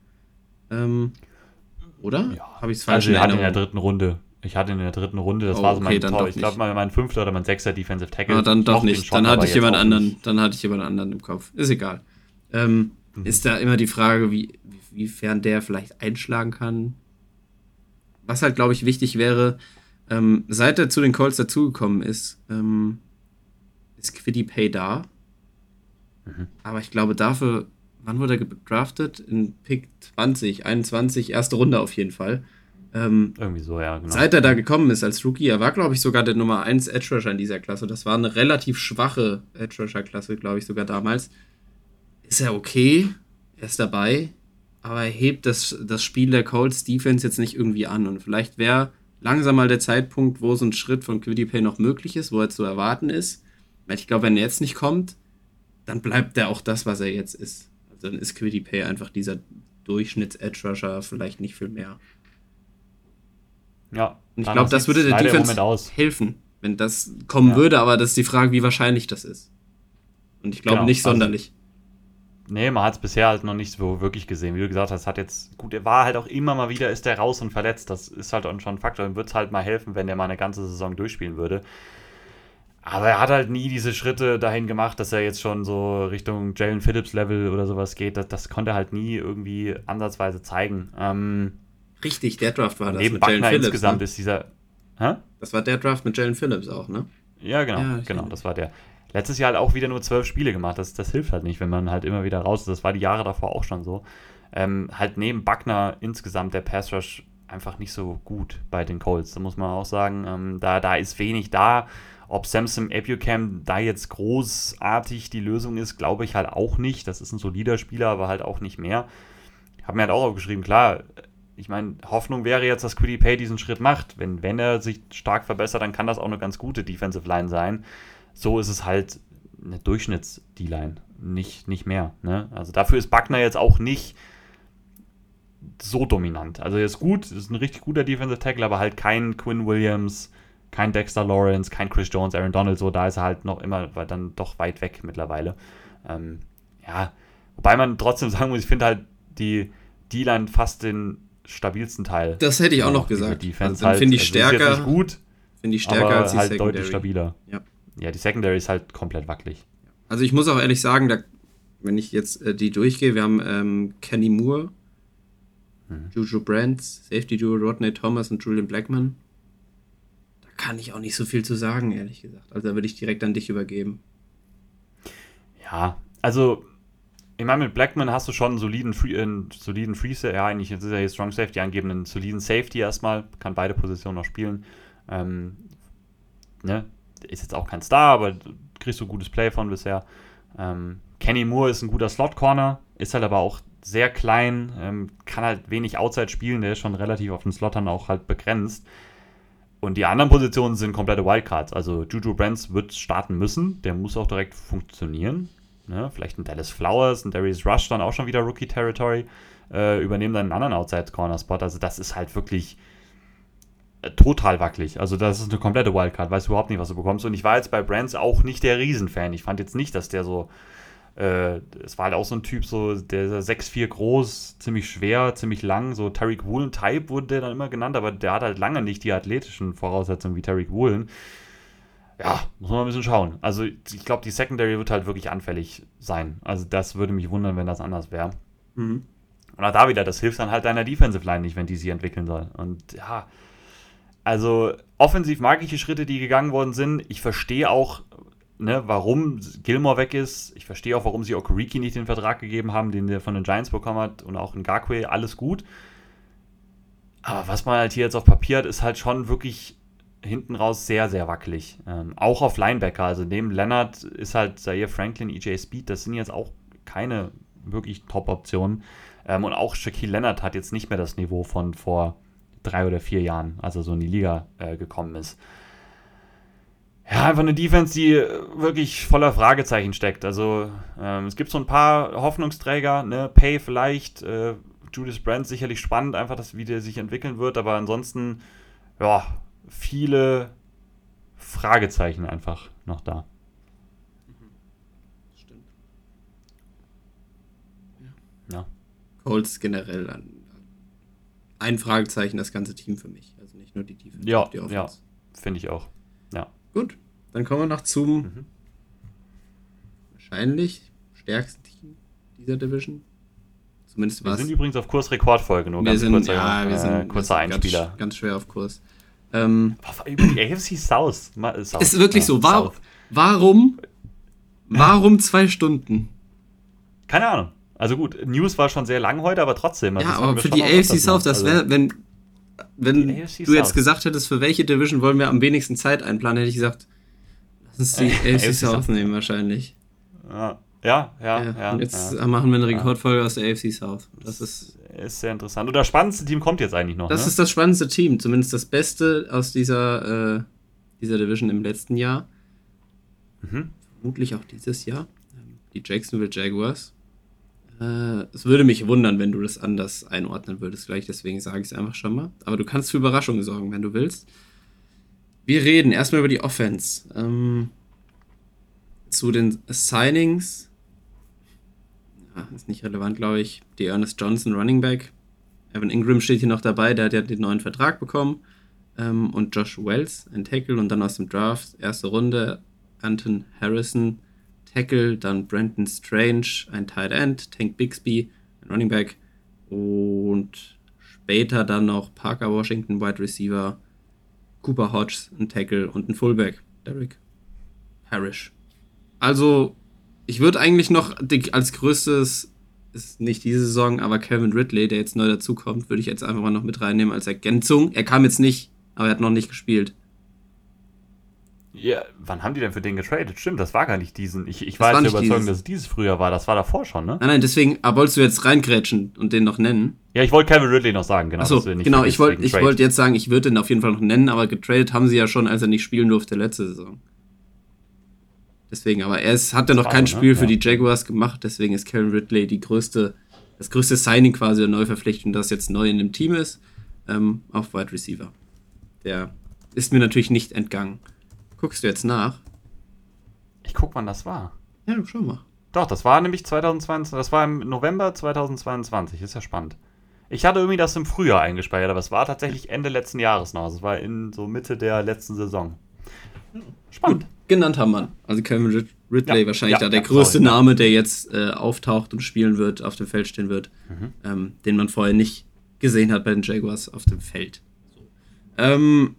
Oder? Ja. Habe ich es falsch in der 3. Runde. Ich hatte in der 3. Runde, das war so mein Top. Ich glaube, mein 5. oder mein 6. Defensive Tackle. Ah, dann doch nicht. Dann hatte ich jemand anderen im Kopf. Ist egal. Ist da immer die Frage, wiefern der vielleicht einschlagen kann. Was halt, glaube ich, wichtig wäre, seit er zu den Colts dazugekommen ist Kwity Paye da. Aber ich glaube dafür, wann wurde er gedraftet? In Pick 21, 1. Runde auf jeden Fall. Irgendwie so, ja, genau. Seit er da gekommen ist als Rookie, er war, glaube ich, sogar der Nummer 1 Edge Rusher in dieser Klasse. Das war eine relativ schwache Edge Rusher Klasse, glaube ich, sogar damals. Ist er okay? Er ist dabei. aber er hebt das Spiel der Colts Defense jetzt nicht irgendwie an. Und vielleicht wäre langsam mal der Zeitpunkt, wo so ein Schritt von Kwity Paye noch möglich ist, wo er zu erwarten ist. Weil ich glaube, wenn er jetzt nicht kommt, dann bleibt er auch das, was er jetzt ist. Also dann ist Kwity Paye einfach dieser Durchschnitts-Edge-Rusher, vielleicht nicht viel mehr. Ja. Und ich glaube, das würde der Defense helfen, wenn das kommen würde, aber das ist die Frage, wie wahrscheinlich das ist. Und ich glaube nicht sonderlich. Nee, man hat es bisher halt noch nicht so wirklich gesehen. Wie du gesagt hast, er war halt auch immer mal wieder, ist der raus und verletzt. Das ist halt auch schon ein Faktor. Dann würde es halt mal helfen, wenn der mal eine ganze Saison durchspielen würde. Aber er hat halt nie diese Schritte dahin gemacht, dass er jetzt schon so Richtung Jalen Phillips Level oder sowas geht. Das konnte er halt nie irgendwie ansatzweise zeigen. Richtig, der Draft war das mit Jalen Phillips. Insgesamt, ne? Ist dieser... Hä? Das war der Draft mit Jalen Phillips auch, ne? Ja, genau, das war der. Letztes Jahr halt auch wieder nur 12 Spiele gemacht. Das hilft halt nicht, wenn man halt immer wieder raus ist. Das war die Jahre davor auch schon so. Halt neben Buckner insgesamt der Pass Rush einfach nicht so gut bei den Colts. Da muss man auch sagen, da ist wenig da. Ob Samson Ebukam da jetzt großartig die Lösung ist, glaube ich halt auch nicht. Das ist ein solider Spieler, aber halt auch nicht mehr. Ich habe mir halt auch aufgeschrieben, klar, ich meine, Hoffnung wäre jetzt, dass Kwity Paye diesen Schritt macht. Wenn er sich stark verbessert, dann kann das auch eine ganz gute Defensive Line sein. So ist es halt eine Durchschnitts-D-Line, nicht mehr. Ne? Also dafür ist Buckner jetzt auch nicht so dominant. Also er ist gut, ist ein richtig guter Defensive Tackle, aber halt kein Quinn Williams, kein Dexter Lawrence, kein Chris Jones, Aaron Donald, so, da ist er halt noch immer dann doch weit weg mittlerweile. Wobei man trotzdem sagen muss, ich finde halt die D-Line fast den stabilsten Teil. Das hätte ich auch noch gesagt. Also dann finde ich stärker. Ist jetzt nicht gut, finde ich stärker aber als die halt Secondary. Deutlich stabiler. Ja, die Secondary ist halt komplett wackelig. Also ich muss auch ehrlich sagen, wenn ich jetzt die durchgehe, wir haben Kenny Moore, Juju Brent, Safety Duo Rodney Thomas und Julian Blackmon. Da kann ich auch nicht so viel zu sagen, ehrlich gesagt. Also da würde ich direkt an dich übergeben. Ja, also ich meine, mit Blackmon hast du schon einen soliden Free Safety, ja, eigentlich ist er hier Strong Safety angeben, einen soliden Safety erstmal, kann beide Positionen noch spielen. Ist jetzt auch kein Star, aber kriegst du gutes Play von bisher. Kenny Moore ist ein guter Slot-Corner, ist halt aber auch sehr klein, kann halt wenig Outside spielen, der ist schon relativ auf den Slottern auch halt begrenzt. Und die anderen Positionen sind komplette Wildcards. Also Juju Brents wird starten müssen, der muss auch direkt funktionieren. Ne? Vielleicht ein Dallas Flowers, ein Darius Rush dann auch schon wieder Rookie-Territory, übernehmen dann einen anderen Outside-Corner-Spot. Also das ist halt wirklich total wackelig. Also das ist eine komplette Wildcard, weißt überhaupt nicht, was du bekommst. Und ich war jetzt bei Brents auch nicht der Riesenfan. Ich fand jetzt nicht, dass der so, es war halt auch so ein Typ, so der 6'4 groß, ziemlich schwer, ziemlich lang, so Tariq Woolen-Type wurde der dann immer genannt, aber der hat halt lange nicht die athletischen Voraussetzungen wie Tariq Woolen. Ja, muss man ein bisschen schauen. Also ich glaube, die Secondary wird halt wirklich anfällig sein. Also das würde mich wundern, wenn das anders wäre. Und auch da wieder, das hilft dann halt deiner Defensive Line nicht, wenn die sich entwickeln soll. Und ja, also offensiv mag ich die Schritte, die gegangen worden sind. Ich verstehe auch, warum Gilmore weg ist. Ich verstehe auch, warum sie Okereke nicht den Vertrag gegeben haben, den der von den Giants bekommen hat. Und auch Ngakoue, alles gut. Aber was man halt hier jetzt auf Papier hat, ist halt schon wirklich hinten raus sehr, sehr wackelig. Auch auf Linebacker. Also neben Leonard ist halt Zaire Franklin, EJ Speed, das sind jetzt auch keine wirklich Top-Optionen. Und auch Shaquille Leonard hat jetzt nicht mehr das Niveau von vor 3 oder 4 Jahren, als er so in die Liga gekommen ist. Ja, einfach eine Defense, die wirklich voller Fragezeichen steckt. Also es gibt so ein paar Hoffnungsträger, ne? Paye vielleicht, Julius Brent sicherlich spannend, einfach, wie der sich entwickeln wird, aber ansonsten, ja, viele Fragezeichen einfach noch da. Stimmt. Ja. Colts generell ein Fragezeichen, das ganze Team für mich. Also nicht nur die Defense, ja, die Offense. Ja, finde ich auch. Ja. Gut, dann kommen wir noch zum wahrscheinlich stärksten Team dieser Division. Zumindest was. Wir sind übrigens auf Kurs Rekordfolge, nur ganz kurzer Einspieler. Ganz schwer auf Kurs. Über die AFC South. Ist wirklich so. Warum 2 Stunden? Keine Ahnung. Also gut, News war schon sehr lang heute, aber trotzdem. Also ja, aber für die AFC South, das wäre, wenn du jetzt gesagt hättest, für welche Division wollen wir am wenigsten Zeit einplanen, hätte ich gesagt, lass uns die AFC South nehmen wahrscheinlich. Ja, Ja. Und jetzt machen wir eine Rekordfolge aus der AFC South. Das ist sehr interessant. Und das spannendste Team kommt jetzt eigentlich noch. Das ist das spannendste Team, zumindest das Beste aus dieser Division im letzten Jahr. Vermutlich auch dieses Jahr. Die Jacksonville Jaguars. Es würde mich wundern, wenn du das anders einordnen würdest, gleich, deswegen sage ich es einfach schon mal. Aber du kannst für Überraschungen sorgen, wenn du willst. Wir reden erstmal über die Offense. Zu den Signings. Ist nicht relevant, glaube ich. Die Ernest Johnson, Running Back. Evan Ingram steht hier noch dabei, der hat ja den neuen Vertrag bekommen. Und Josh Wells, ein Tackle. Und dann aus dem Draft, erste Runde, Anton Harrison, Tackle. Dann Brandon Strange, ein Tight End. Tank Bixby, ein Running Back. Und später dann noch Parker Washington, Wide Receiver. Cooper Hodges, ein Tackle. Und ein Fullback, Derek Parrish. Also, ich würde eigentlich noch als größtes, ist nicht diese Saison, aber Calvin Ridley, der jetzt neu dazukommt, würde ich jetzt einfach mal noch mit reinnehmen als Ergänzung. Er kam jetzt nicht, aber er hat noch nicht gespielt. Ja, wann haben die denn für den getradet? Stimmt, das war gar nicht diesen. Ich war jetzt überzeugt, dass es dieses früher war. Das war davor schon, ne? Nein, deswegen, aber wolltest du jetzt reingrätschen und den noch nennen? Ja, ich wollte Calvin Ridley noch sagen, genau. Achso, genau, ich wollte jetzt sagen, ich würde den auf jeden Fall noch nennen, aber getradet haben sie ja schon, als er nicht spielen durfte letzte Saison. Deswegen, aber hat ja noch kein Spiel für die Jaguars gemacht, deswegen ist Calvin Ridley das größte Signing quasi der Neuverpflichtung, das jetzt neu in dem Team ist, auf Wide Receiver. Der ist mir natürlich nicht entgangen. Guckst du jetzt nach? Ich guck, wann das war. Ja, schau mal. Doch, das war nämlich 2022, das war im November 2022, ist ja spannend. Ich hatte irgendwie das im Frühjahr eingespeichert, aber es war tatsächlich Ende letzten Jahres noch, also es war in so Mitte der letzten Saison. Spannend. Gut, genannter Mann. Also Calvin Ridley wahrscheinlich der größte Name, der jetzt auftaucht und spielen wird, auf dem Feld stehen wird, den man vorher nicht gesehen hat bei den Jaguars auf dem Feld. So.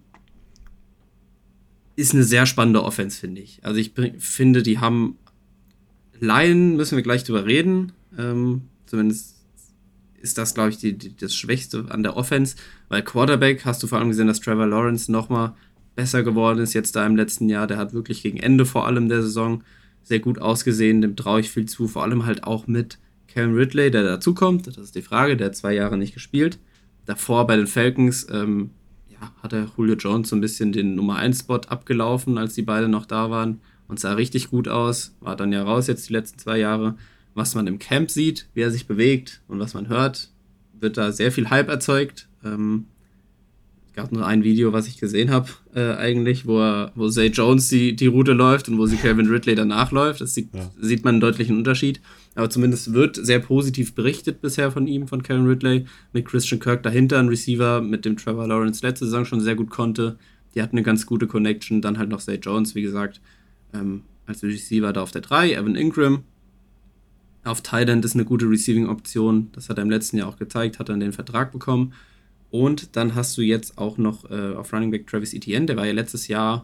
Ist eine sehr spannende Offense, finde ich. Also ich finde, die haben Line, müssen wir gleich drüber reden. Zumindest ist das, glaube ich, das Schwächste an der Offense, weil Quarterback, hast du vor allem gesehen, dass Trevor Lawrence nochmal besser geworden ist jetzt da im letzten Jahr. Der hat wirklich gegen Ende vor allem der Saison sehr gut ausgesehen. Dem traue ich viel zu. Vor allem halt auch mit Calvin Ridley, der dazukommt. Das ist die Frage. Der hat 2 Jahre nicht gespielt. Davor bei den Falcons hat der Julio Jones so ein bisschen den Nummer 1 Spot abgelaufen, als die beide noch da waren. Und sah richtig gut aus. War dann ja raus jetzt die letzten 2 Jahre. Was man im Camp sieht, wie er sich bewegt und was man hört, wird da sehr viel Hype erzeugt. Es gab nur ein Video, was ich gesehen habe, eigentlich, wo Zay Jones die Route läuft und wo sie Calvin Ridley danach läuft. Das sieht man einen deutlichen Unterschied. Aber zumindest wird sehr positiv berichtet bisher von ihm, von Calvin Ridley, mit Christian Kirk dahinter, ein Receiver, mit dem Trevor Lawrence letzte Saison schon sehr gut konnte. Die hatten eine ganz gute Connection. Dann halt noch Zay Jones, wie gesagt, als Receiver da auf der 3, Evan Ingram. Auf Tight End ist eine gute Receiving-Option. Das hat er im letzten Jahr auch gezeigt, hat dann den Vertrag bekommen. Und dann hast du jetzt auch noch auf Running Back Travis Etienne, der war ja letztes Jahr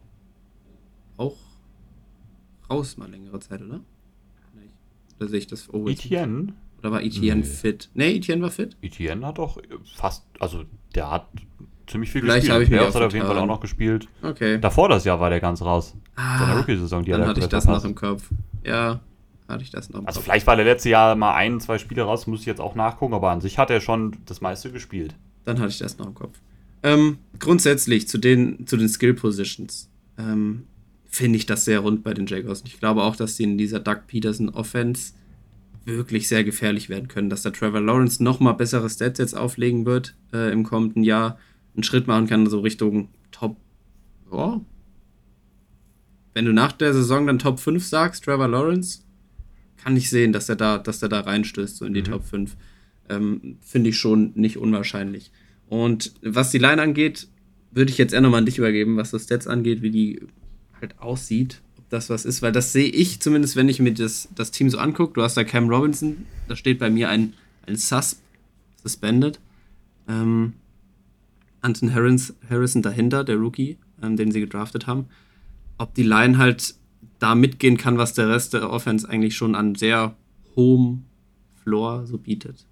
auch raus, mal längere Zeit, oder? Oder sehe ich das? Etienne? Oder war Etienne fit? Nee, Etienne war fit? Etienne hat doch fast, also der hat ziemlich viel Vielleicht gespielt. Habe ich mich der hat auf jeden Fall auch noch gespielt. Okay. Davor das Jahr war der ganz raus. Seine Rookie-Saison, die dann er hatte ich das noch im Kopf. Ja, hatte ich das noch im Kopf. Also vielleicht war der letzte Jahr mal 1, 2 Spiele raus, muss ich jetzt auch nachgucken, aber an sich hat er schon das meiste gespielt. Dann hatte ich das noch im Kopf. Grundsätzlich zu den Skill-Positions finde ich das sehr rund bei den Jaguars. Und ich glaube auch, dass sie in dieser Doug Peterson Offense wirklich sehr gefährlich werden können, dass der Trevor Lawrence nochmal bessere Stats jetzt auflegen wird im kommenden Jahr, einen Schritt machen kann, so Richtung Top. Oh. Wenn du nach der Saison dann Top 5 sagst, Trevor Lawrence, kann ich sehen, dass er da reinstößt, so in die Top 5. Finde ich schon nicht unwahrscheinlich. Und was die Line angeht, würde ich jetzt eher nochmal an dich übergeben, was das Stats angeht, wie die halt aussieht, ob das was ist, weil das sehe ich zumindest, wenn ich mir das Team so angucke. Du hast da Cam Robinson, da steht bei mir ein Suspended. Anton Harrison dahinter, der Rookie, den sie gedraftet haben. Ob die Line halt da mitgehen kann, was der Rest der Offense eigentlich schon an sehr hohem Floor so bietet.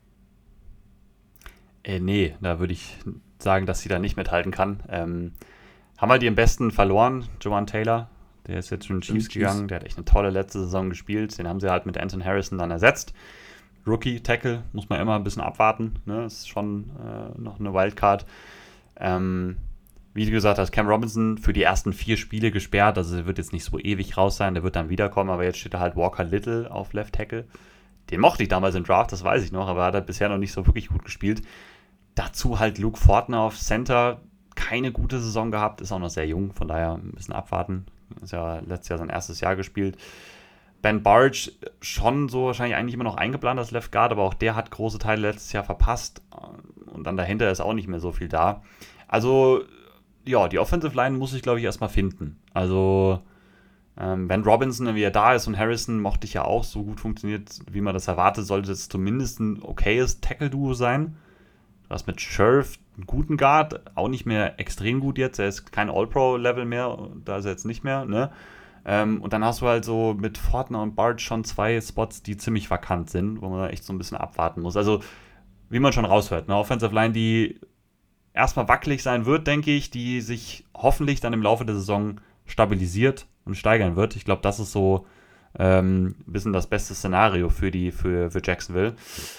Nee, da würde ich sagen, dass sie da nicht mithalten kann. Haben halt ihren Besten verloren, Jawan Taylor, Der ist jetzt schon Chiefs gegangen. Der hat echt eine tolle letzte Saison gespielt. Den haben sie halt mit Anton Harrison dann ersetzt. Rookie-Tackle, muss man immer ein bisschen abwarten. Ne? Ist schon noch eine Wildcard. Wie du gesagt hast, Cam Robinson für die ersten 4 Spiele gesperrt. Also er wird jetzt nicht so ewig raus sein. Der wird dann wiederkommen. Aber jetzt steht da halt Walker Little auf Left Tackle. Den mochte ich damals im Draft, das weiß ich noch. Aber hat er bisher noch nicht so wirklich gut gespielt. Dazu halt Luke Fortner auf Center. Keine gute Saison gehabt. Ist auch noch sehr jung. Von daher ein bisschen abwarten. Ist ja letztes Jahr sein erstes Jahr gespielt. Ben Barge schon so wahrscheinlich eigentlich immer noch eingeplant als Left Guard, aber auch der hat große Teile letztes Jahr verpasst und dann dahinter ist auch nicht mehr so viel da. Also, ja, die Offensive Line muss ich, glaube ich, erstmal finden. Also, wenn Robinson, wie er da ist und Harrison mochte ich ja auch, so gut funktioniert, wie man das erwartet, sollte es zumindest ein okayes Tackle-Duo sein. Du hast mit Scherf einen guten Guard, auch nicht mehr extrem gut jetzt, er ist kein All-Pro-Level mehr, da ist er jetzt nicht mehr, ne? Und dann hast du halt so mit Fortner und Barge schon 2 Spots, die ziemlich vakant sind, wo man echt so ein bisschen abwarten muss. Also, wie man schon raushört, eine Offensive Line, die erstmal wackelig sein wird, denke ich, die sich hoffentlich dann im Laufe der Saison stabilisiert und steigern wird. Ich glaube, das ist so ein bisschen das beste Szenario für Jacksonville.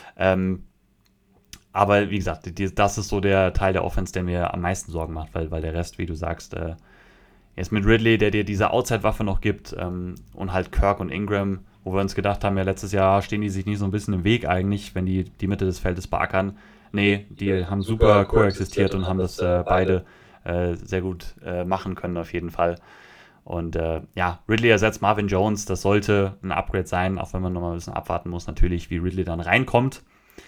Aber wie gesagt, das ist so der Teil der Offense, der mir am meisten Sorgen macht, weil der Rest, wie du sagst, jetzt mit Ridley, der dir diese Outside-Waffe noch gibt und halt Kirk und Ingram, wo wir uns gedacht haben, ja letztes Jahr stehen die sich nicht so ein bisschen im Weg eigentlich, wenn die Mitte des Feldes beackern. Nee, die haben super koexistiert und haben das beide sehr gut machen können auf jeden Fall. Und ja, Ridley ersetzt Marvin Jones, das sollte ein Upgrade sein, auch wenn man nochmal ein bisschen abwarten muss natürlich, wie Ridley dann reinkommt.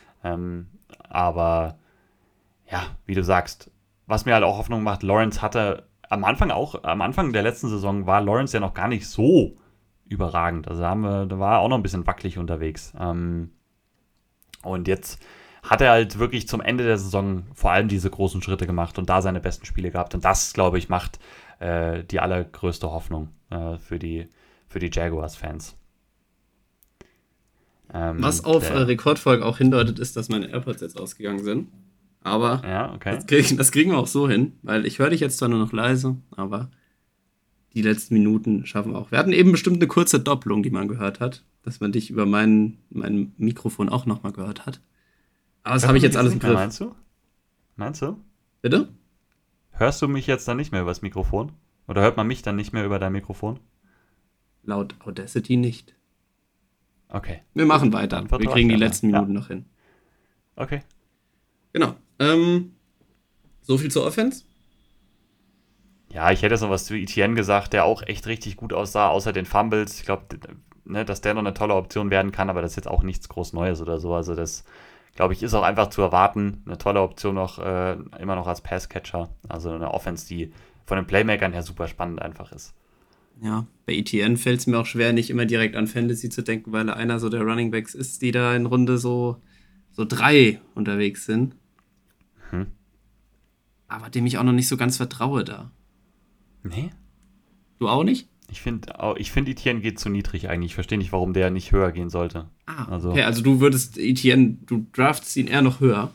Aber ja, wie du sagst, was mir halt auch Hoffnung macht, Lawrence hatte am Anfang der letzten Saison war Lawrence ja noch gar nicht so überragend. Also da war er auch noch ein bisschen wackelig unterwegs. Und jetzt hat er halt wirklich zum Ende der Saison vor allem diese großen Schritte gemacht und da seine besten Spiele gehabt. Und das, glaube ich, macht die allergrößte Hoffnung für die Jaguars-Fans. Was auf Rekordfolge auch hindeutet, ist, dass meine AirPods jetzt ausgegangen sind. Aber ja, okay. das kriegen wir auch so hin, weil ich höre dich jetzt zwar nur noch leise, aber die letzten Minuten schaffen wir auch. Wir hatten eben bestimmt eine kurze Doppelung, die man gehört hat, dass man dich über mein Mikrofon auch nochmal gehört hat. Aber das habe ich jetzt alles im Griff. Meinst du? Bitte? Hörst du mich jetzt dann nicht mehr über das Mikrofon? Oder hört man mich dann nicht mehr über dein Mikrofon? Laut Audacity nicht. Okay. Wir machen weiter. Wir kriegen die letzten Minuten noch hin. Okay. Genau. So viel zur Offense. Ja, ich hätte jetzt noch was zu Etienne gesagt, der auch echt richtig gut aussah, außer den Fumbles. Ich glaube, dass der noch eine tolle Option werden kann, aber das ist jetzt auch nichts groß Neues oder so. Also das, glaube ich, ist auch einfach zu erwarten. Eine tolle Option noch, immer noch als Passcatcher. Also eine Offense, die von den Playmakern her super spannend einfach ist. Ja, bei Etienne fällt es mir auch schwer, nicht immer direkt an Fantasy zu denken, weil er einer so der Runningbacks ist, die da in Runde so 3 unterwegs sind. Aber dem ich auch noch nicht so ganz vertraue da. Nee? Du auch nicht? Ich finde, Etienne geht zu niedrig eigentlich. Ich verstehe nicht, warum der nicht höher gehen sollte. Okay, also du würdest Etienne, du draftest ihn eher noch höher?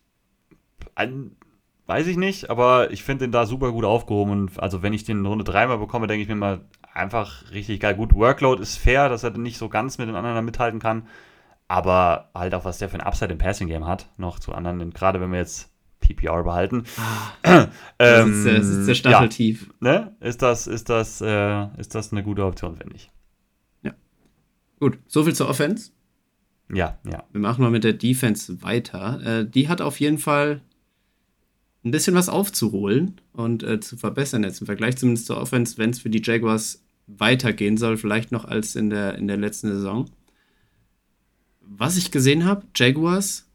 Weiß ich nicht, aber ich finde den da super gut aufgehoben. Und also wenn ich den in Runde 3 mal bekomme, denke ich mir mal, einfach richtig geil. Gut, Workload ist fair, dass er nicht so ganz mit den anderen da mithalten kann. Aber halt auch, was der für ein Upside im Passing-Game hat, noch zu anderen, gerade wenn wir jetzt PPR behalten. Das ist der Stacheltief. Ja, ne? Ist das eine gute Option, finde ich. Ja. Gut, soviel zur Offense. Ja. Wir machen mal mit der Defense weiter. Die hat auf jeden Fall ein bisschen was aufzuholen und zu verbessern jetzt im Vergleich zumindest zur Offense, wenn es für die Jaguars weitergehen soll, vielleicht noch als in der letzten Saison. Was ich gesehen habe, Jaguars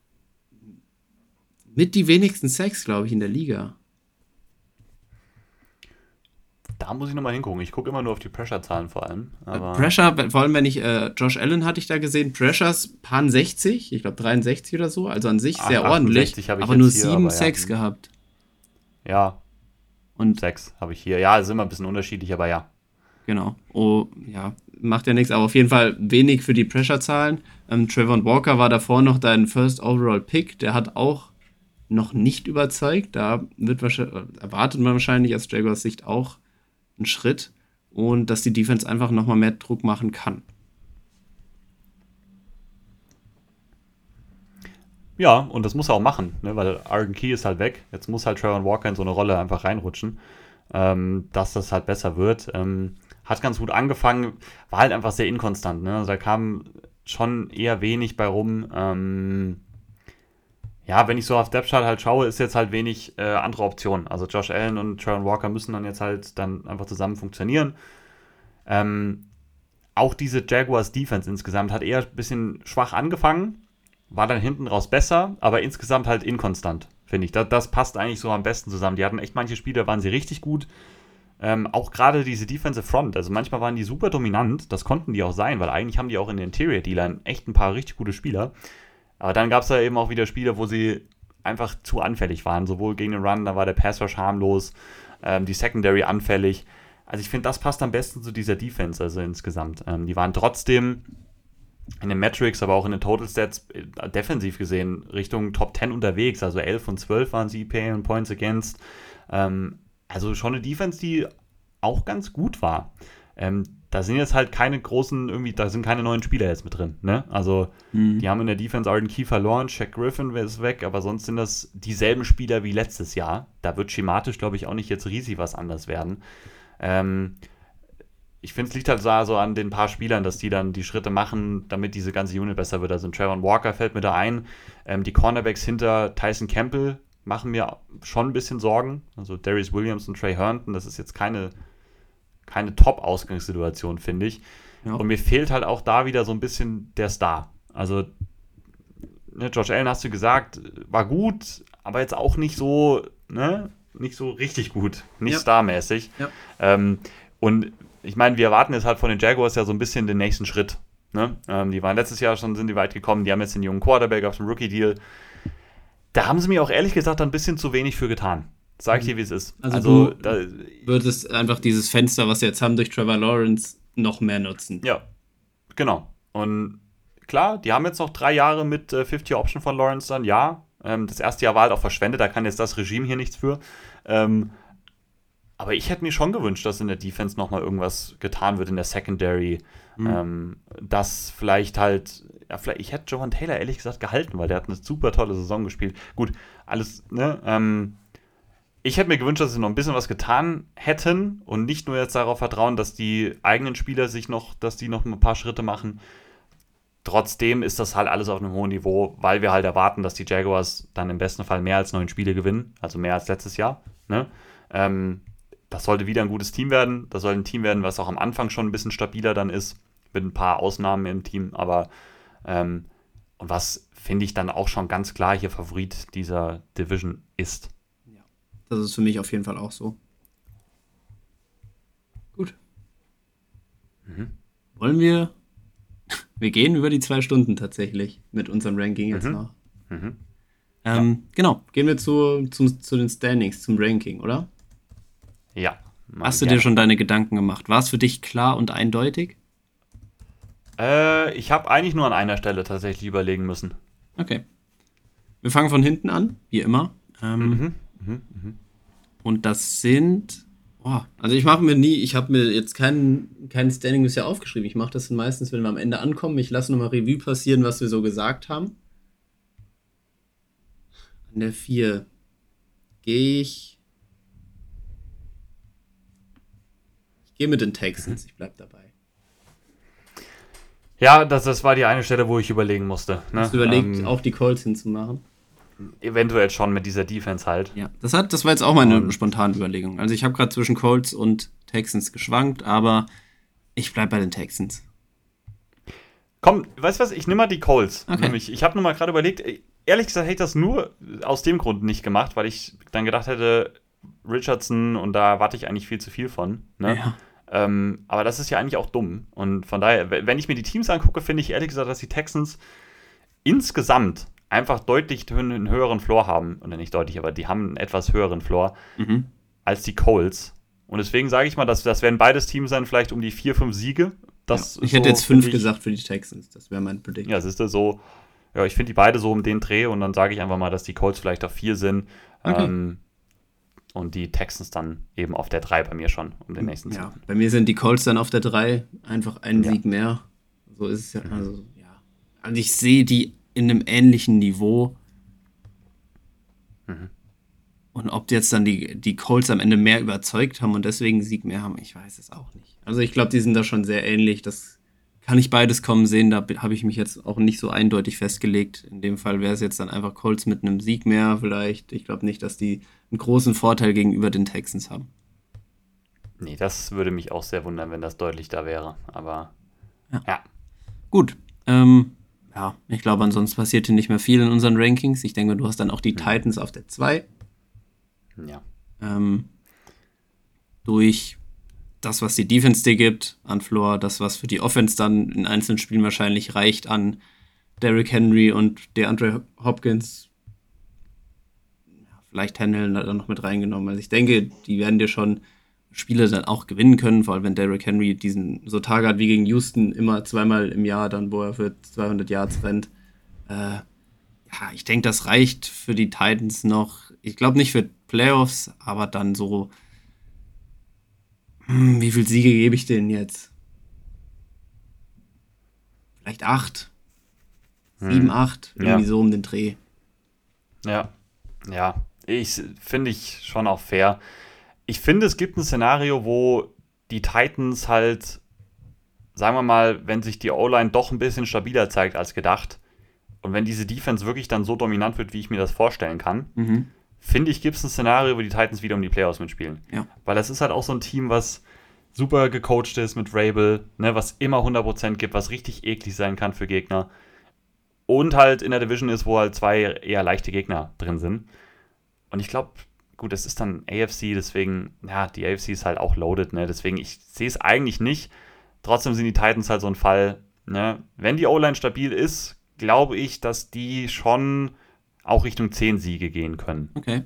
mit die wenigsten Sacks, glaube ich, in der Liga. Da muss ich nochmal hingucken. Ich gucke immer nur auf die Pressure-Zahlen vor allem. Aber Pressure, vor allem wenn ich, Josh Allen hatte ich da gesehen, Pressures paar 60, ich glaube 63 oder so, also an sich sehr ordentlich, aber nur 7 Sacks gehabt. Ja, und 6 habe ich hier. Ja, ist immer ein bisschen unterschiedlich, aber ja. Genau. Oh, ja, macht ja nichts, aber auf jeden Fall wenig für die Pressure-Zahlen. Trevor Walker war davor noch dein First Overall Pick, der hat auch noch nicht überzeugt. Da erwartet man wahrscheinlich aus Jaguars Sicht auch einen Schritt. und dass die Defense einfach nochmal mehr Druck machen kann. Ja, und das muss er auch machen, ne? Weil Arden Key ist halt weg. Jetzt muss halt Trevor Walker in so eine Rolle einfach reinrutschen, dass das halt besser wird. Hat ganz gut angefangen, war halt einfach sehr inkonstant. Ne? Also da kam schon eher wenig bei rum. Ja, wenn ich so auf Depth Chart halt schaue, ist jetzt halt wenig andere Optionen. Also Josh Allen und Trevor Walker müssen dann jetzt halt dann einfach zusammen funktionieren. Auch diese Jaguars Defense insgesamt hat eher ein bisschen schwach angefangen, war dann hinten raus besser, aber insgesamt halt inkonstant, finde ich. Das passt eigentlich so am besten zusammen. Die hatten echt manche Spiele, waren sie richtig gut. Auch gerade diese Defensive Front, also manchmal waren die super dominant, das konnten die auch sein, weil eigentlich haben die auch in der Interior D-Line echt ein paar richtig gute Spieler. Aber dann gab es da eben auch wieder Spiele, wo sie einfach zu anfällig waren, sowohl gegen den Run, da war der Pass Rush harmlos, die Secondary anfällig. Also ich finde, das passt am besten zu dieser Defense, also insgesamt. Die waren trotzdem in den Metrics, aber auch in den Total Stats defensiv gesehen Richtung Top 10 unterwegs. Also 11 von 12 waren sie EPA und Points Against. Also schon eine Defense, die auch ganz gut war. Da sind jetzt halt keine großen, irgendwie, da sind keine neuen Spieler jetzt mit drin. Ne? Also die haben in der Defense Arden Key verloren, Shaq Griffin ist weg, aber sonst sind das dieselben Spieler wie letztes Jahr. Da wird schematisch, glaube ich, auch nicht jetzt riesig was anders werden. Ich finde, es liegt halt so an den paar Spielern, dass die dann die Schritte machen, damit diese ganze Unit besser wird. Also Trevor Walker fällt mir da ein. Die Cornerbacks hinter Tyson Campbell machen mir schon ein bisschen Sorgen. Also Darius Williams und Trey Herndon, das ist jetzt keine Top-Ausgangssituation, finde ich. Ja. Und mir fehlt halt auch da wieder so ein bisschen der Star. Also, ne, Josh Allen, hast du gesagt, war gut, aber jetzt auch nicht so, ne, nicht so richtig gut, nicht starmäßig. Ja. Und ich meine, wir erwarten jetzt halt von den Jaguars ja so ein bisschen den nächsten Schritt. Ne? Die waren letztes Jahr schon, sind die weit gekommen, die haben jetzt den jungen Quarterback auf dem Rookie-Deal. Da haben sie mir auch ehrlich gesagt ein bisschen zu wenig für getan. Sag ich dir, wie es ist. Also du würdest einfach dieses Fenster, was sie jetzt haben durch Trevor Lawrence, noch mehr nutzen. Ja, genau. Und klar, die haben jetzt noch 3 Jahre mit 50-Option von Lawrence dann, ja. Das erste Jahr war halt auch verschwendet, da kann jetzt das Regime hier nichts für. Aber ich hätte mir schon gewünscht, dass in der Defense nochmal irgendwas getan wird in der Secondary. Dass vielleicht halt, ja, ich hätte Jovan Taylor ehrlich gesagt gehalten, weil der hat eine super tolle Saison gespielt. Gut, alles, ne, ich hätte mir gewünscht, dass sie noch ein bisschen was getan hätten und nicht nur jetzt darauf vertrauen, dass die eigenen Spieler dass die noch ein paar Schritte machen. Trotzdem ist das halt alles auf einem hohen Niveau, weil wir halt erwarten, dass die Jaguars dann im besten Fall mehr als 9 Spiele gewinnen, also mehr als letztes Jahr. Ne? Das sollte wieder ein gutes Team werden. Das soll ein Team werden, was auch am Anfang schon ein bisschen stabiler dann ist, mit ein paar Ausnahmen im Team, aber und was, finde ich, dann auch schon ganz klar hier Favorit dieser Division ist. Ja, das ist für mich auf jeden Fall auch so. Gut. Wollen wir gehen über die 2 Stunden tatsächlich mit unserem Ranking jetzt noch. Genau, gehen wir zu den Standings, zum Ranking, oder? Ja. Hast du dir schon deine Gedanken gemacht? War es für dich klar und eindeutig? Ich habe eigentlich nur an einer Stelle tatsächlich überlegen müssen. Okay. Wir fangen von hinten an, wie immer. Und das sind... also ich habe mir jetzt kein Standing bisher aufgeschrieben. Ich mache das meistens, wenn wir am Ende ankommen. Ich lasse nochmal Revue passieren, was wir so gesagt haben. An der 4 gehe ich gehe mit den Texans. Ich bleib dabei. Ja, das war die eine Stelle, wo ich überlegen musste. Ne? Hast du überlegt, auch die Colts hinzumachen? Eventuell schon mit dieser Defense halt. Ja, das war jetzt auch meine spontane Überlegung. Also ich habe gerade zwischen Colts und Texans geschwankt, aber ich bleib bei den Texans. Komm, weißt du was? Ich nehme mal die Colts. Okay. Ich habe nur mal gerade überlegt, ehrlich gesagt hätte ich das nur aus dem Grund nicht gemacht, weil ich dann gedacht hätte, Richardson, und da erwarte ich eigentlich viel zu viel von. Ne? Ja. Aber das ist ja eigentlich auch dumm. Und von daher, wenn ich mir die Teams angucke, finde ich ehrlich gesagt, dass die Texans insgesamt einfach deutlich einen höheren Floor haben. Oder nicht deutlich, aber die haben einen etwas höheren Floor als die Colts. Und deswegen sage ich mal, das werden beides Teams sein, vielleicht um die 4-5 Siege. Ich hätte jetzt 5 gesagt für die Texans. Das wäre mein Predict. Ja, siehst du, so. Ja, ich finde die beide so um den Dreh und dann sage ich einfach mal, dass die Colts vielleicht auf 4 sind. Okay. und die Texans dann eben auf der 3 bei mir schon um den nächsten Ja, Sieg. bei mir sind die Colts dann auf der 3, einfach einen Ja. Sieg mehr. So ist es ja. Also ich sehe die in einem ähnlichen Niveau. Und ob jetzt dann die Colts am Ende mehr überzeugt haben und deswegen einen Sieg mehr haben, ich weiß es auch nicht. Also ich glaube, die sind da schon sehr ähnlich. Das kann ich beides kommen sehen. Da habe ich mich jetzt auch nicht so eindeutig festgelegt. In dem Fall wäre es jetzt dann einfach Colts mit einem Sieg mehr vielleicht. Ich glaube nicht, dass die einen großen Vorteil gegenüber den Texans haben. Nee, das würde mich auch sehr wundern, wenn das deutlich da wäre. Aber ja. Gut. Ich glaube, ansonsten passiert hier nicht mehr viel in unseren Rankings. Ich denke, du hast dann auch die Titans auf der 2. Ja. Durch das, was die Defense dir gibt an Floor, das, was für die Offense dann in einzelnen Spielen wahrscheinlich reicht an Derrick Henry und DeAndre Hopkins. Ja, vielleicht Tannehill dann noch mit reingenommen. Also ich denke, die werden dir schon Spiele dann auch gewinnen können, vor allem wenn Derrick Henry diesen so Tage hat wie gegen Houston, immer zweimal im Jahr dann, wo er für 200 Yards rennt. Ich denke, das reicht für die Titans noch. Ich glaube nicht für Playoffs, aber dann so wie viele Siege gebe ich denen jetzt? Vielleicht 8? 7, 8? Irgendwie so um den Dreh. Ja. Finde ich schon auch fair. Ich finde, es gibt ein Szenario, wo die Titans halt, sagen wir mal, wenn sich die O-Line doch ein bisschen stabiler zeigt als gedacht und wenn diese Defense wirklich dann so dominant wird, wie ich mir das vorstellen kann, finde ich, gibt es ein Szenario, wo die Titans wieder um die Playoffs mitspielen. Ja. Weil das ist halt auch so ein Team, was super gecoacht ist mit Vrabel, ne, was immer 100% gibt, was richtig eklig sein kann für Gegner und halt in der Division ist, wo halt 2 eher leichte Gegner drin sind. Und ich glaube, gut, das ist dann AFC, deswegen, die AFC ist halt auch loaded, ne, deswegen, ich sehe es eigentlich nicht. Trotzdem sind die Titans halt so ein Fall, ne, wenn die O-Line stabil ist, glaube ich, dass die schon auch Richtung 10 Siege gehen können. Okay.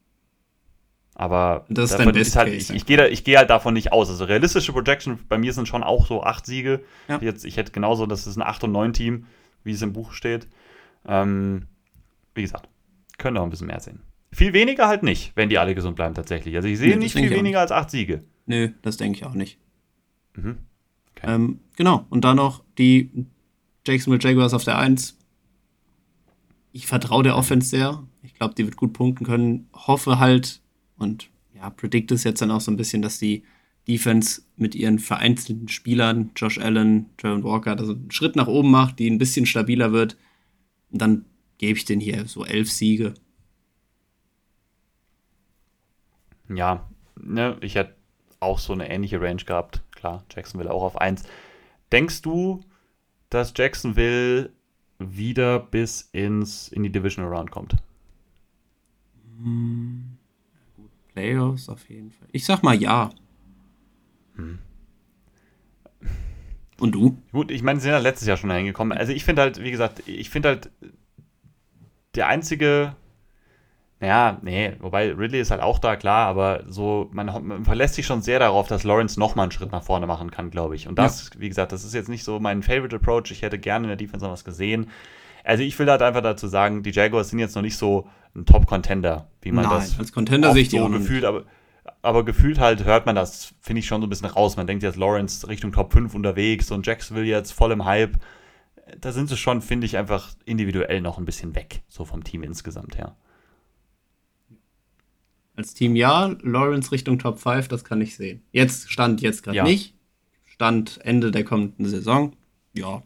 Aber das ist dein Best halt, Case. ich gehe halt davon nicht aus. Also realistische Projection bei mir sind schon auch so 8 Siege. Ja. Ich hätte genauso, das ist ein 8 und 9 Team, wie es im Buch steht. Wie gesagt, können auch ein bisschen mehr sehen. Viel weniger halt nicht, wenn die alle gesund bleiben tatsächlich. Also ich sehe nicht viel weniger als 8 Siege. Nö, das denke ich auch nicht. Okay. Genau, und dann noch die Jacksonville Jaguars auf der 1. Ich vertraue der Offense sehr. Ich glaube, die wird gut punkten können. Hoffe halt und predikte es jetzt dann auch so ein bisschen, dass die Defense mit ihren vereinzelten Spielern, Josh Allen, Trevor Walker, also einen Schritt nach oben macht, die ein bisschen stabiler wird. Und dann gebe ich denen hier so 11 Siege. Ja, ne, ich hätte auch so eine ähnliche Range gehabt. Klar, Jacksonville auch auf 1. Denkst du, dass Jacksonville wieder bis in die Divisional Round kommt? Playoffs auf jeden Fall. Ich sag mal ja. Und du? Gut, ich meine, sie sind ja letztes Jahr schon hingekommen. Also ich finde halt, wie gesagt, der einzige, wobei Ridley ist halt auch da, klar, aber so, man verlässt sich schon sehr darauf, dass Lawrence nochmal einen Schritt nach vorne machen kann, glaube ich. Und das, wie gesagt, das ist jetzt nicht so mein Favorite Approach. Ich hätte gerne in der Defense noch was gesehen. Also ich will halt einfach dazu sagen, die Jaguars sind jetzt noch nicht so ein Top-Contender, wie man das als Contender sehe ich die so auch gefühlt, aber gefühlt halt hört man das, finde ich, schon so ein bisschen raus. Man denkt jetzt Lawrence Richtung Top 5 unterwegs und Jacksonville jetzt voll im Hype. Da sind sie schon, finde ich, einfach individuell noch ein bisschen weg, so vom Team insgesamt her. Als Team ja, Lawrence Richtung Top 5, das kann ich sehen. Stand jetzt gerade nicht. Stand Ende der kommenden Saison. Ja.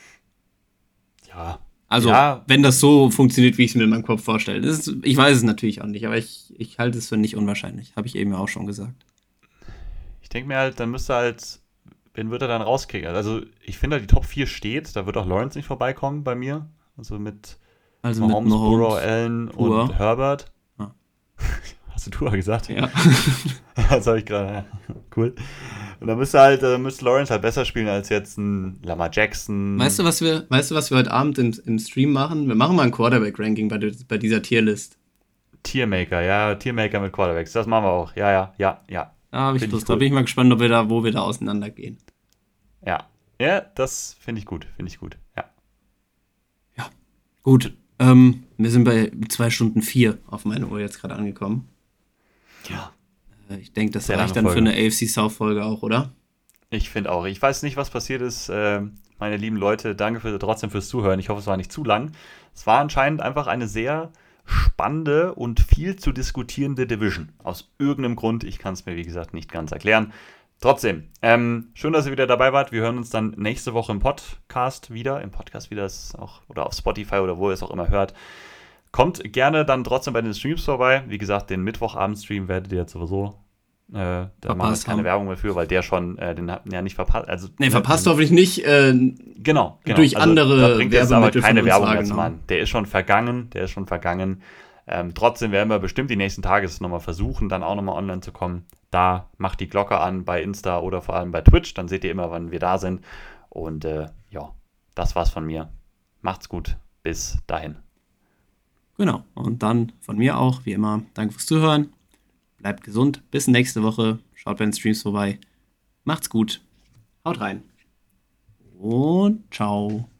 Ja. Also, wenn das so funktioniert, wie ich es mir in meinem Kopf vorstelle. Ich weiß es natürlich auch nicht, aber ich halte es für nicht unwahrscheinlich. Habe ich eben auch schon gesagt. Ich denke mir halt, dann müsste halt, wen wird er dann rauskriegen? Also, ich finde halt, die Top 4 steht, da wird auch Lawrence nicht vorbeikommen bei mir. Also mit Mahomes, Burrow, Allen und Herbert. Ah. Hast du Tua gesagt? Ja. Das habe ich gerade. Ja. Cool. Und dann müsste Lawrence halt besser spielen als jetzt ein Lamar Jackson. Weißt du, was wir heute Abend im Stream machen? Wir machen mal ein Quarterback-Ranking bei dieser Tierlist. Tiermaker mit Quarterbacks. Das machen wir auch. Ja. Da habe ich Lust. Da bin ich mal gespannt, wo wir da auseinandergehen. Ja, das finde ich gut. Ja, gut. Wir sind bei 2 Stunden 4 auf meine Uhr jetzt gerade angekommen. Ja. Ich denke, das Sehr reicht lange dann für Folge. eine AFC South-Folge auch, oder? Ich finde auch. Ich weiß nicht, was passiert ist. Meine lieben Leute, danke trotzdem fürs Zuhören. Ich hoffe, es war nicht zu lang. Es war anscheinend einfach eine sehr spannende und viel zu diskutierende Division. Aus irgendeinem Grund. Ich kann es mir, wie gesagt, nicht ganz erklären. Trotzdem, schön, dass ihr wieder dabei wart. Wir hören uns dann nächste Woche im Podcast wieder. Ist auch, oder auf Spotify oder wo ihr es auch immer hört. Kommt gerne dann trotzdem bei den Streams vorbei. Wie gesagt, den Mittwochabend-Stream werdet ihr jetzt sowieso. Da machen wir keine Werbung mehr für, weil der schon, den habt ihr ja nicht verpasst. Also, verpasst hoffentlich nicht. Genau. Durch also, andere da bringt es aber Werbemittel keine von uns Werbung mehr zu wahrgenommen. machen. Der ist schon vergangen. Trotzdem werden wir bestimmt die nächsten Tage es nochmal versuchen, dann auch nochmal online zu kommen. Da macht die Glocke an bei Insta oder vor allem bei Twitch. Dann seht ihr immer, wann wir da sind. Und ja, das war's von mir. Macht's gut. Bis dahin. Genau. Und dann von mir auch, wie immer, danke fürs Zuhören. Bleibt gesund. Bis nächste Woche. Schaut bei den Streams vorbei. Macht's gut. Haut rein. Und ciao.